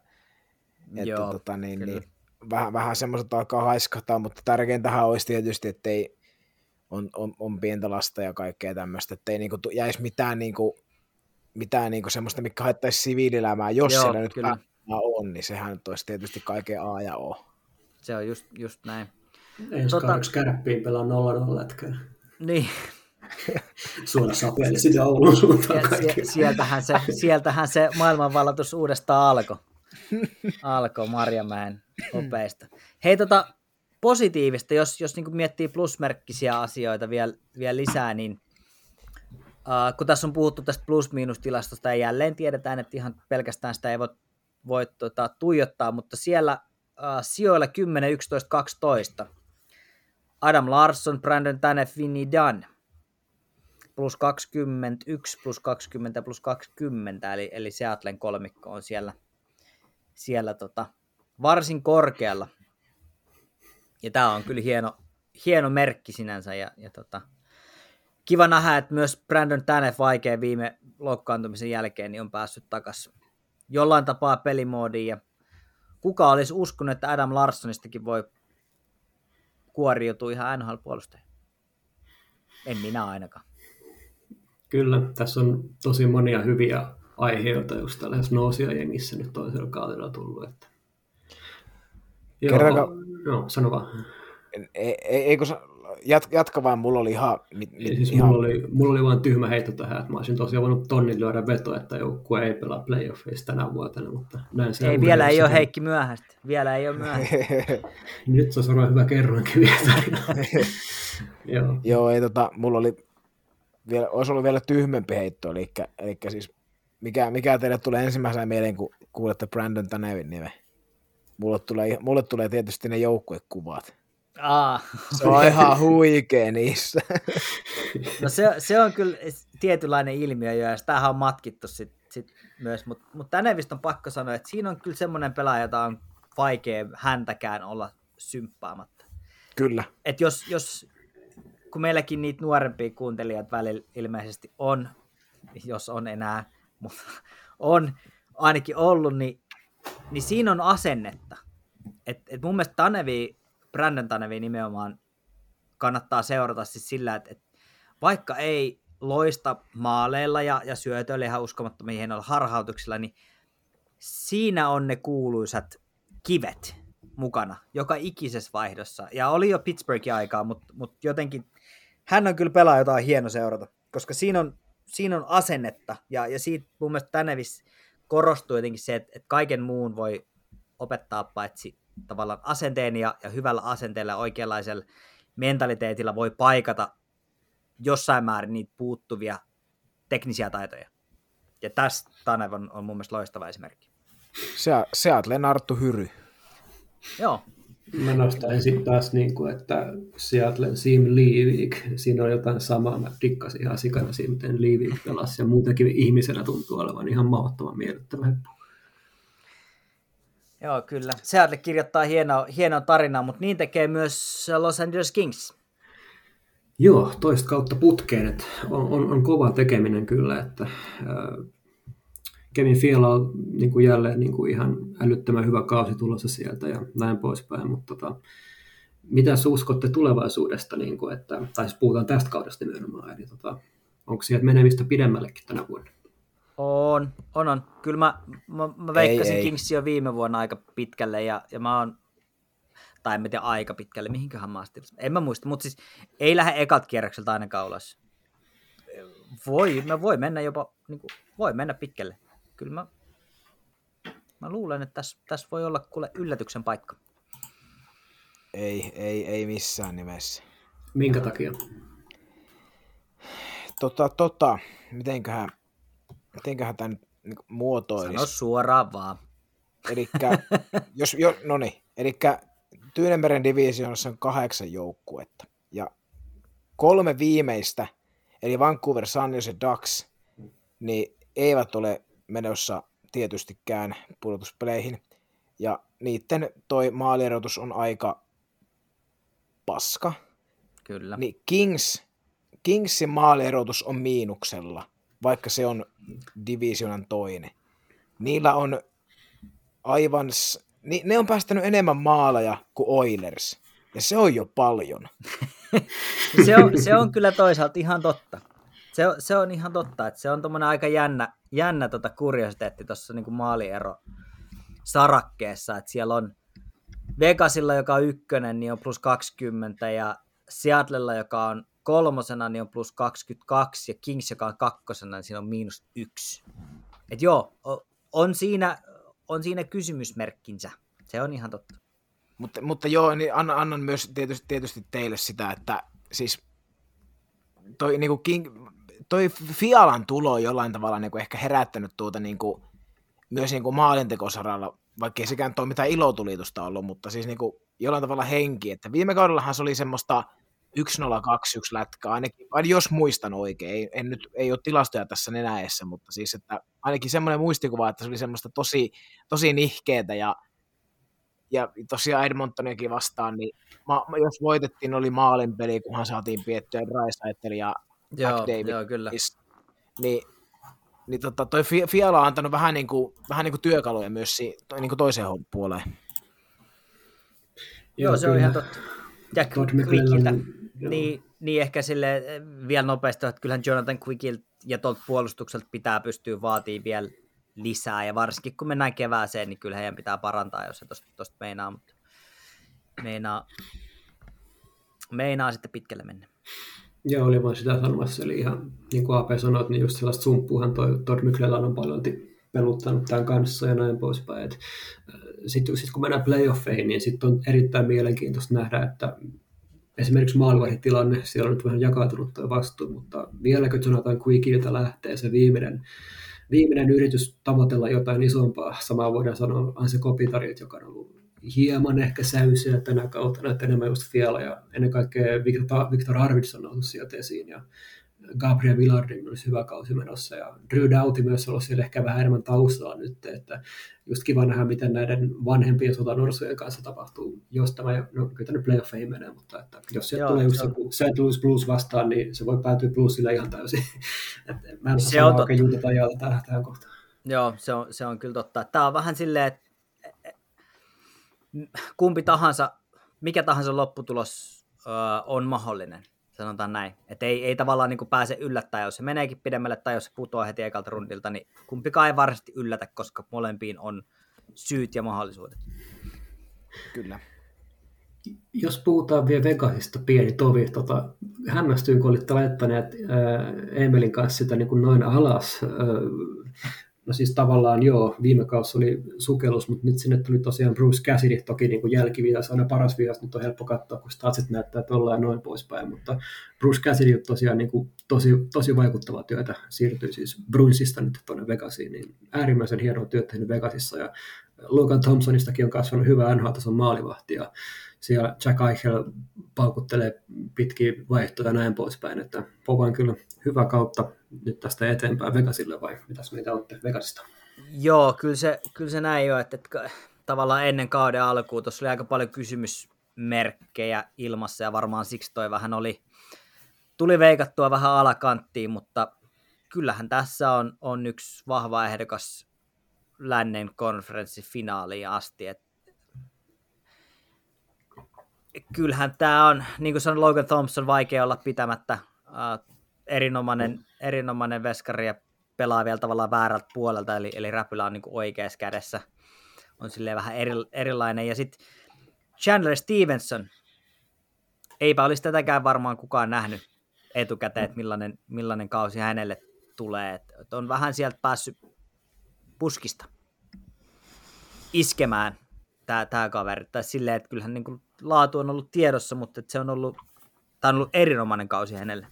vähän semmoiset alkaa haiskahtaa, mutta tärkeintähän olisi tietysti, että ei on pientä lasta ja kaikkea tämmöistä, että ei niinku jäisi mitään semmoista, mikä haittaisi siviilielämää, jos siellä nyt on, niin sehän nyt olisi tietysti kaiken A ja O. Se on just näin. Ensi kaudeksi Kärppiin pelaa 0-0 lätkää. Niin. Suora sapeli sitä Oulun suuntaan sieltähän se maailmanvallatus uudestaan alkoi Marjamäen opeista. Hei, positiivista, jos niin miettii plusmerkkisiä asioita vielä lisää, niin kun tässä on puhuttu tästä plus-miinus-tilastosta, ja jälleen tiedetään, että ihan pelkästään sitä ei voi tuijottaa, mutta siellä sijoilla 10, 11, 12. Adam Larsson, Brandon Tanev, Vinnie Dunn. Plus 21, plus 20, plus 20, eli Seattlen kolmikko on siellä varsin korkealla. Ja tämä on kyllä hieno merkki sinänsä, ja kiva nähdä, että myös Brandon Tanev vaikea viime loukkaantumisen jälkeen niin on päässyt takaisin jollain tapaa pelimoodiin, ja kuka olisi uskonut, että Adam Larssonistakin voi kuoriutua ihan NHL-puolustaja? En minä ainakaan. Kyllä, tässä on tosi monia hyviä aiheita just tällaisessa nousijajengissä nyt toisella kaudella tullut. Että... Joo, sano vaan. Eikö jatka vaan, mulla oli ihan... Mulla oli vaan tyhmä heitto tähän, että mä olisin tosiaan voinut tonnin lyödä veto, että joukkue ei pelaa playoffeissa tänä vuotena, mutta näin se ei, vielä ei ole Heikki myöhäistä. Vielä ei ole myöhäistä. Nyt se on hyvä kerroinkin vielä. Joo, ei mulla olisi ollut vielä tyhmempi heitto, eli siis mikä teille tulee ensimmäisenä mieleen, kun kuulette Brandon Tanevin nimen? Mulle tulee tietysti ne joukkuekuvat. Se on ihan huikea niissä. No se on kyllä tietynlainen ilmiö, ja tämähän on matkittu sit myös, mutta Tanevista on pakko sanoa, että siinä on kyllä semmoinen pelaaja, jota on vaikea häntäkään olla symppaamatta. Kyllä. Että jos kun meilläkin niitä nuorempia kuuntelijoita välillä ilmeisesti on, jos on enää, mutta on ainakin ollut, niin siinä on asennetta. Et mun mielestä Brandon Tanevi nimenomaan kannattaa seurata siis sillä, että vaikka ei loista maaleilla ja syötöillä ihan uskomattomia hienoilla harhautuksilla, niin siinä on ne kuuluisat kivet. mukana joka ikisessä vaihdossa. Ja oli jo Pittsburghin aikaa, mutta jotenkin hän on kyllä pelaaja, jota on hieno seurata, koska siinä on asennetta. Ja siitä mun mielestä Tanevis korostuu jotenkin se, että kaiken muun voi opettaa paitsi tavallaan asenteen ja hyvällä asenteella ja oikeanlaisella mentaliteetilla voi paikata jossain määrin niitä puuttuvia teknisiä taitoja. Ja tästä Tanev on mun mielestä loistava esimerkki. Seattle Arttu Hyry. Joo. Mä nostaisin taas, että Seattle Sim Liivik, siinä on jotain samaa. Mä dikkasin ihan sikana siinä, miten Liivik pelasi. Ja muutenkin ihmisenä tuntuu olevan ihan mahdottoman miellyttävä heppu. Joo, kyllä. Seattle kirjoittaa hienoa tarinaa, mutta niin tekee myös Los Angeles Kings. Joo, toista kautta putkeen, että on kova tekeminen kyllä, että Kevin Fiala on jälleen ihan älyttömän hyvä kausi tulossa sieltä ja näin poispäin, mutta mitä uskotte tulevaisuudesta, tai siis puhutaan tästä kaudesta nimenomaan, eli onko sieltä menemistä pidemmällekin tänä vuonna? On. Kyllä mä veikkasin Kingsia jo viime vuonna aika pitkälle, ja mä oon, tai en tiedä aika pitkälle, mihinköhän mä asti, en mä muista, mutta siis ei lähde ekat kierrokselta ainakaan ulos. Voi mennä jopa, voi mennä pitkälle. Kyllä mä luulen, että tässä voi olla kuule yllätyksen paikka. Ei missään nimessä. Minkä takia? Mitenköhän tämä nyt muotoilisi? Sano suoraan vaan. Elikkä Tyynemeren divisioonassa on 8 joukkuetta. Ja 3 viimeistä, eli Vancouver, Sun Jose Ducks, niin eivät ole menossa tietystikään pudotuspeleihin. Ja niiden toi maalierotus on aika paska. Kyllä. Niin Kingsin maalierotus on miinuksella, vaikka se on divisionan toinen. Niillä on aivan... Ne on päästänyt enemmän maaleja kuin Oilers, ja se on jo paljon. se on kyllä toisaalta ihan totta. Se on ihan totta, että se on tommoinen aika jännä kuriositeetti tuossa niin maaliero sarakkeessa, että siellä on Vegasilla, joka on 1, niin on plus 20, ja Seattlella, joka on 3, niin on plus 22, ja Kings, joka on 2, niin siinä on miinus 1. Et joo, on siinä kysymysmerkkinsä. Se on ihan totta. Mutta joo, niin annan myös tietysti teille sitä, että siis toi Fialan tulo on jollain tavalla ehkä herättänyt myös maalintekosaralla, vaikka ei sekään ole mitään ilotulitusta ollut, mutta siis jollain tavalla henki, että viime kaudellahan se oli semmoista 1-0-2-1 lätkää, ainakin jos muistan oikein, ei ole tilastoja tässä nenäessä, mutta siis, että ainakin semmoinen muistikuva, että se oli semmoista tosi nihkeetä, ja tosiaan Edmontoniakin vastaan, niin jos voitettiin, oli maalinpeli, kunhan saatiin piettyä Draisaitl ja McDavid. Joo, kyllä. Niin toi Fiala on antanut vähän niin kuin työkaluja myös toiseen puoleen. Joo, se on ihan totta. Jack Quickiltä. Niin ehkä sille vielä nopeasti, että kyllähän Jonathan Quickiltä ja tuolta puolustukselta pitää pystyä vaatimaan vielä lisää, ja varsinkin kun mennään kevääseen, niin kyllä heidän pitää parantaa, jos se tosta meinaa, mutta meinaa sitten pitkälle mennä. Joo, oli vaan sitä sanomassa, eli ihan niin kuin AP sanoit, niin just sellaista sumppuuhan toi Todd McLellan on paljon peluttanut tämän kanssa ja näin poispäin. Sitten kun mennään playoffeihin, niin sitten on erittäin mielenkiintoista nähdä, että esimerkiksi maalivahditilanne, siellä on nyt vähän jakautunut tuo vastuu, mutta vieläkö Jonathan Quickiltä lähtee se viimeinen yritys tavoitella jotain isompaa. Samaa voidaan sanoa Anse Kopitar, joka on ollut hieman ehkä säysiä tänä kautta, että enemmän just Fiala ja ennen kaikkea Victor Arvidsson on ollut sieltä esiin ja Gabriel Villardin olisi hyvä kausi menossa ja Drew Doughty myös on ollut siellä ehkä vähän enemmän taustalla nyt, että just kiva nähdä, miten näiden vanhempien sotanorsujen kanssa tapahtuu, jos tämä, no kyllä tänne playoffeihin menee, mutta että jos sieltä tulee just joku St. Louis Blues vastaan, niin se voi päätyä Bluesille ihan täysin. Mä en osaa sanoa oikein juutata jaalta tähän kohtaan. Joo, se on kyllä totta. Tämä on vähän silleen, että mikä tahansa lopputulos on mahdollinen, sanotaan näin. Että ei tavallaan niin kuin pääse yllättämään, jos se meneekin pidemmälle tai jos se putoaa heti ekalta rundilta, niin kumpikaan ei varsinaisesti yllätä, koska molempiin on syyt ja mahdollisuudet. Kyllä. Jos puhutaan vielä Vegasista pieni tovi, hämmästyin, kun olitte laittaneet Emelin kanssa sitä niin kuin noin alas. No siis tavallaan joo, viime kausi oli sukellus, mutta nyt sinne tuli tosiaan Bruce Cassidy, toki niin kuin jälkiviitas, aina paras viitas, nyt on helppo katsoa, kun statsit näyttää tuolla ja noin poispäin, mutta Bruce Cassidy on tosiaan niin kuin tosi vaikuttavaa työtä, siirtyi siis Bruinsista nyt tuonne Vegasiin, niin äärimmäisen hienoa työtä tehnyt Vegasissa, ja Logan Thompsonistakin on kasvanut hyvä NHL-tason maalivahti, ja siellä Jack Eichel paukuttelee pitkiä vaihtoja ja näin poispäin, että povaan kyllä hyvä kautta nyt tästä eteenpäin Vegasille, vai mitäs meitä olette Vegasista? Joo, kyllä se näin jo, että tavallaan ennen kauden alkuun tuossa oli aika paljon kysymysmerkkejä ilmassa, ja varmaan siksi toi vähän tuli veikattua vähän alakanttiin, mutta kyllähän tässä on yksi vahva ehdokas lännen konferenssifinaaliin asti, että kyllähän tämä on, niin kuin sanoi Logan Thompson, vaikea olla pitämättä, erinomainen veskari ja pelaa vielä tavallaan väärältä puolelta, eli räpylä on niin kuin oikeassa kädessä, on silleen vähän erilainen. Ja sitten Chandler Stevenson, eipä olisi tätäkään varmaan kukaan nähnyt etukäteen, että millainen kausi hänelle tulee. Että on vähän sieltä päässyt puskista iskemään tämä kaveri. Tai silleen, että kyllähän niin kuin laatu on ollut tiedossa, mutta että tämä on ollut erinomainen kausi hänelle.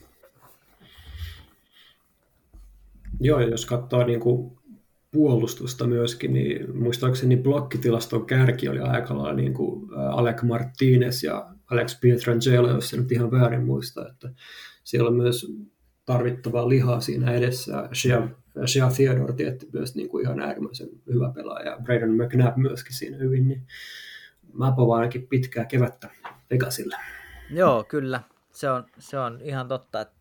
Joo, ja jos katsoo niin kuin puolustusta myöskin, niin muistaakseni blokkitilaston kärki oli aika lailla niin kuin Alec Martinez ja Alex Pietrangelo, jos se nyt ihan väärin muista, että siellä on myös tarvittavaa lihaa siinä edessä. Shea Theodore tietty myös niin kuin ihan äärimmäisen hyvä pelaaja, ja Braden McNabb myöskin siinä hyvin, niin mä povaan ainakin pitkää kevättä Vegasille. Joo, kyllä. Se on ihan totta, että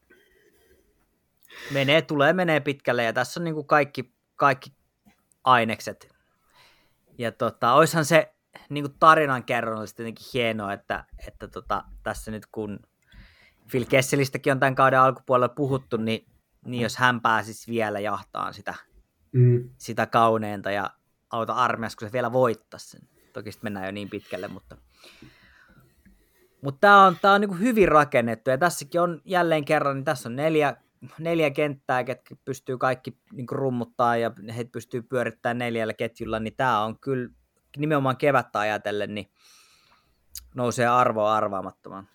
menee pitkälle, ja tässä on niin kuin kaikki ainekset. Ja oishan se niin kuin tarinankerronnallisesti jotenkin hienoa, että tässä nyt kun Phil Kesselistäkin on tämän kauden alkupuolella puhuttu, niin jos hän pääsisi vielä jahtaan sitä kauneinta ja auta armeijassa, kun se vielä voittaisi sen. Toki sitten mennään jo niin pitkälle, mutta tämä on niin kuin hyvin rakennettu, ja tässäkin on jälleen kerran, niin tässä on neljä kenttää, ketkä pystyy kaikki niin kuin rummuttaa, ja he pystyy pyörittämään 4 ketjulla, niin tämä on kyllä nimenomaan kevättä ajatellen, niin nousee arvoa arvaamattomaan.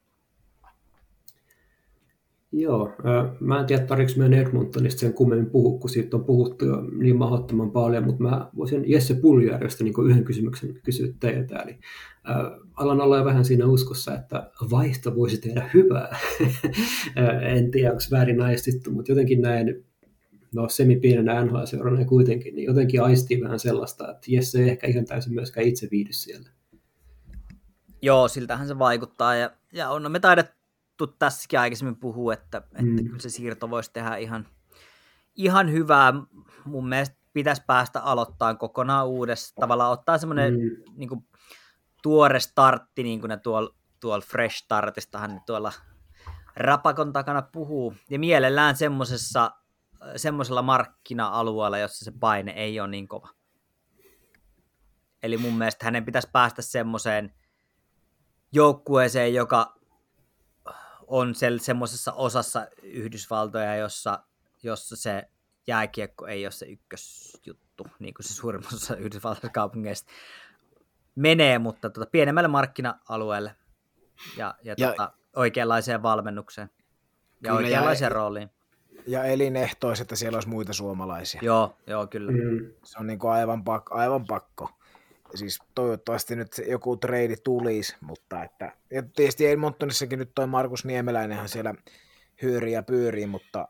Joo, mä en tiedä tarvitsen meidän Edmontonista sen kummemmin puhua, kun siitä on puhuttu jo niin mahdottoman paljon, mutta mä voisin Jesse Puljärvestä niin yhden kysymyksen kysyä teiltä. Eli alan olla vähän siinä uskossa, että vaihto voisi tehdä hyvää. En tiedä, onko väärin aistittu, mutta jotenkin näin, semipienenä NHL-seurana kuitenkin, niin jotenkin aistii vähän sellaista, että Jesse ei ehkä ihan täysin myöskään itse viihdy siellä. Joo, siltähän se vaikuttaa, ja on me taidettu tässäkin aikaisemmin puhua, että kyllä se siirto voisi tehdä ihan hyvää. Mun mielestä pitäisi päästä aloittamaan kokonaan uudestaan. Tavallaan ottaa semmoinen niin kuin tuore startti, niin kuin ne tuolla Fresh Startistahan ne tuolla rapakon takana puhuu. Ja mielellään semmoisella markkina-alueella, jossa se paine ei ole niin kova. Eli mun mielestä hänen pitäisi päästä semmoiseen joukkueeseen, joka on semmoisessa osassa Yhdysvaltoja, jossa se jääkiekko ei ole se ykkösjuttu, niin kuin se suurimmassa Yhdysvaltojen kaupungeista menee, mutta pienemmälle markkina-alueelle ja oikeanlaiseen valmennukseen ja oikeanlaiseen rooliin. Ja elinehtoiset, että siellä olisi muita suomalaisia. Joo, kyllä. Se on niin kuin aivan pakko. Siis toivottavasti nyt joku treidi tulisi, mutta että, ja tietysti Edmontonissakin nyt toi Markus Niemeläinenhän siellä hyörii ja pyörii, mutta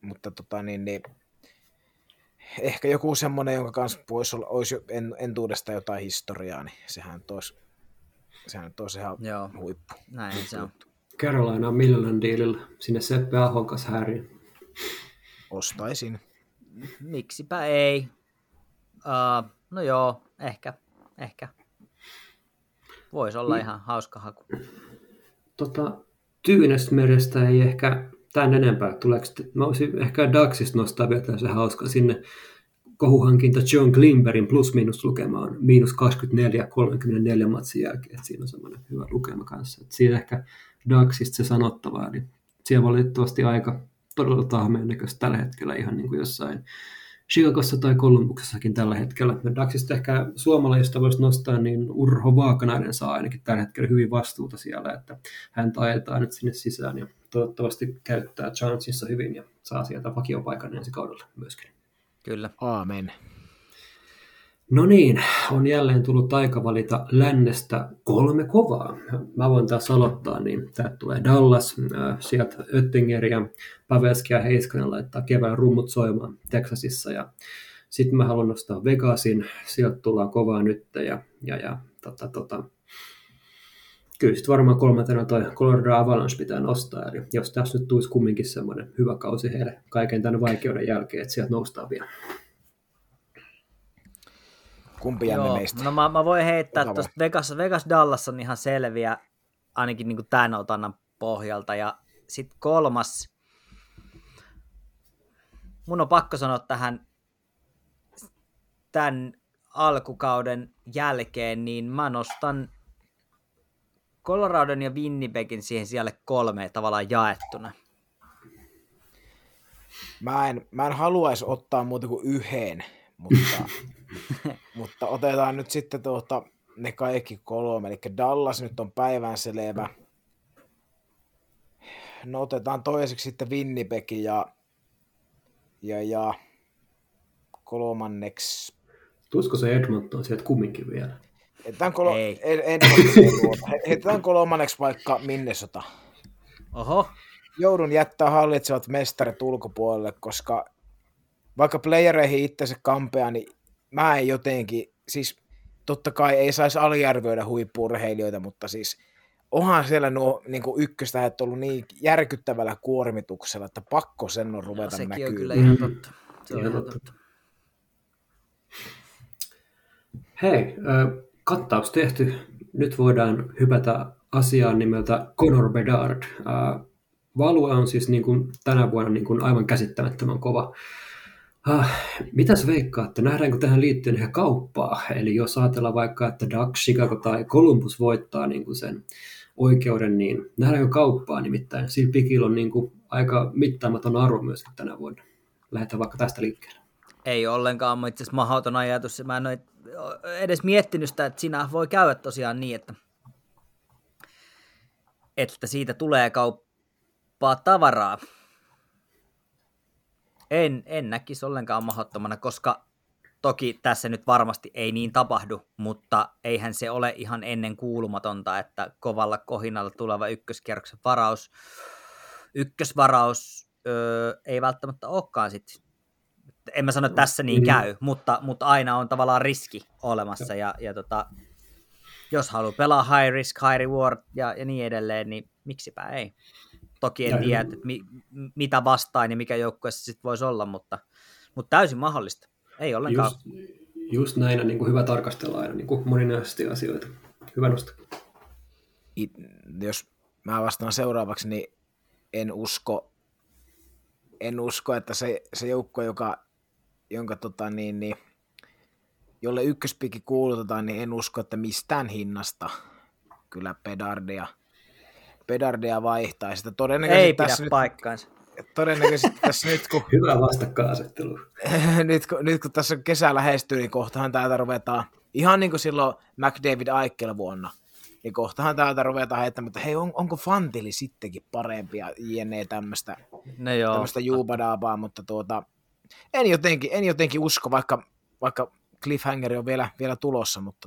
ehkä joku semmoinen, jonka kanssa olisi entuudesta jotain historiaa, niin sehän toisi ihan huippu. Näin se on. Carolina on Miljonan dealilla sinne Seppe Ahon kanssa häiriin. Ostaisin. Miksipä ei. No joo, ehkä. Voisi olla ihan hauska haku. Tyynesmerestä ei ehkä tämän enempää. Mä voisin ehkä Daxista nostaa vielä se hauska sinne. kohuhankinta John Klimberin plus-miinus lukema on -24 34 matsin jälkeen, että siinä on semmoinen hyvä lukema kanssa. Että siinä ehkä Ducksista se sanottavaa, niin siellä valitettavasti aika todella tahmeen näköistä tällä hetkellä ihan niin kuin jossain Chicagossa tai Columbuksessakin tällä hetkellä. Ducksista ehkä suomalaisista voisi nostaa, niin Urho Vaakanainen saa ainakin tällä hetkellä hyvin vastuuta siellä, että hän ajetaan nyt sinne sisään ja toivottavasti käyttää chancinsa hyvin ja saa sieltä vakiopaikan ensi kaudella myöskin. Kyllä. Aamen. No niin, on jälleen tullut aika valita lännestä 3 kovaa. Mä voin taas aloittaa, niin täältä tulee Dallas, sieltä Oettinger ja Pavelski ja Heiskanen laittaa kevään rummut soimaan Texasissa. Ja sitten mä haluan nostaa Vegasin, sieltä tullaan kovaa nyt ja kyllä sitten varmaan 3. toi Colorado Avalanche pitää nostaa. Eli jos tässä nyt tulisi kumminkin semmoinen hyvä kausi heille kaiken tämän vaikeuden jälkeen, että sieltä noustaan vielä. Kumpi Janne meistä? No mä voin heittää tuosta Vegas Dallas on ihan selviä, ainakin niin kuin tämän otannan pohjalta. Ja sitten 3. Mun on pakko sanoa tähän tämän alkukauden jälkeen, niin mä nostan Coloradon ja Winnipegin siihen siellä 3 tavallaan jaettuna. Mä en haluaisi ottaa muuta kuin yhden, mutta otetaan nyt sitten ne kaikki 3. Eli Dallas nyt on päivänselevä. No otetaan toiseksi sitten Winnipeg ja 3. Tulisiko se Edmonton sieltä kumminkin vielä? Heitetään 3. vaikka Minnesota. Oho. Joudun jättää hallitsevat mestarit ulkopuolelle, koska vaikka playereihin itsensä kampea, niin mä en jotenkin, siis totta kai ei saisi aliarvioida huippu-urheilijoita, mutta siis onhan siellä nuo niin ykköstähdet ollut niin järkyttävällä kuormituksella, että pakko sen on ruveta näkymään. Sekin on kyllä ihan totta. Se on ihan totta. Hei, kattaus tehty. Nyt voidaan hypätä asiaan nimeltä Connor Bedard. Value on siis niin kuin tänä vuonna niin kuin aivan käsittämättömän kova. Mitäs veikkaatte? Nähdäänkö tähän liittyen ihan kauppaa? Eli jos ajatellaan vaikka, että Ducks, Chicago tai Columbus voittaa niin kuin sen oikeuden, niin nähdäänkö kauppaa nimittäin? Sillä pikillä on niin kuin aika mittaamaton arvo myöskin tänä vuonna. Lähdetään vaikka tästä liikkeelle. Ei ollenkaan, mutta itse asiassa mahdoton ajatus. Mä en ole edes miettinyt sitä, että siinä voi käydä tosiaan niin, että siitä tulee kauppaa tavaraa. En näkisi ollenkaan mahdottomana, koska toki tässä nyt varmasti ei niin tapahdu, mutta eihän se ole ihan ennen kuulumatonta, että kovalla kohinalla tuleva ykköskierroksen ykkösvaraus ei välttämättä olekaan sitten. En mä sano, että tässä niin käy, mutta aina on tavallaan riski olemassa ja jos haluaa pelaa high risk, high reward ja niin edelleen, niin miksipä ei. Toki en tiedä, että mitä vastaan ja mikä joukkueessa sitten voisi olla, mutta täysin mahdollista. Ei ollenkaan. Just näin, niin kuin hyvä tarkastella aina niin kuin moninaisesti asioita. Hyvä nosto. Jos mä vastaan seuraavaksi, niin en usko, että se joukkue, jolle ykköspikki kuulutetaan, niin en usko, että mistään hinnasta kyllä Bedardia vaihtaa. Sitä todennäköisesti ei pidä paikkaansa. Todennäköisesti tässä nyt, kun hyvä vastakkainasettelu. nyt kun tässä kesä lähestyy, niin kohtahan täältä ruvetaan, ihan niin kuin silloin McDavid Eichel vuonna, niin kohtahan täältä ruvetaan heittämään, että hei, onko Fantili sittenkin parempia jne. tämmöistä juubadaabaa, mutta en jotenkin usko, vaikka cliffhangeri on vielä tulossa, mutta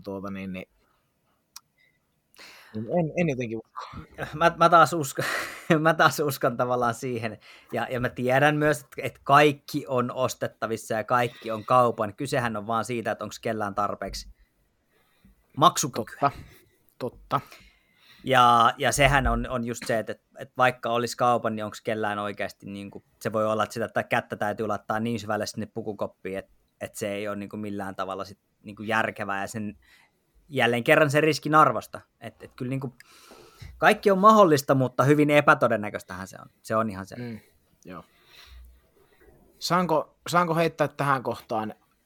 en jotenkin usko. Mä taas uskon tavallaan siihen, ja mä tiedän myös, että kaikki on ostettavissa ja kaikki on kaupan. Kysehän on vaan siitä, että onko kellään tarpeeksi maksukykyä. Totta. Ja sehän on just se, että vaikka olisi kaupan, niin onko kellään oikeasti, niin kuin, se voi olla, että sitä kättä täytyy laittaa niin syvälle sinne pukukoppiin, että se ei ole niin kuin millään tavalla sit, niin kuin järkevää, ja sen jälleen kerran sen riskin arvosta. Että kyllä niin kuin, kaikki on mahdollista, mutta hyvin epätodennäköistähän se on. Se on ihan se. Joo. Saanko heittää tähän kohtaan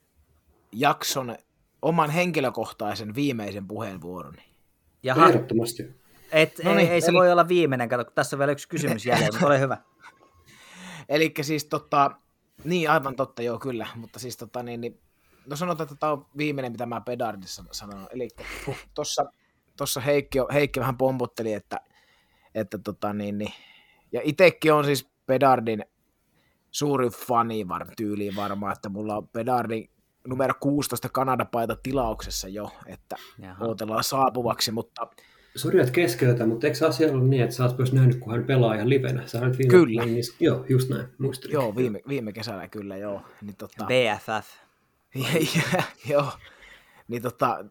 jakson oman henkilökohtaisen viimeisen puheenvuoroni. Jaha, Ehdottomasti. ei se voi olla viimeinen, kato, kun tässä on vielä yksi kysymys jäljellä, mutta ole hyvä. Eli siis niin aivan totta, joo kyllä, mutta siis no sanotaan, että tämä on viimeinen, mitä mä Bedardissa sanon, eli tuossa Heikki vähän pompotteli, että ja itsekin on siis Bedardin suuri fani tyyliin varmaan, että mulla on Bedardin numero 16 Kanada-paita tilauksessa jo, että odotellaan saapuvaksi, mutta... Sori, että keskeytä, mutta eikö asia ollut niin, että sä oot myös nähnyt, kun hän pelaa ihan livenä? Sä olet kyllä. Joo, just näin, muistelin. Joo, viime kesänä kyllä, joo. Niin, BFF. Joo, niin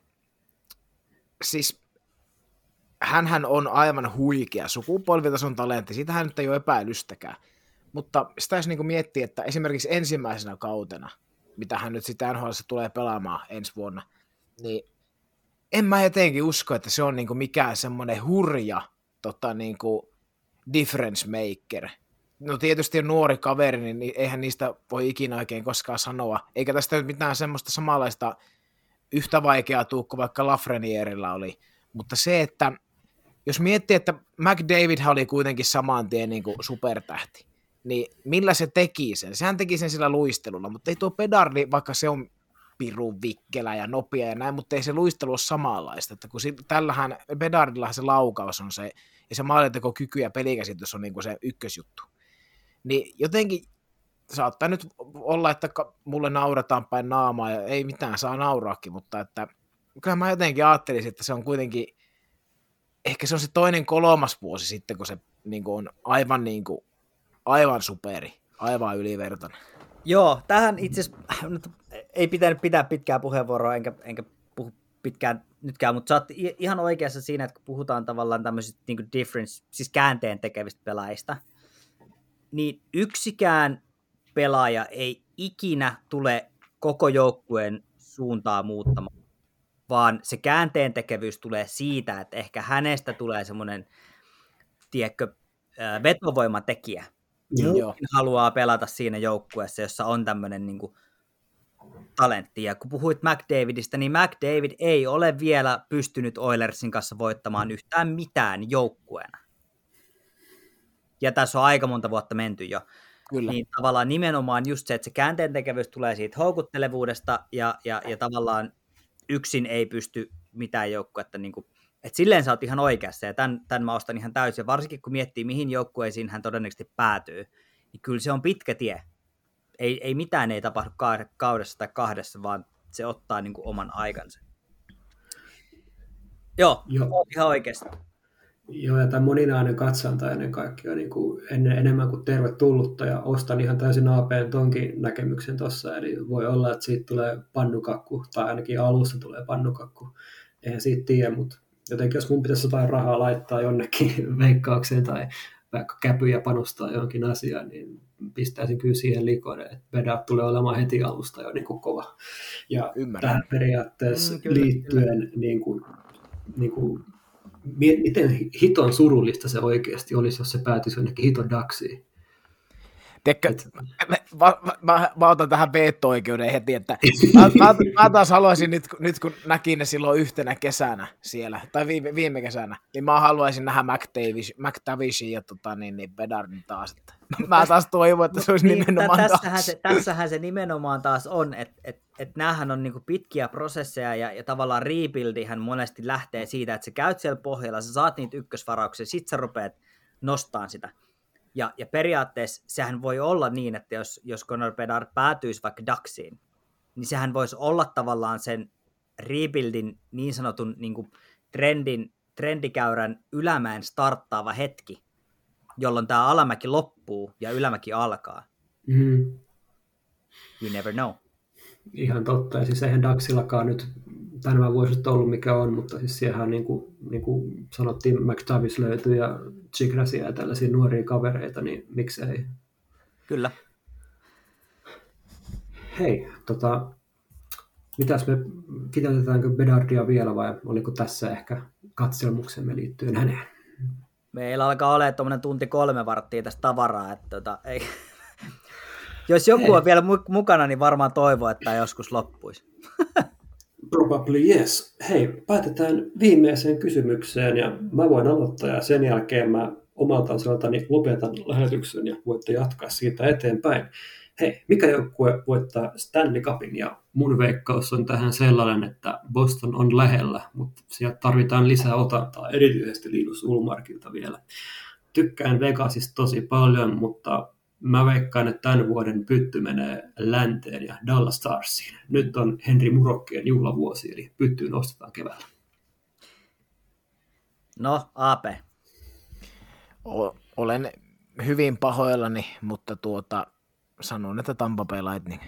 siis hänhän on aivan huikea sukupolvitason talentti, siitähän nyt ei ole epäilystäkään. Mutta sitä jos niin miettii, että esimerkiksi ensimmäisenä kautena, mitä hän nyt sitten NHL:ssä tulee pelaamaan ensi vuonna, niin en mä jotenkin usko, että se on niin mikään semmoinen hurja niin difference maker. No tietysti on nuori kaveri, niin eihän niistä voi ikinä oikein koskaan sanoa. Eikä tästä nyt mitään semmoista samanlaista yhtä vaikeaa tuu kuin vaikka Lafreniereillä oli. Mutta se, että jos miettii, että McDavid oli kuitenkin saman tien niin kuin supertähti, niin millä se teki sen? Sehän teki sen sillä luistelulla, mutta ei tuo Bedardi, vaikka se on pirun vikkelä ja nopea ja näin, mutta ei se luistelu ole samanlaista. Että kun tällähän Bedardillahan se laukaus on se, ja se maalintekokyky ja pelikäsitys on niin kuin se ykkösjuttu. Niin jotenkin saattaa nyt olla, että mulle naurataan päin naamaa, ja ei mitään, saa nauraakin, mutta että kyllä mä jotenkin ajattelisin, että se on kuitenkin, ehkä se on se toinen kolmas vuosi sitten, kun se niin kuin on aivan superi, aivan ylivertainen. Joo, tähän itse asiassa ei pitänyt pitää pitkää puheenvuoroa, enkä puhu pitkään nytkään, mutta sä oot ihan oikeassa siinä, että kun puhutaan tavallaan tämmöisistä niin kuin difference, siis käänteen tekevistä pelaajista, niin yksikään pelaaja ei ikinä tule koko joukkueen suuntaa muuttamaan, vaan se käänteen tekevyys tulee siitä, että ehkä hänestä tulee semmoinen, tiedätkö, vetovoimatekijä. Muutkin haluaa pelata siinä joukkueessa, jossa on tämmöinen niin kuin talentti. Ja kun puhuit McDavidista, niin McDavid ei ole vielä pystynyt Oilersin kanssa voittamaan yhtään mitään joukkueena. Ja tässä on aika monta vuotta menty jo. Kyllä. Niin tavallaan nimenomaan just se, että se käänteentekevyys tulee siitä houkuttelevuudesta ja tavallaan yksin ei pysty mitään joukkuetta, niin kuin, että silleen sä oot ihan oikeassa ja tämän mä ostan ihan täysin. Varsinkin kun miettii, mihin joukkueisiin hän todennäköisesti päätyy, niin kyllä se on pitkä tie. Ei mitään ei tapahdu kaudessa tai kahdessa, vaan se ottaa niin kuin oman aikansa. Joo. Ihan oikeasti. Joo, ja tämä moninainen katsanta ennen kaikkea niin kuin enemmän kuin tervetullutta, ja ostan ihan täysin AP:n tonkin näkemyksen tuossa, eli voi olla, että siitä tulee pannukakku, tai ainakin alusta tulee pannukakku, eihän siitä tiedä, mutta jotenkin jos mun pitäisi jotain rahaa laittaa jonnekin veikkaukseen, tai vaikka käpyjä panostaa johonkin asiaan, niin pistäisin kyllä siihen likoon, että Bedard tulee olemaan heti alusta jo niin kuin kova. Ja tähän periaatteessa liittyen niin kuin miten hiton surullista se oikeasti olisi, jos se päätyisi jonnekin hiton daksiin. Mä otan tähän veto-oikeuden heti, että mä taas haluaisin nyt kun näkin ne silloin yhtenä kesänä siellä, tai viime kesänä, niin mä haluaisin nähdä McTavishin ja Bedardin taas. Mä taas toivon, että se olisi nimenomaan Tässähän se nimenomaan taas on, että näähän on niinku pitkiä prosesseja ja tavallaan rebuildihän monesti lähtee siitä, että sä käyt siellä pohjalla, sä saat niitä ykkösvarauksia, sit sä rupeat nostamaan sitä. Ja periaatteessa sehän voi olla niin, että jos Connor Bedard päätyisi vaikka Ducksiin, niin sehän voisi olla tavallaan sen rebuildin niin sanotun niin kuin trendikäyrän ylämäen starttaava hetki, jolloin tämä alamäki loppuu ja ylämäki alkaa. Mm. You never know. Ihan totta, ja siis eihän Ducksillakaan nyt tänä vuosi ollut mikä on, mutta siis siellähän niin kuin sanottiin, McTavish löytyy ja Chigrasia ja tällaisia nuoria kavereita, niin miksei. Kyllä. Hei, mitäs me kiteytetäänkö Bedardia vielä vai oliko tässä ehkä katselmuksemme liittyen häneen? Meillä alkaa olemaan tuommoinen tunti 3 varttia tästä tavaraa, että ei. Jos joku on vielä mukana, niin varmaan toivoo, että tämä joskus loppuisi. Probably yes. Hei, päätetään viimeiseen kysymykseen ja mä voin aloittaa ja sen jälkeen mä omalta osaltani lopetan lähetyksen ja voitte jatkaa siitä eteenpäin. Hei, mikä joukkue voittaa Stanley Cupin? Ja mun veikkaus on tähän sellainen, että Boston on lähellä, mutta sieltä tarvitaan lisää otantaa, erityisesti Linus Ullmarkilta vielä. Tykkään Vegasista tosi paljon, mutta mä veikkaan, että tämän vuoden pytty menee länteen ja Dallas Starsiin. Nyt on Henri Murokkien juhlavuosi, eli pyttyyn nostetaan keväällä. No, AP. Olen hyvin pahoillani, mutta sanon, että Tampa Bay Lightning.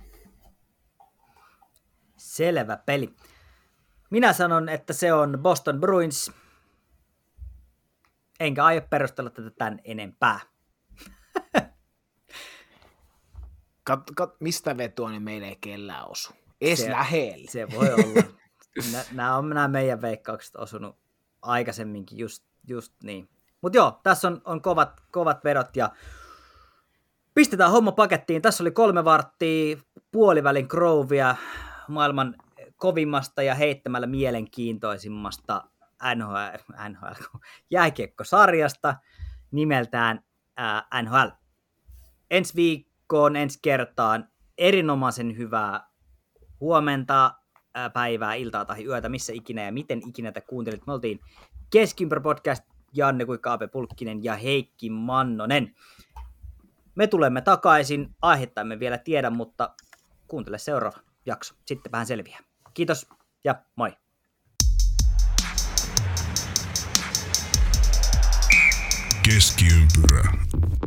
Selvä peli. Minä sanon, että se on Boston Bruins. Enkä aio perustella tätä tämän enempää. Mistä vetoa, niin meillä ei kellään osu. Ees lähellä. Se voi olla. Nämä meidän veikkaukset osunut aikaisemminkin just niin. Mutta joo, tässä on kovat vedot ja pistetään homma pakettiin. Tässä oli 3 varttia puolivälin Grovea maailman kovimmasta ja heittämällä mielenkiintoisimmasta jääkiekkosarjasta nimeltään NHL. Ensi viikkoon, ensi kertaan erinomaisen hyvää huomenta, päivää, iltaa tai yötä, missä ikinä ja miten ikinä te kuuntelit. Me oltiin Keskiympärä-podcast, Janne Kuikka, Aape Pulkkinen ja Heikki Mannonen. Me tulemme takaisin, aihetta emme vielä tiedä, mutta kuuntele seuraava jakso, sitten vähän selviää. Kiitos ja moi! Keskiympyrä.